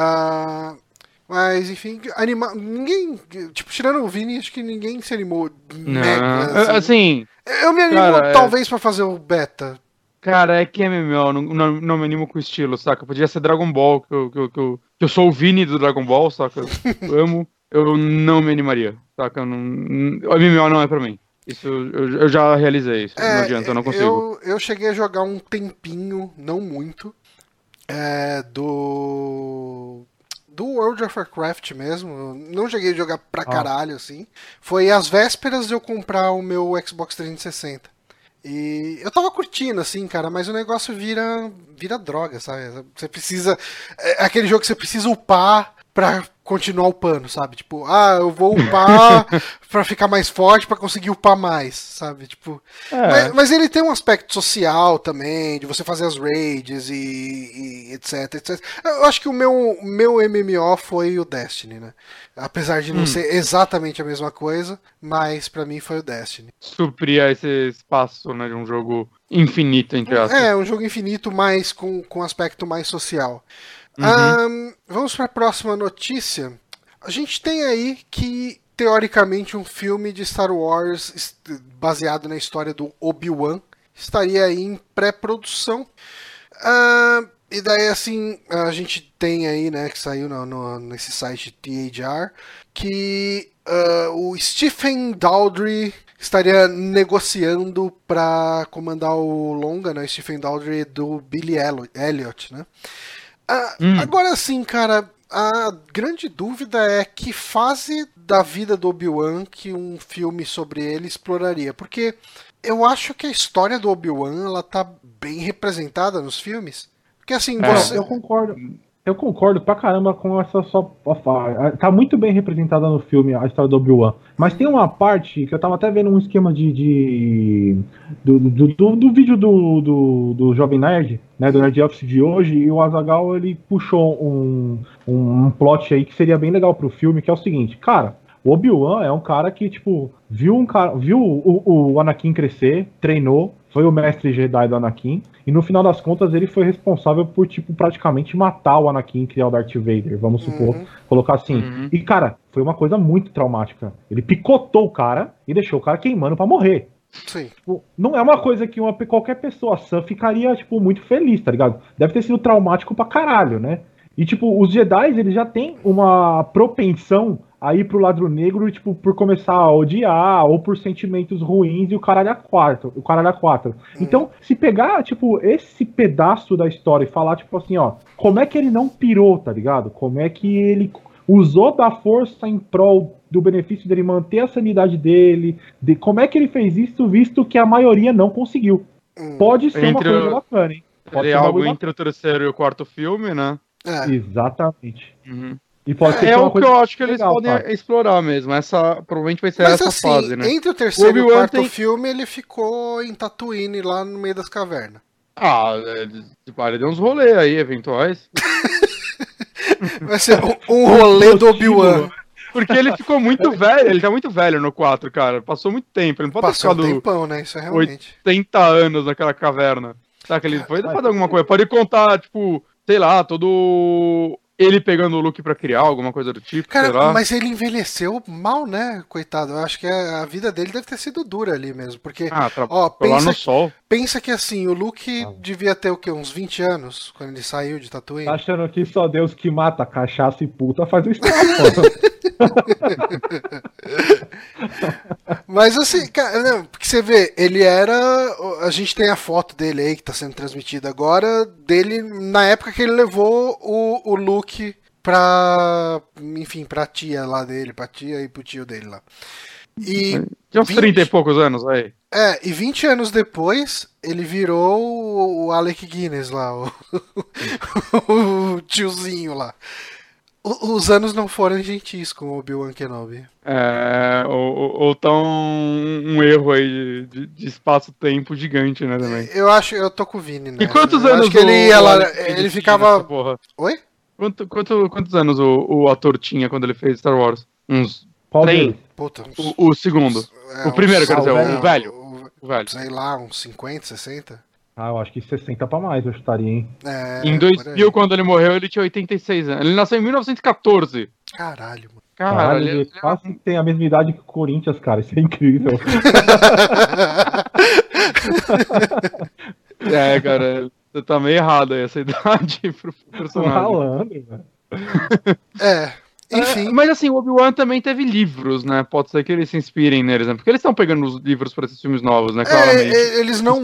Speaker 1: Mas, enfim, ninguém. Tipo, tirando o Vini, acho que ninguém se animou mega.
Speaker 2: Assim.
Speaker 1: Eu me animo, cara, talvez, pra fazer o beta.
Speaker 2: Cara, é que MMO, não me animo com o estilo, saca? Podia ser Dragon Ball, que eu sou o Vini do Dragon Ball, saca? Eu amo. Eu não me animaria, saca? O MMO não é pra mim. Isso eu já realizei isso. Não adianta, eu não consigo.
Speaker 1: Eu cheguei a jogar um tempinho, não muito, do World of Warcraft mesmo. Eu não cheguei a jogar pra caralho, assim. Foi às vésperas de eu comprar o meu Xbox 360. E eu tava curtindo, assim, cara, mas o negócio vira droga, sabe? Você precisa. É aquele jogo que você precisa upar pra continuar upando, sabe? Tipo, eu vou upar pra ficar mais forte, pra conseguir upar mais, sabe? Tipo, mas ele tem um aspecto social também, de você fazer as raids e etc. Eu acho que o meu MMO foi o Destiny, né? Apesar de não ser exatamente a mesma coisa, mas pra mim foi o Destiny.
Speaker 2: Supria esse espaço, né, de um jogo infinito, entre aspas.
Speaker 1: Um jogo infinito, mas com aspecto mais social. Vamos para a próxima notícia. A gente tem aí que, teoricamente, um filme de Star Wars baseado na história do Obi-Wan estaria aí em pré-produção. E daí, assim, a gente tem aí, né, que saiu nesse site THR, que o Stephen Daldry estaria negociando para comandar o longa, né, Stephen Daldry do Billy Elliot, né? Agora sim, cara, a grande dúvida é que fase da vida do Obi-Wan que um filme sobre ele exploraria, porque eu acho que a história do Obi-Wan ela tá bem representada nos filmes, porque assim,
Speaker 3: eu concordo pra caramba com essa só. Tá muito bem representada no filme a história do Obi-Wan. Mas tem uma parte que eu tava até vendo um esquema do vídeo do Jovem Nerd, né? Do Nerd Office de hoje, e o Azaghal ele puxou um plot aí que seria bem legal pro filme, que é o seguinte, cara. O Obi-Wan é um cara que, tipo, viu o Anakin crescer, treinou, foi o mestre Jedi do Anakin, e no final das contas ele foi responsável por, tipo, praticamente matar o Anakin e criar o Darth Vader, vamos supor, colocar assim. E, cara, foi uma coisa muito traumática. Ele picotou o cara e deixou o cara queimando pra morrer.
Speaker 1: Sim.
Speaker 3: Tipo, não é uma coisa que qualquer pessoa sã ficaria, tipo, muito feliz, tá ligado? Deve ter sido traumático pra caralho, né? E, tipo, os Jedi, eles já têm uma propensão a ir pro lado negro, tipo, por começar a odiar, ou por sentimentos ruins e o caralho a quatro. Então, se pegar, tipo, esse pedaço da história e falar, tipo assim, ó, como é que ele não pirou, tá ligado? Como é que ele usou da força em prol do benefício dele manter a sanidade dele, como é que ele fez isso, visto que a maioria não conseguiu. Pode ser uma coisa bacana, hein?
Speaker 2: Pode ser algo entre o terceiro e o quarto filme, né?
Speaker 3: Exatamente. E pode ser
Speaker 2: o que eu acho que eles podem explorar mesmo. Essa provavelmente vai ser essa fase, né?
Speaker 1: Entre o terceiro e o quarto filme, ele ficou em Tatooine, lá no meio das cavernas.
Speaker 2: Ele deu uns rolês aí, eventuais.
Speaker 1: Vai ser um rolê do Obi-Wan.
Speaker 2: Porque ele ficou muito velho, ele tá muito velho no 4, cara. Passou muito tempo, ele não pode ter ficado
Speaker 1: um tempão, né? Isso é realmente
Speaker 2: 80 anos naquela caverna. Tá, que ele foi fazer alguma coisa. Pode contar, tipo, sei lá, todo ele pegando o Luke pra criar, alguma coisa do tipo,
Speaker 1: cara,
Speaker 2: sei lá.
Speaker 1: Mas ele envelheceu mal, né, coitado. Eu acho que a vida dele deve ter sido dura ali mesmo, porque,
Speaker 2: pensa, no sol.
Speaker 1: Pensa que assim, o Luke devia ter o quê, uns 20 anos, quando ele saiu de Tatooine.
Speaker 3: Tá achando que só Deus que mata cachaça e puta faz o estrago.
Speaker 1: Mas assim, cara, não, porque você vê, ele era. A gente tem a foto dele aí que tá sendo transmitida agora, dele na época que ele levou o Luke pra tia lá dele, pra tia e pro tio dele lá. E
Speaker 2: tinha uns 30 e poucos anos aí.
Speaker 1: E 20 anos depois, ele virou o Alec Guinness lá, o tiozinho lá. Os anos não foram gentis com o Obi-Wan Kenobi.
Speaker 2: Ou tá um erro aí de espaço-tempo gigante, né, também.
Speaker 1: Eu tô com o Vini, né?
Speaker 2: E quantos anos
Speaker 1: acho que ele ficava... Oi?
Speaker 2: Quantos anos o ator tinha quando ele fez Star Wars? Uns...
Speaker 3: Qual
Speaker 2: 3?
Speaker 3: deles?
Speaker 1: Puta,
Speaker 2: O segundo. O primeiro, quer dizer, o velho. O velho.
Speaker 1: Sei lá, uns 50, 60?
Speaker 3: Eu acho que 60 pra mais eu estaria, hein?
Speaker 2: Em 2000, quando ele morreu, ele tinha 86 anos. Ele nasceu em 1914.
Speaker 1: Caralho, mano.
Speaker 3: Caralho, ele quase tem a mesma idade que o Corinthians, cara. Isso é incrível.
Speaker 2: Cara, você tá meio errado aí, essa idade pro personagem.
Speaker 3: Falando, velho.
Speaker 1: Enfim.
Speaker 2: Mas assim, o Obi-Wan também teve livros, né? Pode ser que eles se inspirem neles, né? Porque eles estão pegando os livros para esses filmes novos, né? Claramente.
Speaker 1: Eles não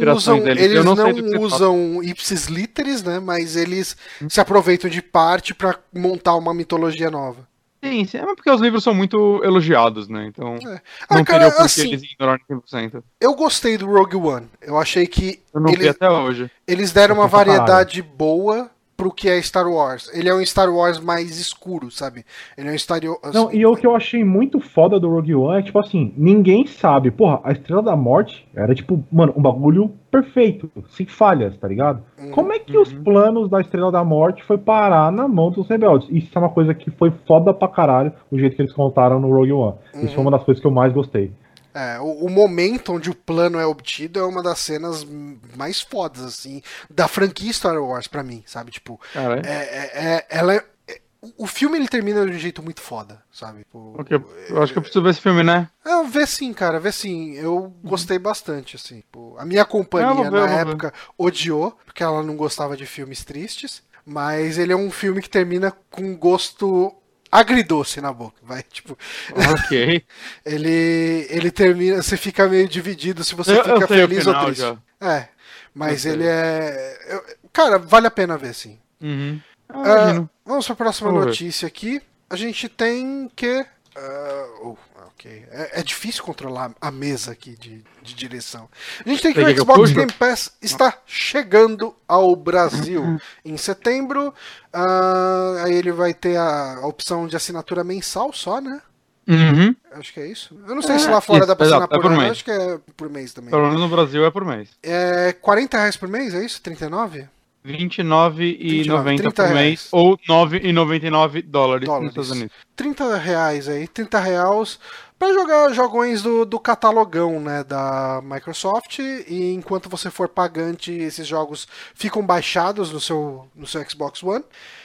Speaker 1: usam ipsis literis, né? Mas eles se aproveitam de parte para montar uma mitologia nova.
Speaker 2: Sim, é porque os livros são muito elogiados, né? Então não
Speaker 1: cara,
Speaker 2: teria por que
Speaker 1: assim,
Speaker 2: eles ignorarem 100%.
Speaker 1: Eu gostei do Rogue One. Eu achei que
Speaker 2: Eu não vi até hoje.
Speaker 1: Eles deram uma variedade boa pro que é Star Wars. Ele é um Star Wars mais escuro, sabe? Ele é um Star Wars...
Speaker 3: Não, e o que eu achei muito foda do Rogue One é, tipo assim, ninguém sabe. Porra, a Estrela da Morte era, tipo, mano, um bagulho perfeito, sem falhas, tá ligado? Como é que os planos da Estrela da Morte foi parar na mão dos rebeldes? Isso é uma coisa que foi foda pra caralho, o jeito que eles contaram no Rogue One. Isso foi uma das coisas que eu mais gostei.
Speaker 1: O momento onde o plano é obtido é uma das cenas mais fodas, assim, da franquia Star Wars pra mim, sabe? Tipo, o filme ele termina de um jeito muito foda, sabe? Tipo,
Speaker 2: eu acho que eu preciso ver esse filme, né?
Speaker 1: Vê sim, cara, vê sim. Eu gostei bastante, assim. Tipo, a minha companhia na época odiou, porque ela não gostava de filmes tristes, mas ele é um filme que termina com gosto agridoce na boca, vai, tipo...
Speaker 2: Ok.
Speaker 1: ele termina, você fica meio dividido se você fica feliz ou triste. Já. Mas ele cara, vale a pena ver, sim. Vamos para a próxima notícia aqui. A gente tem que... ok. É difícil controlar a mesa aqui de direção. A gente tem que o Xbox Game Pass está chegando ao Brasil em setembro. Aí ele vai ter a opção de assinatura mensal só, né? Acho que é isso. Eu não sei se lá fora dá pra assinar por mês. Acho que é por mês também.
Speaker 2: Pelo menos no Brasil é por mês.
Speaker 1: É R$40 por mês, é isso? 39?
Speaker 2: R$29,90 por mês ou $9,99 nos Estados Unidos.
Speaker 1: R$30 aí, R$30 para jogar jogões do catalogão, né, da Microsoft, e enquanto você for pagante, esses jogos ficam baixados no seu Xbox One.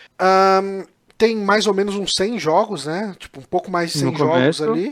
Speaker 1: Tem mais ou menos uns 100 jogos, né, tipo um pouco mais de 100 jogos ali.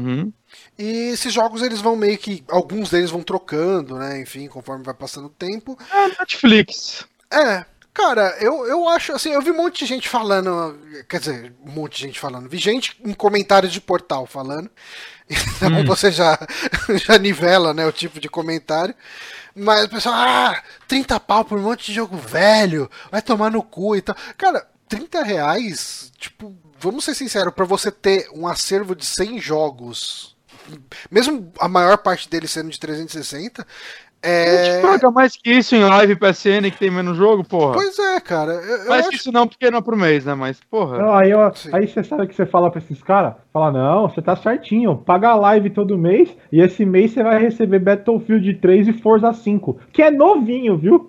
Speaker 1: E esses jogos eles vão meio que, alguns deles vão trocando, né, enfim, conforme vai passando o tempo.
Speaker 2: Netflix.
Speaker 1: Cara, eu acho, assim, eu vi um monte de gente falando, quer dizer, um monte de gente falando, vi gente em comentários de portal falando, então você já nivela, né, o tipo de comentário, mas o pessoal, 30 pau por um monte de jogo velho, vai tomar no cu e tal. Cara, R$30, tipo, vamos ser sinceros, pra você ter um acervo de 100 jogos, mesmo a maior parte deles sendo de 360...
Speaker 2: A gente paga mais que isso em live PSN que tem menos jogo, porra.
Speaker 1: Pois é, cara.
Speaker 2: Mas isso não, porque não é por mês, né? Mas, porra.
Speaker 3: Não, aí você sabe que você fala pra esses caras? Fala, não, você tá certinho. Paga a live todo mês e esse mês você vai receber Battlefield 3 e Forza 5. Que é novinho, viu?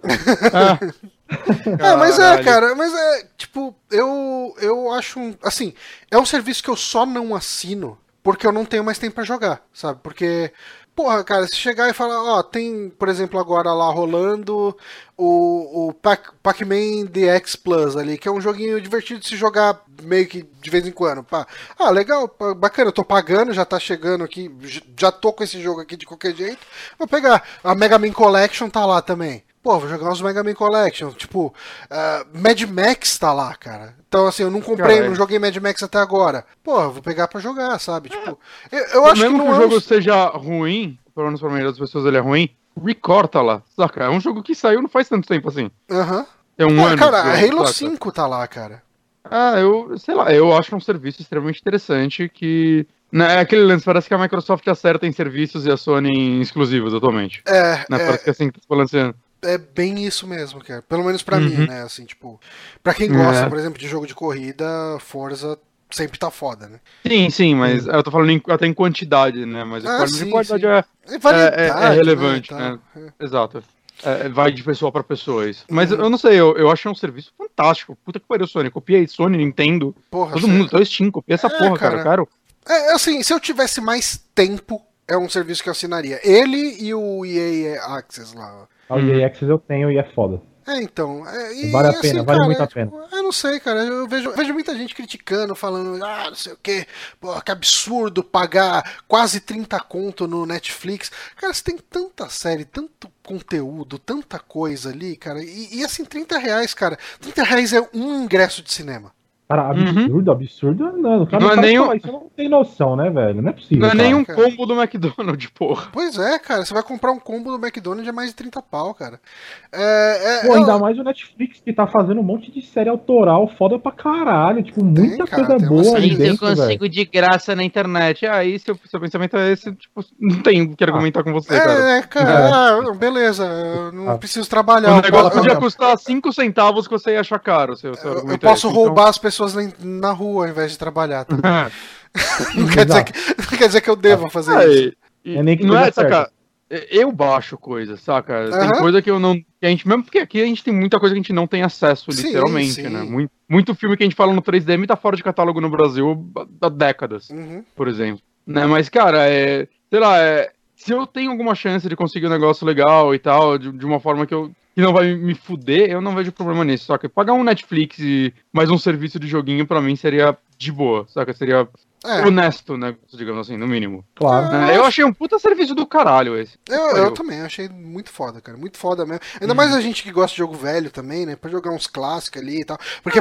Speaker 1: Cara. Mas tipo, eu acho assim, é um serviço que eu só não assino porque eu não tenho mais tempo pra jogar, sabe? Porque... Porra, cara, se chegar e falar, tem, por exemplo, agora lá rolando o Pac-Man DX Plus ali, que é um joguinho divertido de se jogar meio que de vez em quando. Pá. Legal, bacana, eu tô pagando, já tá chegando aqui, já tô com esse jogo aqui de qualquer jeito. Vou pegar, a Mega Man Collection tá lá também. Pô, vou jogar uns Mega Man Collection, tipo, Mad Max tá lá, cara. Então, assim, eu não comprei, não joguei Mad Max até agora. Pô, vou pegar pra jogar, sabe? Tipo, eu acho que
Speaker 2: mesmo que o jogo seja ruim, pelo menos pra maioria das pessoas ele é ruim, Record tá lá, saca? É um jogo que saiu não faz tanto tempo assim. É um ano.
Speaker 1: Cara, a Halo 5 tá lá, cara.
Speaker 2: Eu sei lá, eu acho um serviço extremamente interessante que Né, é aquele lance, parece que a Microsoft acerta em serviços e a Sony em exclusivos atualmente. Parece que é assim que tá se balanceando.
Speaker 1: É bem isso mesmo, cara. Pelo menos pra mim, né? Assim, tipo, pra quem gosta, por exemplo, de jogo de corrida, Forza sempre tá foda, né?
Speaker 2: Sim, mas eu tô falando até em quantidade, né? Mas
Speaker 1: sim,
Speaker 2: quantidade
Speaker 1: é
Speaker 2: relevante, né? Exato. Vai de pessoa pra pessoa isso. Mas eu não sei, eu achei um serviço fantástico. Puta que pariu, Sony. Copiei Sony, Nintendo.
Speaker 1: Porra,
Speaker 2: todo mundo, todo Steam, copia essa porra, cara.
Speaker 1: Assim, se eu tivesse mais tempo, é um serviço que eu assinaria. Ele e o EA Access lá.
Speaker 3: O EA Access eu tenho e é foda.
Speaker 1: Então.
Speaker 3: Vale a pena, vale muito a pena.
Speaker 1: Eu não sei, cara. Eu vejo muita gente criticando, falando, não sei o quê, pô, que absurdo pagar quase 30 conto no Netflix. Cara, você tem tanta série, tanto conteúdo, tanta coisa ali, cara. E assim, R$30, cara. R$30 é um ingresso de cinema.
Speaker 3: Cara, absurdo não.
Speaker 2: Não é nem
Speaker 3: isso não tem noção, né, velho? Não é possível.
Speaker 2: Não é nem um combo do McDonald's, porra.
Speaker 1: Pois é, cara. Você vai comprar um combo do McDonald's é mais de 30 pau, cara.
Speaker 3: Ainda mais o Netflix que tá fazendo um monte de série autoral foda pra caralho. Tipo, muita coisa boa ali dentro,
Speaker 4: eu consigo de graça na internet.
Speaker 2: Aí, seu pensamento é esse, tipo, não tem o que argumentar com você, cara.
Speaker 1: Beleza. Eu não preciso trabalhar.
Speaker 2: O negócio podia custar 5 centavos que você ia achar caro.
Speaker 1: Eu posso roubar as pessoas na rua ao invés de trabalhar. Não quer dizer que eu devo fazer isso.
Speaker 2: Não é, saca? Eu baixo coisa, saca? Tem coisa que eu não. Que a gente, mesmo porque aqui a gente tem muita coisa que a gente não tem acesso, literalmente, né? Muito filme que a gente fala no 3DM tá fora de catálogo no Brasil há décadas, por exemplo. Né? Mas, cara, sei lá, se eu tenho alguma chance de conseguir um negócio legal e tal, de uma forma que não vai me fuder, eu não vejo problema nisso, saca? Pagar um Netflix e mais um serviço de joguinho pra mim seria de boa, saca? Seria honesto, né? Digamos assim, no mínimo.
Speaker 3: Claro.
Speaker 2: Eu achei um puta serviço do caralho esse.
Speaker 1: Eu também, achei muito foda, cara. Muito foda mesmo. Ainda mais a gente que gosta de jogo velho também, né? Pra jogar uns clássicos ali e tal. Porque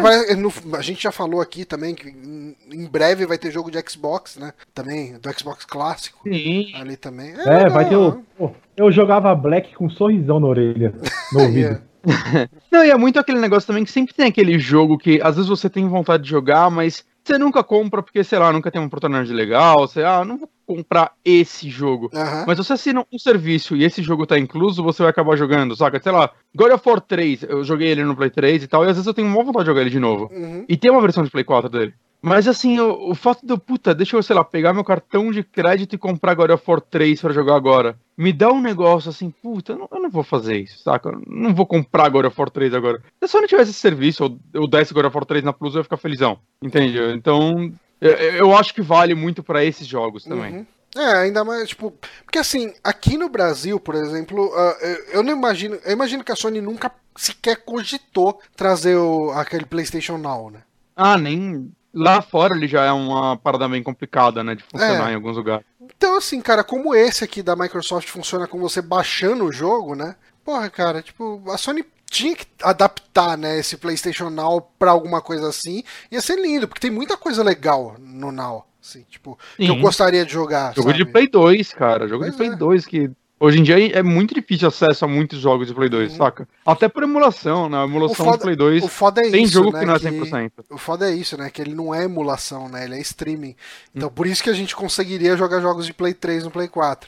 Speaker 1: a gente já falou aqui também que em breve vai ter jogo de Xbox, né? Também, do Xbox clássico.
Speaker 2: Sim.
Speaker 1: Ali também.
Speaker 3: Vai ter eu jogava Black com um sorrisão na orelha, no ouvido.
Speaker 2: Não, e é muito aquele negócio também que sempre tem aquele jogo que às vezes você tem vontade de jogar, mas você nunca compra porque, sei lá, nunca tem uma oportunidade legal, você, não vou comprar esse jogo. Mas você assina um serviço e esse jogo tá incluso, você vai acabar jogando, saca? Sei lá, God of War 3, eu joguei ele no Play 3 e tal, e às vezes eu tenho uma vontade de jogar ele de novo. E tem uma versão de Play 4 dele. Mas assim, o fato de deixa eu, sei lá, pegar meu cartão de crédito e comprar God of War 3 pra jogar agora, me dá um negócio assim, puta, eu não vou fazer isso, saca? Eu não vou comprar God of War 3 agora. Se eu só não tivesse esse serviço, ou eu desse God of War 3 na Plus, eu ia ficar felizão, entende? Então, eu acho que vale muito pra esses jogos também.
Speaker 1: Ainda mais, tipo, porque assim, aqui no Brasil, por exemplo, eu não imagino, eu imagino que a Sony nunca sequer cogitou trazer aquele PlayStation Now, né?
Speaker 2: Nem... Lá fora ele já é uma parada bem complicada, né, de funcionar em alguns lugares.
Speaker 1: Então, assim, cara, como esse aqui da Microsoft funciona com você baixando o jogo, né? Porra, cara, tipo, a Sony tinha que adaptar, né, esse PlayStation Now pra alguma coisa assim. Ia ser lindo, porque tem muita coisa legal no Now, assim, tipo, que eu gostaria de jogar.
Speaker 2: Jogo de Play 2, cara, jogo de Play 2 que... Hoje em dia é muito difícil acesso a muitos jogos de Play 2, saca? Até por emulação, né? A emulação do Play 2 tem jogo que não é 100%.
Speaker 1: O foda é isso, né? Que ele não é emulação, né? Ele é streaming. Então por isso que a gente conseguiria jogar jogos de Play 3 no Play 4.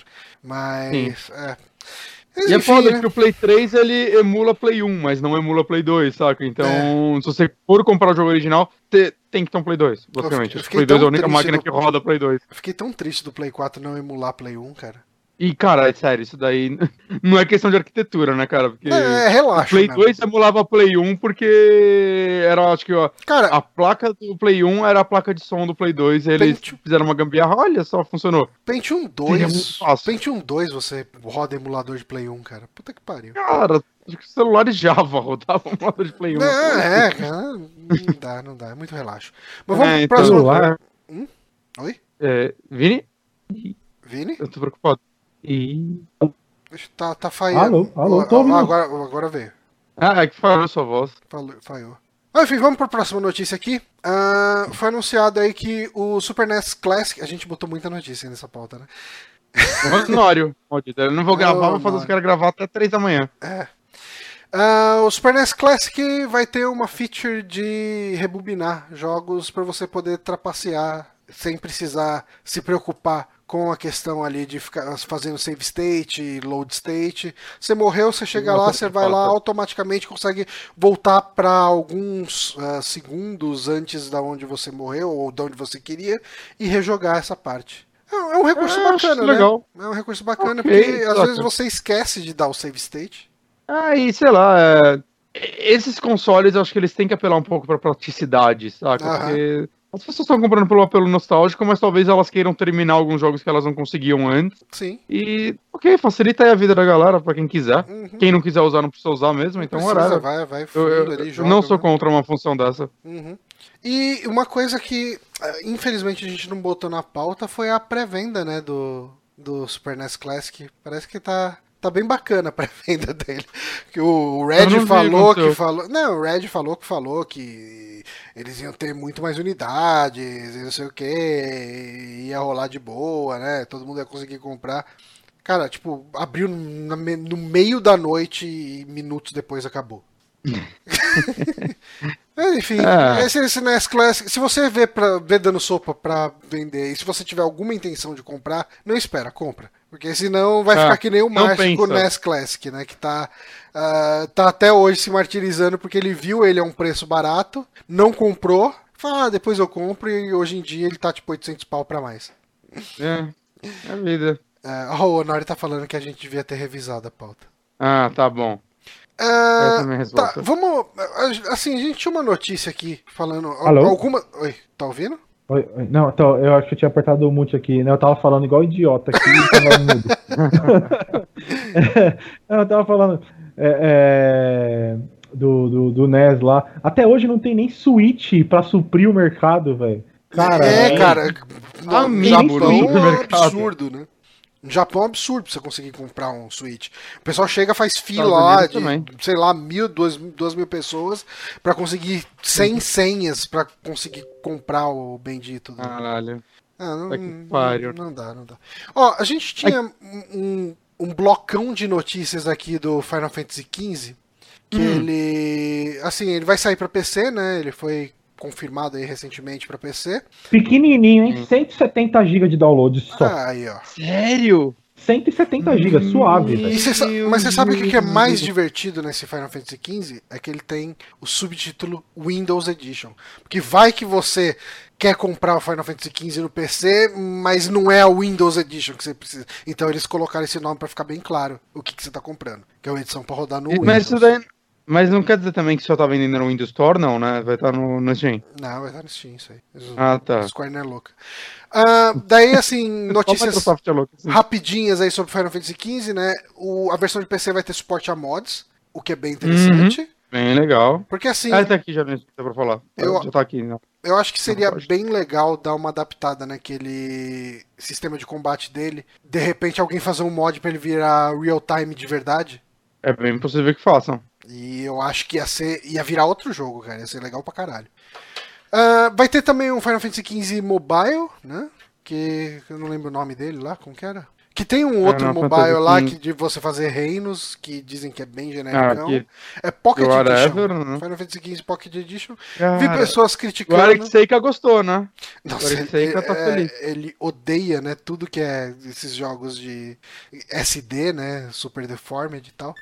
Speaker 1: Mas,
Speaker 2: Mas, e é foda que o Play 3 ele emula Play 1, mas não emula Play 2, saca? Então, se você for comprar o jogo original, tem que ter um Play 2, basicamente. O Play 2 é a única máquina que roda Play 2.
Speaker 1: Eu fiquei tão triste do Play 4 não emular Play 1, cara.
Speaker 2: E, cara, é sério, isso daí não é questão de arquitetura, né, cara? Porque
Speaker 1: relaxa.
Speaker 2: O Play 2 emulava Play 1 porque era, acho que,
Speaker 1: cara,
Speaker 2: a placa do Play 1 era a placa de som do Play 2 e eles fizeram uma gambiarra, olha só, funcionou.
Speaker 1: Pentium 2 você roda emulador de Play 1, cara. Puta que pariu.
Speaker 2: Cara, acho que celulares Java rodavam emulador de Play 1.
Speaker 1: Cara, não dá, é muito relaxo. Mas vamos pro próximo.
Speaker 3: Celular.
Speaker 1: Oi?
Speaker 2: Vini?
Speaker 1: Vini?
Speaker 2: Eu tô preocupado.
Speaker 1: Tá falhando.
Speaker 3: Alô, tô ouvindo.
Speaker 1: Agora veio.
Speaker 2: É que falhou sua voz.
Speaker 1: Falhou. Enfim, vamos para a próxima notícia aqui. Foi anunciado aí que o Super NES Classic... A gente botou muita notícia nessa pauta, né?
Speaker 2: Honório. Eu não vou gravar, vou fazer os caras gravar até 3 da manhã.
Speaker 1: O Super NES Classic vai ter uma feature de rebobinar jogos para você poder trapacear sem precisar se preocupar com a questão ali de ficar fazendo save state, load state. Você morreu, você chega lá, você vai lá, automaticamente consegue voltar para alguns segundos antes da onde você morreu ou de onde você queria e rejogar essa parte. É um recurso bacana, né?
Speaker 2: Legal.
Speaker 1: É um recurso bacana,
Speaker 2: Ok,
Speaker 1: porque às vezes você esquece de dar o save state.
Speaker 2: E sei lá, esses consoles eu acho que eles têm que apelar um pouco pra praticidade, saca? Porque as pessoas estão comprando pelo apelo nostálgico, mas talvez elas queiram terminar alguns jogos que elas não conseguiam antes.
Speaker 1: Sim.
Speaker 2: E, facilita aí a vida da galera pra quem quiser. Quem não quiser usar, não precisa usar mesmo, então
Speaker 1: precisa, vai fundo ali, joga.
Speaker 2: Eu não sou contra uma função dessa.
Speaker 1: E uma coisa que, infelizmente, a gente não botou na pauta foi a pré-venda, né, do Super NES Classic. Parece que tá bem bacana a pré-venda dele. Que o Red falou que eles iam ter muito mais unidades, e não sei o que, ia rolar de boa, né? Todo mundo ia conseguir comprar. Cara, tipo, abriu no meio da noite e minutos depois acabou. Mas, enfim, esse NES Classic, se você vê dando sopa pra vender, e se você tiver alguma intenção de comprar, não espera, compra. Porque senão vai ficar que nem o Márcio com o NES Classic, né? Que tá até hoje se martirizando porque ele viu ele a um preço barato, não comprou, fala, depois eu compro, e hoje em dia ele tá tipo 800 pau pra mais.
Speaker 2: É a vida.
Speaker 1: O Honori tá falando que a gente devia ter revisado a pauta.
Speaker 2: Tá bom.
Speaker 1: Vamos. Assim, a gente tinha uma notícia aqui falando.
Speaker 3: Alô?
Speaker 1: Oi, tá ouvindo?
Speaker 3: Oi. Não, eu acho que eu tinha apertado o mute aqui, né? Eu tava falando igual idiota aqui e tava mudo. Eu tava falando do NES lá. Até hoje não tem nem Switch pra suprir o mercado, velho. Cara,
Speaker 1: cara. No Japão é
Speaker 2: mercado.
Speaker 1: absurdo, né? No Japão é absurdo pra você conseguir comprar um Switch. O pessoal chega, faz fila lá de, sei lá, 2.000 pessoas pra conseguir 100 senhas pra conseguir comprar o bendito.
Speaker 2: Caralho.
Speaker 1: Não dá. Ó, a gente tinha um blocão de notícias aqui do Final Fantasy XV, que ele vai sair pra PC, né? Ele foi confirmado aí recentemente pra PC.
Speaker 3: Pequenininho, hein? 170 GB de download só.
Speaker 1: Aí, ó.
Speaker 2: Sério?
Speaker 3: 170 GB, suave, velho.
Speaker 1: Mas você sabe o que é mais divertido nesse Final Fantasy XV? É que ele tem o subtítulo Windows Edition. Porque vai que você quer comprar o Final Fantasy XV no PC, mas não é a Windows Edition que você precisa. Então eles colocaram esse nome pra ficar bem claro o que você tá comprando. Que é uma edição pra rodar no Windows.
Speaker 2: Mas não quer dizer também que só tá vendendo no Windows Store, não, né? Vai estar no Steam.
Speaker 1: Não, vai estar no Steam, isso aí.
Speaker 2: Tá.
Speaker 1: Square não é louca. Daí, assim, notícias rapidinhas aí sobre Final Fantasy XV, né? A versão de PC vai ter suporte a mods, o que é bem interessante.
Speaker 2: Bem legal.
Speaker 1: Porque assim...
Speaker 2: tá aqui já mesmo, dá pra falar. Já tá aqui, né?
Speaker 1: Eu acho que seria bem legal dar uma adaptada naquele sistema de combate dele. De repente alguém fazer um mod pra ele virar real-time de verdade.
Speaker 2: É bem possível que façam.
Speaker 1: E eu acho que ia virar outro jogo, cara. Ia ser legal pra caralho. Vai ter também um Final Fantasy XV Mobile, né? Que eu não lembro o nome dele lá, como que era? Que tem um outro mobile lá de você fazer reinos, que dizem que é bem genérico. É Pocket Edition. Né? Final Fantasy XV Pocket Edition. Vi pessoas criticando.
Speaker 2: O Eric Seika gostou, né?
Speaker 1: Nossa, o Eric Seika tá feliz. Ele odeia, né? Tudo que é esses jogos de SD, né? Super Deformed e tal.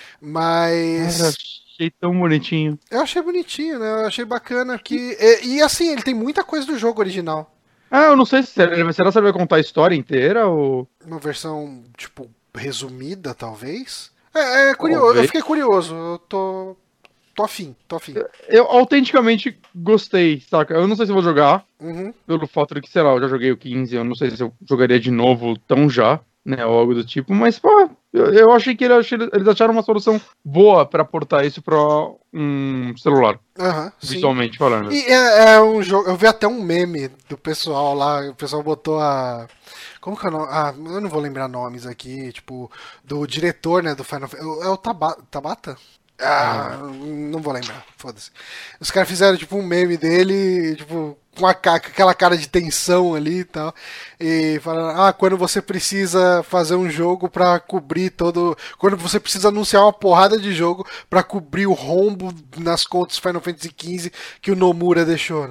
Speaker 1: Mas...
Speaker 2: Cara, achei tão bonitinho.
Speaker 1: Eu achei bonitinho, né? Eu achei bacana que... E assim, ele tem muita coisa do jogo original.
Speaker 2: Eu não sei será que ele vai contar a história inteira ou...
Speaker 1: Uma versão, tipo, resumida, talvez? É curioso, talvez. Eu fiquei curioso, eu tô afim.
Speaker 2: Eu autenticamente gostei, saca? Eu não sei se eu vou jogar, pelo fato de que, sei lá, eu já joguei o 15, eu não sei se eu jogaria de novo tão já, né, ou algo do tipo, mas, pô, eu achei que eles acharam uma solução boa pra portar isso pra um celular, visualmente falando.
Speaker 1: E é um jogo, eu vi até um meme do pessoal lá, o pessoal botou como que é o nome? Eu não vou lembrar nomes aqui, tipo, do diretor, né, do Final Fantasy, é o Tabata? Não vou lembrar, foda-se. Os caras fizeram, tipo, um meme dele, tipo, com aquela cara de tensão ali e tal. E falaram, quando você precisa fazer um jogo pra cobrir quando você precisa anunciar uma porrada de jogo pra cobrir o rombo nas contas Final Fantasy XV que o Nomura deixou, né?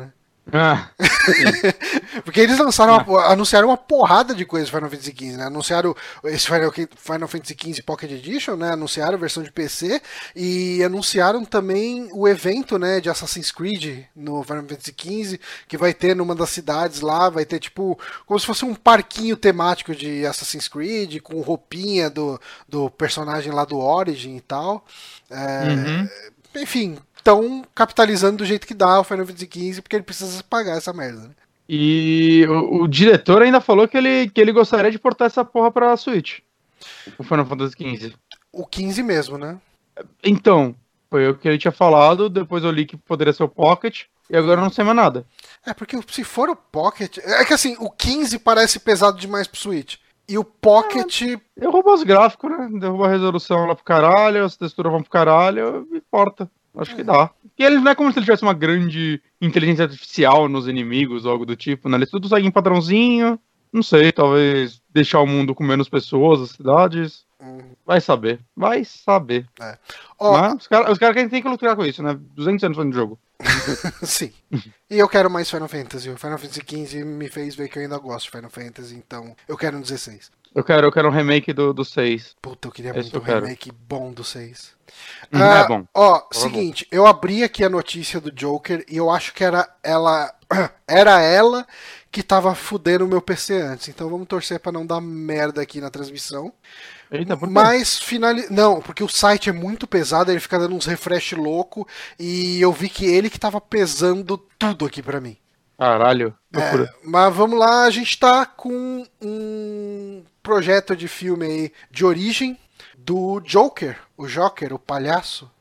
Speaker 2: Ah,
Speaker 1: Porque eles anunciaram uma porrada de coisas do Final Fantasy XV, né? Anunciaram esse Final Fantasy XV Pocket Edition, né? Anunciaram a versão de PC e anunciaram também o evento, né, de Assassin's Creed no Final Fantasy XV, que vai ter numa das cidades lá, vai ter tipo, como se fosse um parquinho temático de Assassin's Creed, com roupinha do personagem lá do Origin e tal. Enfim, estão capitalizando do jeito que dá o Final Fantasy XV, porque ele precisa pagar essa merda, né?
Speaker 2: e o diretor ainda falou que ele gostaria de portar essa porra pra Switch. O Final Fantasy XV.
Speaker 1: O 15 mesmo, né?
Speaker 2: Então, foi o que ele tinha falado, depois eu li que poderia ser o Pocket, e agora eu não sei mais nada.
Speaker 1: É, porque se for o Pocket... É que assim, o 15 parece pesado demais pro Switch. E o Pocket...
Speaker 2: Derruba os gráficos, né? Derruba a resolução lá pro caralho, as texturas vão pro caralho, não importa. Acho que dá. E ele não é como se ele tivesse uma grande inteligência artificial nos inimigos ou algo do tipo, né? Eles tudo seguem padrãozinho. Não sei, talvez deixar o mundo com menos pessoas, as cidades. Vai saber. Vai saber.
Speaker 1: Ó,
Speaker 2: Mas os caras têm que lutar com isso, né? 200 anos fazendo jogo.
Speaker 1: sim. E eu quero mais Final Fantasy. O Final Fantasy XV me fez ver que eu ainda gosto de Final Fantasy, então eu quero um 16.
Speaker 2: Eu quero um remake do 6.
Speaker 1: Puta, eu queria
Speaker 2: Esse
Speaker 1: muito
Speaker 2: eu
Speaker 1: um
Speaker 2: quero.
Speaker 1: remake bom do 6.
Speaker 2: É bom.
Speaker 1: Ó, seguinte, eu abri aqui a notícia do Joker e eu acho que era ela que tava fudendo o meu PC antes. Então vamos torcer pra não dar merda aqui na transmissão.
Speaker 2: Eita, por quê?
Speaker 1: Mas não, porque o site é muito pesado, ele fica dando uns refresh louco e eu vi que ele que tava pesando tudo aqui pra mim.
Speaker 2: Caralho, loucura.
Speaker 1: Mas vamos lá, a gente tá com um projeto de filme aí de origem do Joker, o palhaço.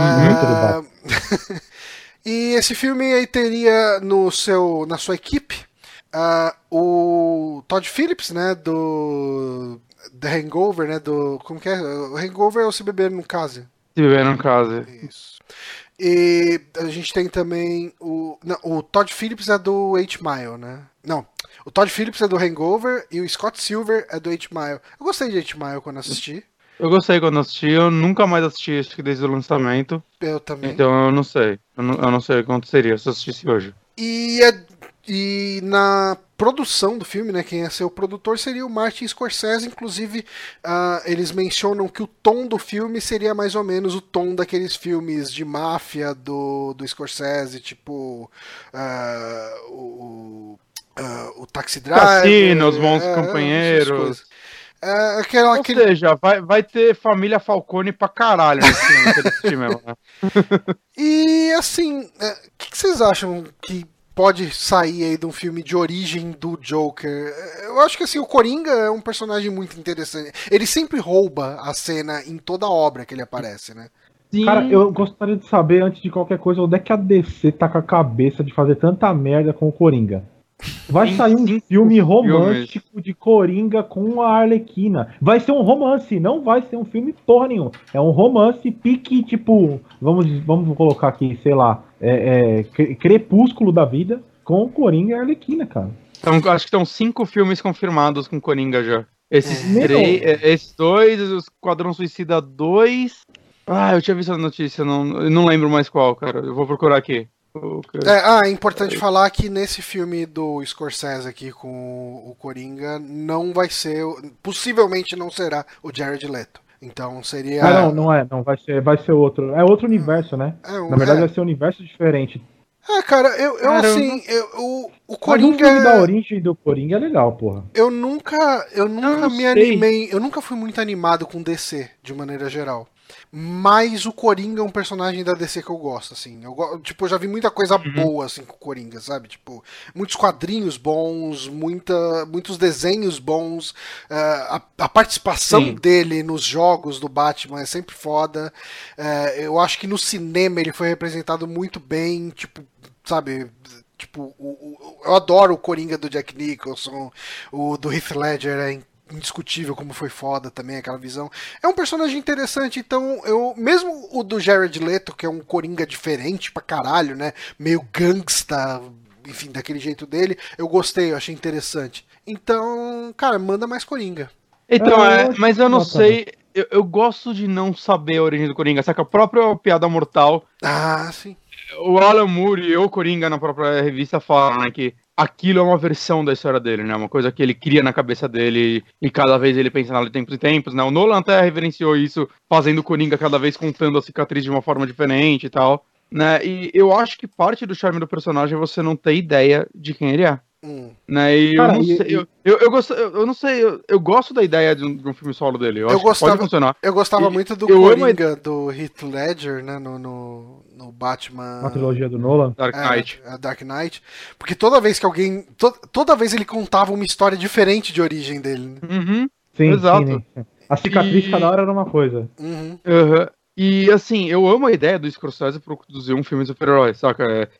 Speaker 1: E esse filme aí teria na sua equipe o Todd Phillips, né, do The Hangover, né, como que é? O Hangover é o Se Beber Não Case.
Speaker 2: Se beber não casa.
Speaker 1: Isso. E a gente tem também o Todd Phillips é do 8 Mile, né? Não, o Todd Phillips é do Hangover e o Scott Silver é do 8 Mile. Eu gostei de 8 Mile quando assisti.
Speaker 2: Eu gostei quando assisti, eu nunca mais assisti acho que desde o lançamento.
Speaker 1: Eu também.
Speaker 2: Então eu não sei. Eu não sei o que aconteceria se eu assistisse hoje.
Speaker 1: E na produção do filme, né, quem ia ser o produtor seria o Martin Scorsese. Inclusive, eles mencionam que o tom do filme seria mais ou menos o tom daqueles filmes de máfia do Scorsese, tipo o Taxi Driver,
Speaker 2: Cassino, Os Bons Companheiros. Ou seja, vai ter família Falcone pra caralho nesse filme que eu assisti mesmo, né?
Speaker 1: E assim, o que vocês acham que pode sair aí de um filme de origem do Joker? Eu acho que assim, o Coringa é um personagem muito interessante. Ele sempre rouba a cena em toda a obra que ele aparece, né?
Speaker 2: Sim.
Speaker 3: Cara, eu gostaria de saber, antes de qualquer coisa, onde é que a DC tá com a cabeça de fazer tanta merda com o Coringa? Vai sair um filme romântico de Coringa com a Arlequina. Vai ser um romance, não vai ser um filme porra nenhuma. É um romance pique, tipo, vamos colocar aqui, sei lá, Crepúsculo da vida com Coringa e Arlequina, cara.
Speaker 2: Então, acho que estão 5 filmes confirmados com Coringa já. Esses dois, o Esquadrão Suicida 2. Eu tinha visto a notícia, eu não lembro mais qual, cara. Eu vou procurar aqui.
Speaker 1: É importante falar que nesse filme do Scorsese aqui com o Coringa não vai ser, possivelmente não será o Jared Leto. Então seria...
Speaker 3: Não, vai ser outro. É outro universo, né? Na verdade vai ser um universo diferente.
Speaker 1: Cara, o Coringa...
Speaker 3: Mas o filme da origem do Coringa é legal, porra.
Speaker 1: Eu nunca me animei, eu nunca fui muito animado com DC, de maneira geral. Mas o Coringa é um personagem da DC que eu gosto, assim. Eu já vi muita coisa boa, assim, com o Coringa, sabe? Tipo, muitos quadrinhos bons, muitos desenhos bons. A participação dele nos jogos do Batman é sempre foda. Eu acho que no cinema ele foi representado muito bem, tipo, sabe... Tipo, eu adoro o Coringa do Jack Nicholson, o do Heath Ledger é indiscutível como foi foda também aquela visão. É um personagem interessante, então mesmo o do Jared Leto, que é um Coringa diferente pra caralho, né, meio gangsta, enfim, daquele jeito dele, eu gostei, eu achei interessante. Então, cara, manda mais Coringa.
Speaker 2: Então, mas eu não sei, eu gosto de não saber a origem do Coringa, sabe que a própria Piada Mortal
Speaker 1: sim.
Speaker 2: o Alan Moore e o Coringa na própria revista falam, né, que aquilo é uma versão da história dele, né? Uma coisa que ele cria na cabeça dele e cada vez ele pensa nela de tempos em tempos, né? O Nolan até reverenciou isso, fazendo o Coringa cada vez contando a cicatriz de uma forma diferente e tal, né? E eu acho que parte do charme do personagem é você não ter ideia de quem ele é. Né? E
Speaker 3: Cara,
Speaker 2: eu não sei, eu não sei, eu gosto da ideia de um filme solo dele. Eu acho que pode funcionar.
Speaker 1: Eu gostava muito do Coringa do Heath Ledger, né? No Batman.
Speaker 3: Na trilogia do Nolan.
Speaker 2: Dark Knight.
Speaker 1: Dark Knight. Porque toda vez que alguém. Toda vez ele contava uma história diferente de origem dele. Né?
Speaker 2: Uhum.
Speaker 3: Sim,
Speaker 2: exato.
Speaker 3: Sim. A cicatriz cada hora era uma coisa.
Speaker 1: Uhum.
Speaker 2: E assim, eu amo a ideia do Scorsese produzir um filme de super-herói, saca?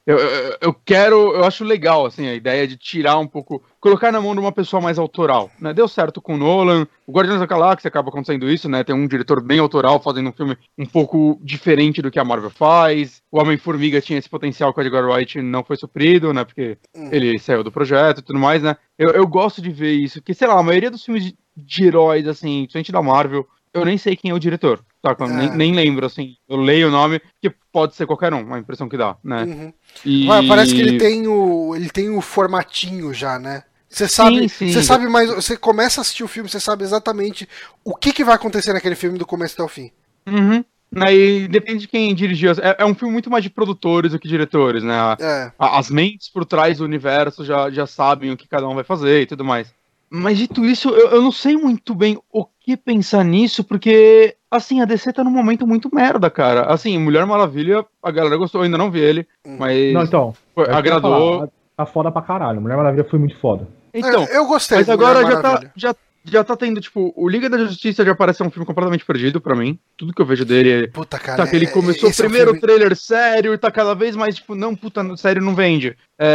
Speaker 2: Eu acho legal, assim, a ideia de tirar um pouco, colocar na mão de uma pessoa mais autoral, né? Deu certo com o Nolan, o Guardiões da Galáxia acaba acontecendo isso, né? Tem um diretor bem autoral fazendo um filme um pouco diferente do que a Marvel faz. O Homem-Formiga tinha esse potencial que o Edgar Wright não foi suprido, né? Porque ele saiu do projeto e tudo mais, né? Eu gosto de ver isso, porque, sei lá, a maioria dos filmes de heróis, assim, principalmente da Marvel, eu nem sei quem é o diretor. Saca? Nem lembro, assim. Eu leio o nome, que pode ser qualquer um, a impressão que dá, né?
Speaker 1: Uhum. Parece que ele tem o formatinho já, né? Você sabe, você sabe mais. Você começa a assistir o filme, você sabe exatamente o que vai acontecer naquele filme do começo até o fim.
Speaker 2: Uhum. E depende de quem dirigiu. É um filme muito mais de produtores do que diretores, né? As mentes por trás do universo já sabem o que cada um vai fazer e tudo mais. Mas dito isso, eu não sei muito bem o que pensar nisso, porque, assim, a DC tá num momento muito merda, cara. Assim, Mulher Maravilha, a galera gostou, eu ainda não vi ele, mas...
Speaker 3: Não, então,
Speaker 2: agradou.
Speaker 3: Tá foda pra caralho, Mulher Maravilha foi muito foda.
Speaker 2: Então,
Speaker 1: eu gostei.
Speaker 2: Mas agora já tá tendo, tipo, o Liga da Justiça já parece um filme completamente perdido pra mim. Tudo que eu vejo dele é...
Speaker 1: Puta, cara,
Speaker 2: que ele começou primeiro o trailer sério e tá cada vez mais, tipo, não, puta, sério, não vende.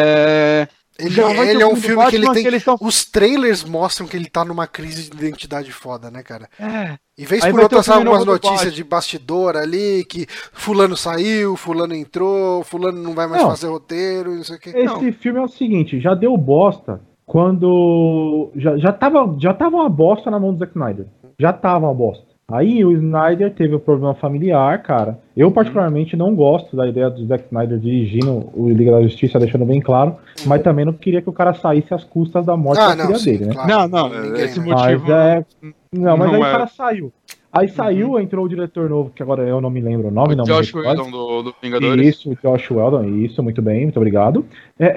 Speaker 1: Ele é um filme que ele tem. Os trailers mostram que ele tá numa crise de identidade foda, né, cara? Em vez por outras algumas notícias de bastidor ali, que fulano saiu, fulano entrou, fulano não vai mais fazer roteiro, não sei o que.
Speaker 3: Esse filme é o seguinte, já deu bosta quando. Já tava uma bosta na mão do Zack Snyder. Já tava uma bosta. Aí o Snyder teve um problema familiar, cara. Eu particularmente não gosto da ideia do Zack Snyder dirigindo o Liga da Justiça, deixando bem claro, mas também não queria que o cara saísse às custas da morte da filha dele, né?
Speaker 2: Claro. Não, esse motivo...
Speaker 3: Mas aí o cara saiu. Aí saiu, entrou o diretor novo, que agora eu não me lembro o nome.
Speaker 2: O Josh Whedon do Vingadores.
Speaker 3: Isso, o Josh Whedon, isso, muito bem, muito obrigado.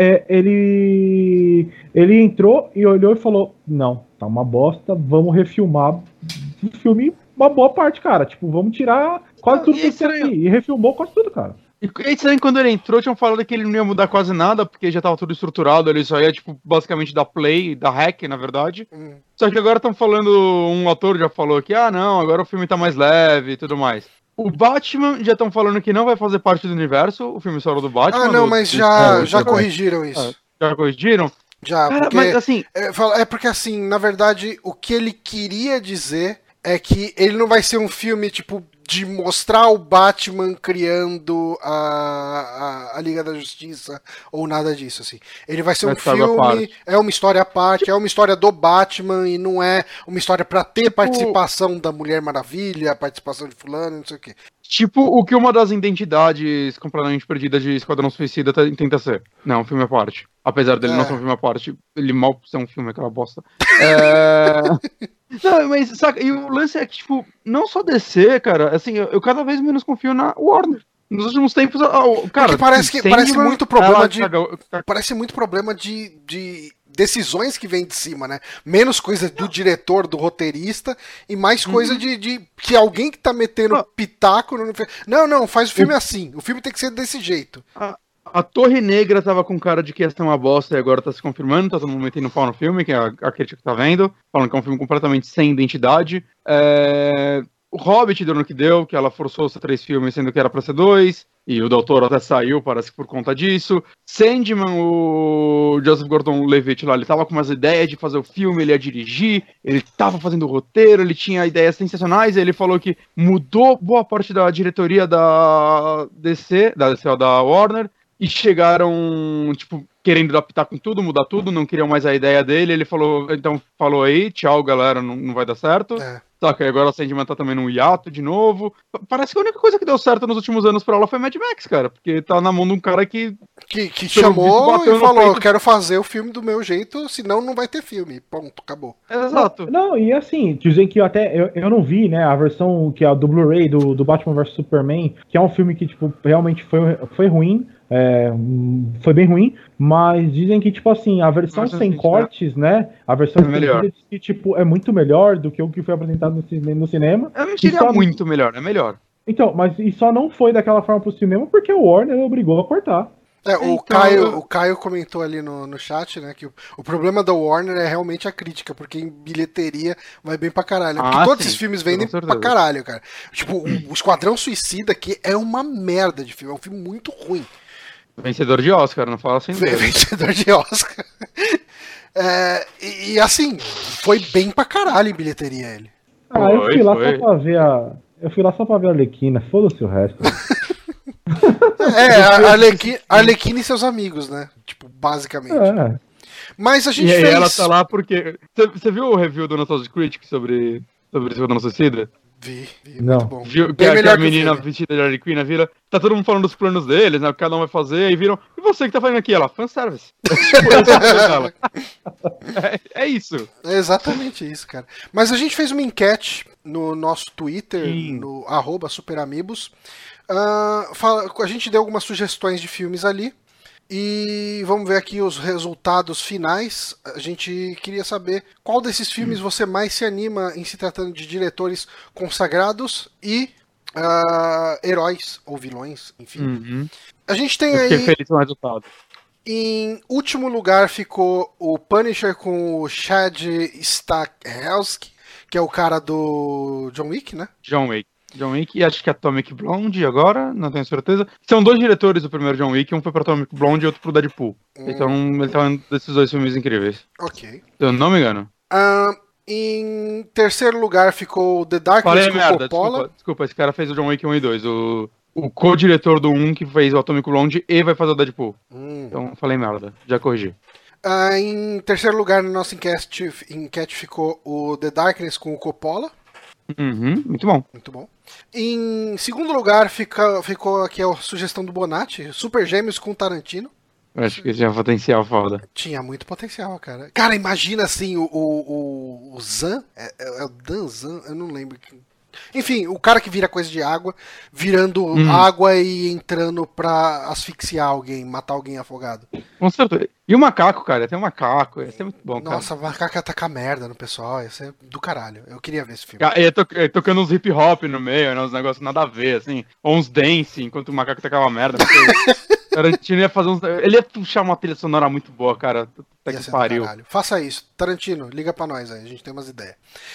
Speaker 3: Ele entrou e olhou e falou, não, tá uma bosta, vamos refilmar o filme uma boa parte, cara. Tipo, vamos tirar quase tudo que tem aqui. E refilmou quase tudo, cara.
Speaker 2: E quando ele entrou, tinham falado que ele não ia mudar quase nada, porque já tava tudo estruturado, ele só ia, tipo, basicamente dar play, dar hack, na verdade. Só que agora estão falando, um ator já falou que, não, agora o filme tá mais leve e tudo mais. O Batman já estão falando que não vai fazer parte do universo, o filme solo do Batman.
Speaker 1: Não, mas já corrigiram isso.
Speaker 2: Já corrigiram?
Speaker 1: Já,
Speaker 2: cara,
Speaker 1: porque,
Speaker 2: mas assim...
Speaker 1: porque assim, na verdade, o que ele queria dizer é que ele não vai ser um filme, tipo, de mostrar o Batman criando a Liga da Justiça ou nada disso, assim. Ele vai ser um filme, é uma história à parte, é uma história do Batman e não é uma história pra ter participação da Mulher Maravilha, participação de fulano, não sei o quê.
Speaker 2: Tipo o que uma das identidades completamente perdidas de Esquadrão Suicida tenta ser. Não, um filme à parte. Apesar dele não ser um filme à parte, ele mal ser um filme, aquela bosta. Não, mas, saca, e o lance é que, tipo, não só DC, cara, assim, eu cada vez menos confio na Warner. Nos últimos tempos, cara...
Speaker 1: Porque parece muito problema parece muito problema de decisões que vem de cima, né? Menos coisa do diretor, do roteirista, e mais coisa de que alguém que tá metendo pitaco... Não, faz o filme assim. O filme tem que ser desse jeito.
Speaker 2: A Torre Negra tava com cara de que ia ser uma bosta e agora tá se confirmando, tá todo mundo metendo pau no filme, que é a crítica que tá vendo, falando que é um filme completamente sem identidade. O Hobbit deu no que deu, que ela forçou a ser 3 filmes, sendo que era pra ser 2, e o Doutor até saiu, parece que por conta disso. Sandman, o Joseph Gordon-Levitt lá, ele tava com umas ideias de fazer o filme, ele ia dirigir, ele tava fazendo o roteiro, ele tinha ideias sensacionais, e ele falou que mudou boa parte da diretoria da DC, da Warner, e chegaram, tipo, querendo adaptar com tudo, mudar tudo, não queriam mais a ideia dele. Ele falou aí, tchau, galera, não vai dar certo. Saca, e agora a Sandman tá também num hiato de novo. Parece que a única coisa que deu certo nos últimos anos pra ela foi Mad Max, cara. Porque tá na mão de um cara que
Speaker 1: chamou e falou, eu quero fazer o filme do meu jeito, senão não vai ter filme. Ponto, acabou.
Speaker 2: Exato.
Speaker 3: Não, e assim, dizem que eu não vi, né, a versão que é a do Blu-ray do Batman vs Superman, que é um filme que, tipo, realmente foi ruim. Foi bem ruim, mas dizem que, tipo assim, a versão sem cortes, né? A versão
Speaker 2: melhor.
Speaker 3: Diz que, tipo, é muito melhor do que o que foi apresentado no cinema.
Speaker 2: Eu não diria muito melhor, é melhor.
Speaker 3: Então, mas e só não foi daquela forma pro cinema porque o Warner obrigou a cortar.
Speaker 1: O Caio comentou ali no chat, né, que o problema da Warner é realmente a crítica, porque em bilheteria vai bem pra caralho. Porque todos esses filmes vendem pra caralho, cara. Tipo, o Esquadrão Suicida aqui é uma merda de filme, é um filme muito ruim.
Speaker 2: Vencedor de Oscar, não fala assim dele.
Speaker 1: Vencedor de Oscar. E assim, foi bem pra caralho em bilheteria ele.
Speaker 3: Eu fui lá só pra ver Eu fui lá só pra ver a Arlequina, foda-se o resto.
Speaker 1: A Arlequina e seus amigos, né? Tipo, basicamente. Mas a gente
Speaker 2: fez... ela tá lá porque... Você viu o review do Notos Critic sobre Esquadrão Suicida?
Speaker 1: Vi,
Speaker 3: não.
Speaker 1: Muito bom.
Speaker 2: Viu que a menina vestida de Arlequina vira... Tá todo mundo falando dos planos deles, né? O que cada um vai fazer, aí viram... E você que tá fazendo aqui? Ela, fanservice. É isso.
Speaker 1: É exatamente isso, cara. Mas a gente fez uma enquete no nosso Twitter, no @superamigos. A gente deu algumas sugestões de filmes ali. E vamos ver aqui os resultados finais. A gente queria saber qual desses filmes você mais se anima em se tratando de diretores consagrados e heróis ou vilões, enfim. A gente tem aí...
Speaker 2: Fiquei feliz com o resultado.
Speaker 1: Em último lugar ficou o Punisher com o Chad Stahelski, que é o cara do John Wick, né?
Speaker 2: John Wick e acho que Atomic Blonde agora, não tenho certeza. São dois diretores do primeiro John Wick, um foi pro Atomic Blonde e outro pro Deadpool. Então ele tá desses dois filmes incríveis.
Speaker 1: Ok.
Speaker 2: Eu não me engano.
Speaker 1: Em terceiro lugar ficou The Darkness com Coppola.
Speaker 2: Desculpa, esse cara fez o John Wick 1 e 2. O co-diretor do 1 que fez o Atomic Blonde e vai fazer o Deadpool. Então falei merda, já corrigi.
Speaker 1: Em terceiro lugar na nossa enquete ficou o The Darkness com o Coppola.
Speaker 2: Muito bom.
Speaker 1: Muito bom. Em segundo lugar ficou aqui a sugestão do Bonatti, Super Gêmeos com Tarantino.
Speaker 2: Eu acho que tinha potencial foda.
Speaker 1: Tinha muito potencial, cara. Cara, imagina assim, o Zan, é o Dan Zan, eu não lembro. Enfim, o cara que vira coisa de água, virando água e entrando pra asfixiar alguém, matar alguém afogado.
Speaker 2: Com certeza. E o macaco, cara, tem um macaco, ia ser muito bom, cara.
Speaker 1: Nossa, o macaco ia tacar merda no pessoal, ia ser do caralho. Eu queria ver esse filme.
Speaker 2: Ia tocando uns hip hop no meio, né, uns negócios nada a ver, assim, ou uns dance, enquanto o macaco tacava merda. Tarantino ia fazer uns... Ele ia puxar uma trilha sonora muito boa, cara. Até que pariu.
Speaker 1: Faça isso. Tarantino, liga pra nós aí, a gente tem umas ideias.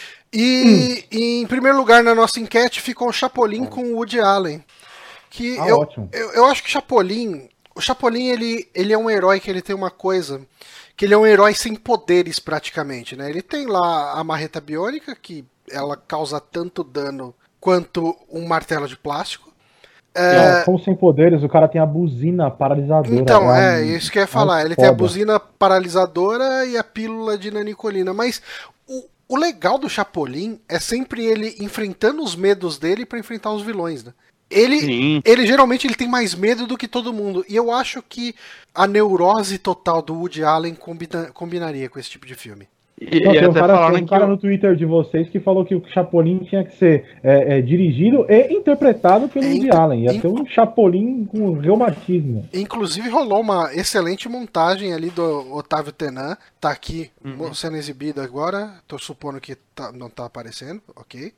Speaker 1: E em primeiro lugar na nossa enquete ficou o Chapolin com o Woody Allen. Que eu acho que o Chapolin ele é um herói que ele tem uma coisa, que ele é um herói sem poderes praticamente, né? Ele tem lá a marreta biônica, que ela causa tanto dano quanto um martelo de plástico.
Speaker 3: Como sem poderes, o cara tem a buzina paralisadora.
Speaker 1: Então, isso que eu ia falar. Ele tem a buzina paralisadora e a pílula de nanicolina. Mas o legal do Chapolin é sempre ele enfrentando os medos dele pra enfrentar os vilões, né? Ele geralmente ele tem mais medo do que todo mundo. E eu acho que a neurose total do Woody Allen combinaria com esse tipo de filme.
Speaker 3: Tem um cara no Twitter de vocês que falou que o Chapolin tinha que ser dirigido e interpretado pelo Woody Allen. Ia ser um Chapolin com reumatismo.
Speaker 1: Inclusive rolou uma excelente montagem ali do Otávio Tenan. Tá aqui sendo exibido agora. Tô supondo que não tá aparecendo. Ok.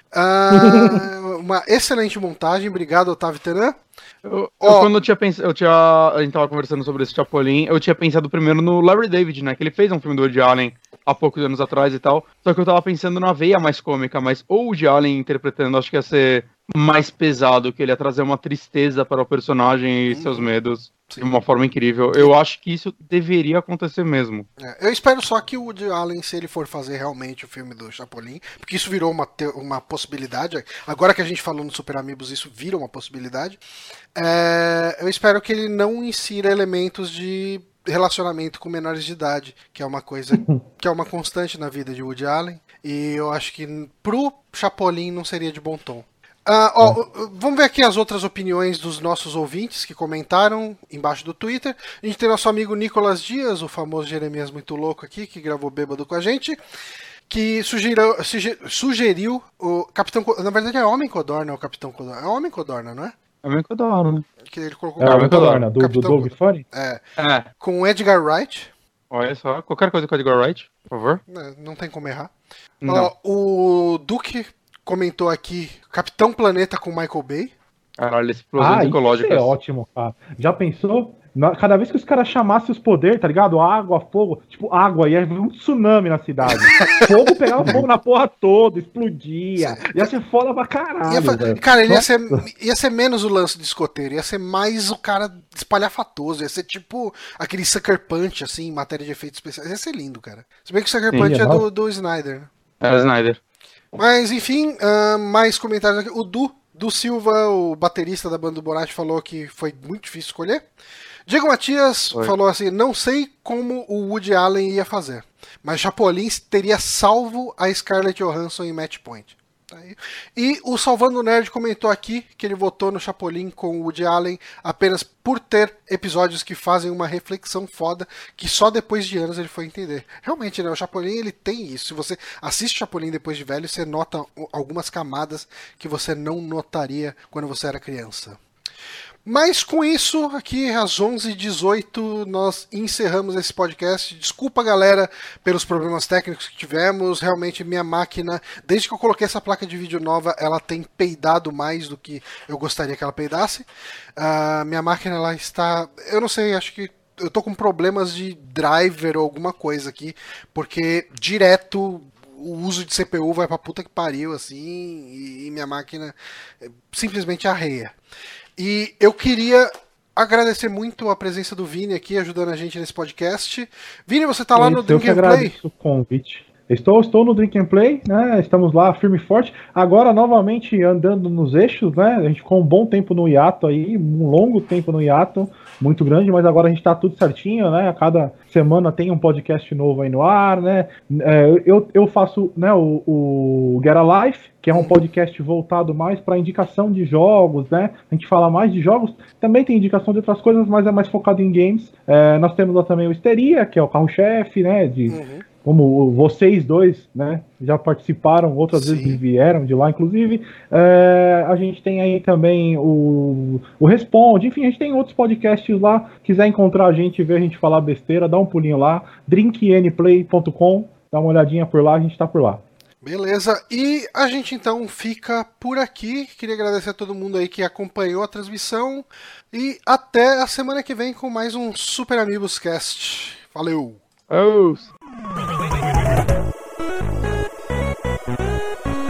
Speaker 1: Uma excelente montagem. Obrigado, Otávio Tenan.
Speaker 2: Quando a gente tava conversando sobre esse Chapolin, eu tinha pensado primeiro no Larry David, né? Que ele fez um filme do Woody Allen há poucos anos atrás e tal. Só que eu tava pensando na veia mais cômica, mas o Woody Allen interpretando, acho que ia ser mais pesado, que ele ia trazer uma tristeza para o personagem e seus medos. Sim. De uma forma incrível. Eu acho que isso deveria acontecer mesmo.
Speaker 1: Eu espero só que o Woody Allen, se ele for fazer realmente o filme do Chapolin, porque isso virou uma possibilidade. Agora que a gente falou no Super Amigos, isso vira uma possibilidade. Eu espero que ele não insira elementos de relacionamento com menores de idade, que é uma coisa que é uma constante na vida de Woody Allen, e eu acho que pro Chapolin não seria de bom tom. Vamos ver aqui as outras opiniões dos nossos ouvintes que comentaram embaixo do Twitter. A gente tem nosso amigo Nicolas Dias, o famoso Jeremias muito louco aqui, que gravou bêbado com a gente, que sugeriu o Capitão... Na verdade é Homem Codorna, o Capitão Codorna. É Homem Codorna, não é?
Speaker 2: É Homem Codorna, né?
Speaker 1: Que ele colocou
Speaker 3: Homem Codorna, do Doug Funny?
Speaker 1: É. Com Edgar Wright.
Speaker 2: Olha só, qualquer coisa com o Edgar Wright, por favor.
Speaker 1: Não tem como errar.
Speaker 2: Não.
Speaker 1: O Duque comentou aqui Capitão Planeta com Michael Bay.
Speaker 2: Caralho, explosões ecológicas.
Speaker 3: Isso é ótimo, cara. Já pensou? Cada vez que os caras chamassem os poderes, tá ligado? Água, fogo, tipo, água, ia vir um tsunami na cidade. Fogo pegava fogo na porra toda, explodia. Ia ser foda pra caralho.
Speaker 1: Cara, ele ia ser menos o lance de escoteiro, ia ser mais o cara espalhafatoso, ia ser tipo aquele Sucker Punch, assim, em matéria de efeitos especiais. Ia ser lindo, cara. Se bem que o Sucker Punch é do Snyder, né?
Speaker 2: É o Snyder.
Speaker 1: Mas, enfim, mais comentários aqui. O Du Silva, o baterista da banda do Borat, falou que foi muito difícil escolher. Diego Matias falou assim, não sei como o Woody Allen ia fazer, mas Chapolin teria salvo a Scarlett Johansson em Match Point. E o Salvando o Nerd comentou aqui que ele votou no Chapolin com o Woody Allen apenas por ter episódios que fazem uma reflexão foda que só depois de anos ele foi entender. Realmente, né? O Chapolin ele tem isso. Se você assiste Chapolin depois de velho, você nota algumas camadas que você não notaria quando você era criança. Mas com isso, aqui às 11h18, nós encerramos esse podcast. Desculpa, galera, pelos problemas técnicos que tivemos. Realmente, minha máquina, desde que eu coloquei essa placa de vídeo nova, ela tem peidado mais do que eu gostaria que ela peidasse. Minha máquina, ela está... Eu não sei, acho que eu tô com problemas de driver ou alguma coisa aqui, porque direto... O uso de CPU vai pra puta que pariu, assim, e minha máquina simplesmente arreia. E eu queria agradecer muito a presença do Vini aqui, ajudando a gente nesse podcast. Vini, você tá lá no Drink and Play?
Speaker 3: Eu agradeço o convite. Estou no Drink and Play, né? Estamos lá firme e forte. Agora, novamente, andando nos eixos, né? A gente ficou um bom tempo no hiato aí, um longo tempo no hiato, muito grande, mas agora a gente tá tudo certinho, né? A cada semana tem um podcast novo aí no ar, né? Eu faço, né, o Get a Life, que é um podcast voltado mais para indicação de jogos, né? A gente fala mais de jogos, também tem indicação de outras coisas, mas é mais focado em games. Nós temos lá também o Histeria, que é o carro-chefe, né? Como vocês dois, né, já participaram, outras vezes vieram de lá, inclusive. A gente tem aí também o Responde, enfim, a gente tem outros podcasts lá. Quiser encontrar a gente e ver a gente falar besteira, dá um pulinho lá, drinknplay.com, dá uma olhadinha por lá, a gente tá por lá.
Speaker 1: Beleza, e a gente então fica por aqui. Queria agradecer a todo mundo aí que acompanhou a transmissão e até a semana que vem com mais um Super Amigos Cast. Valeu!
Speaker 2: Oh.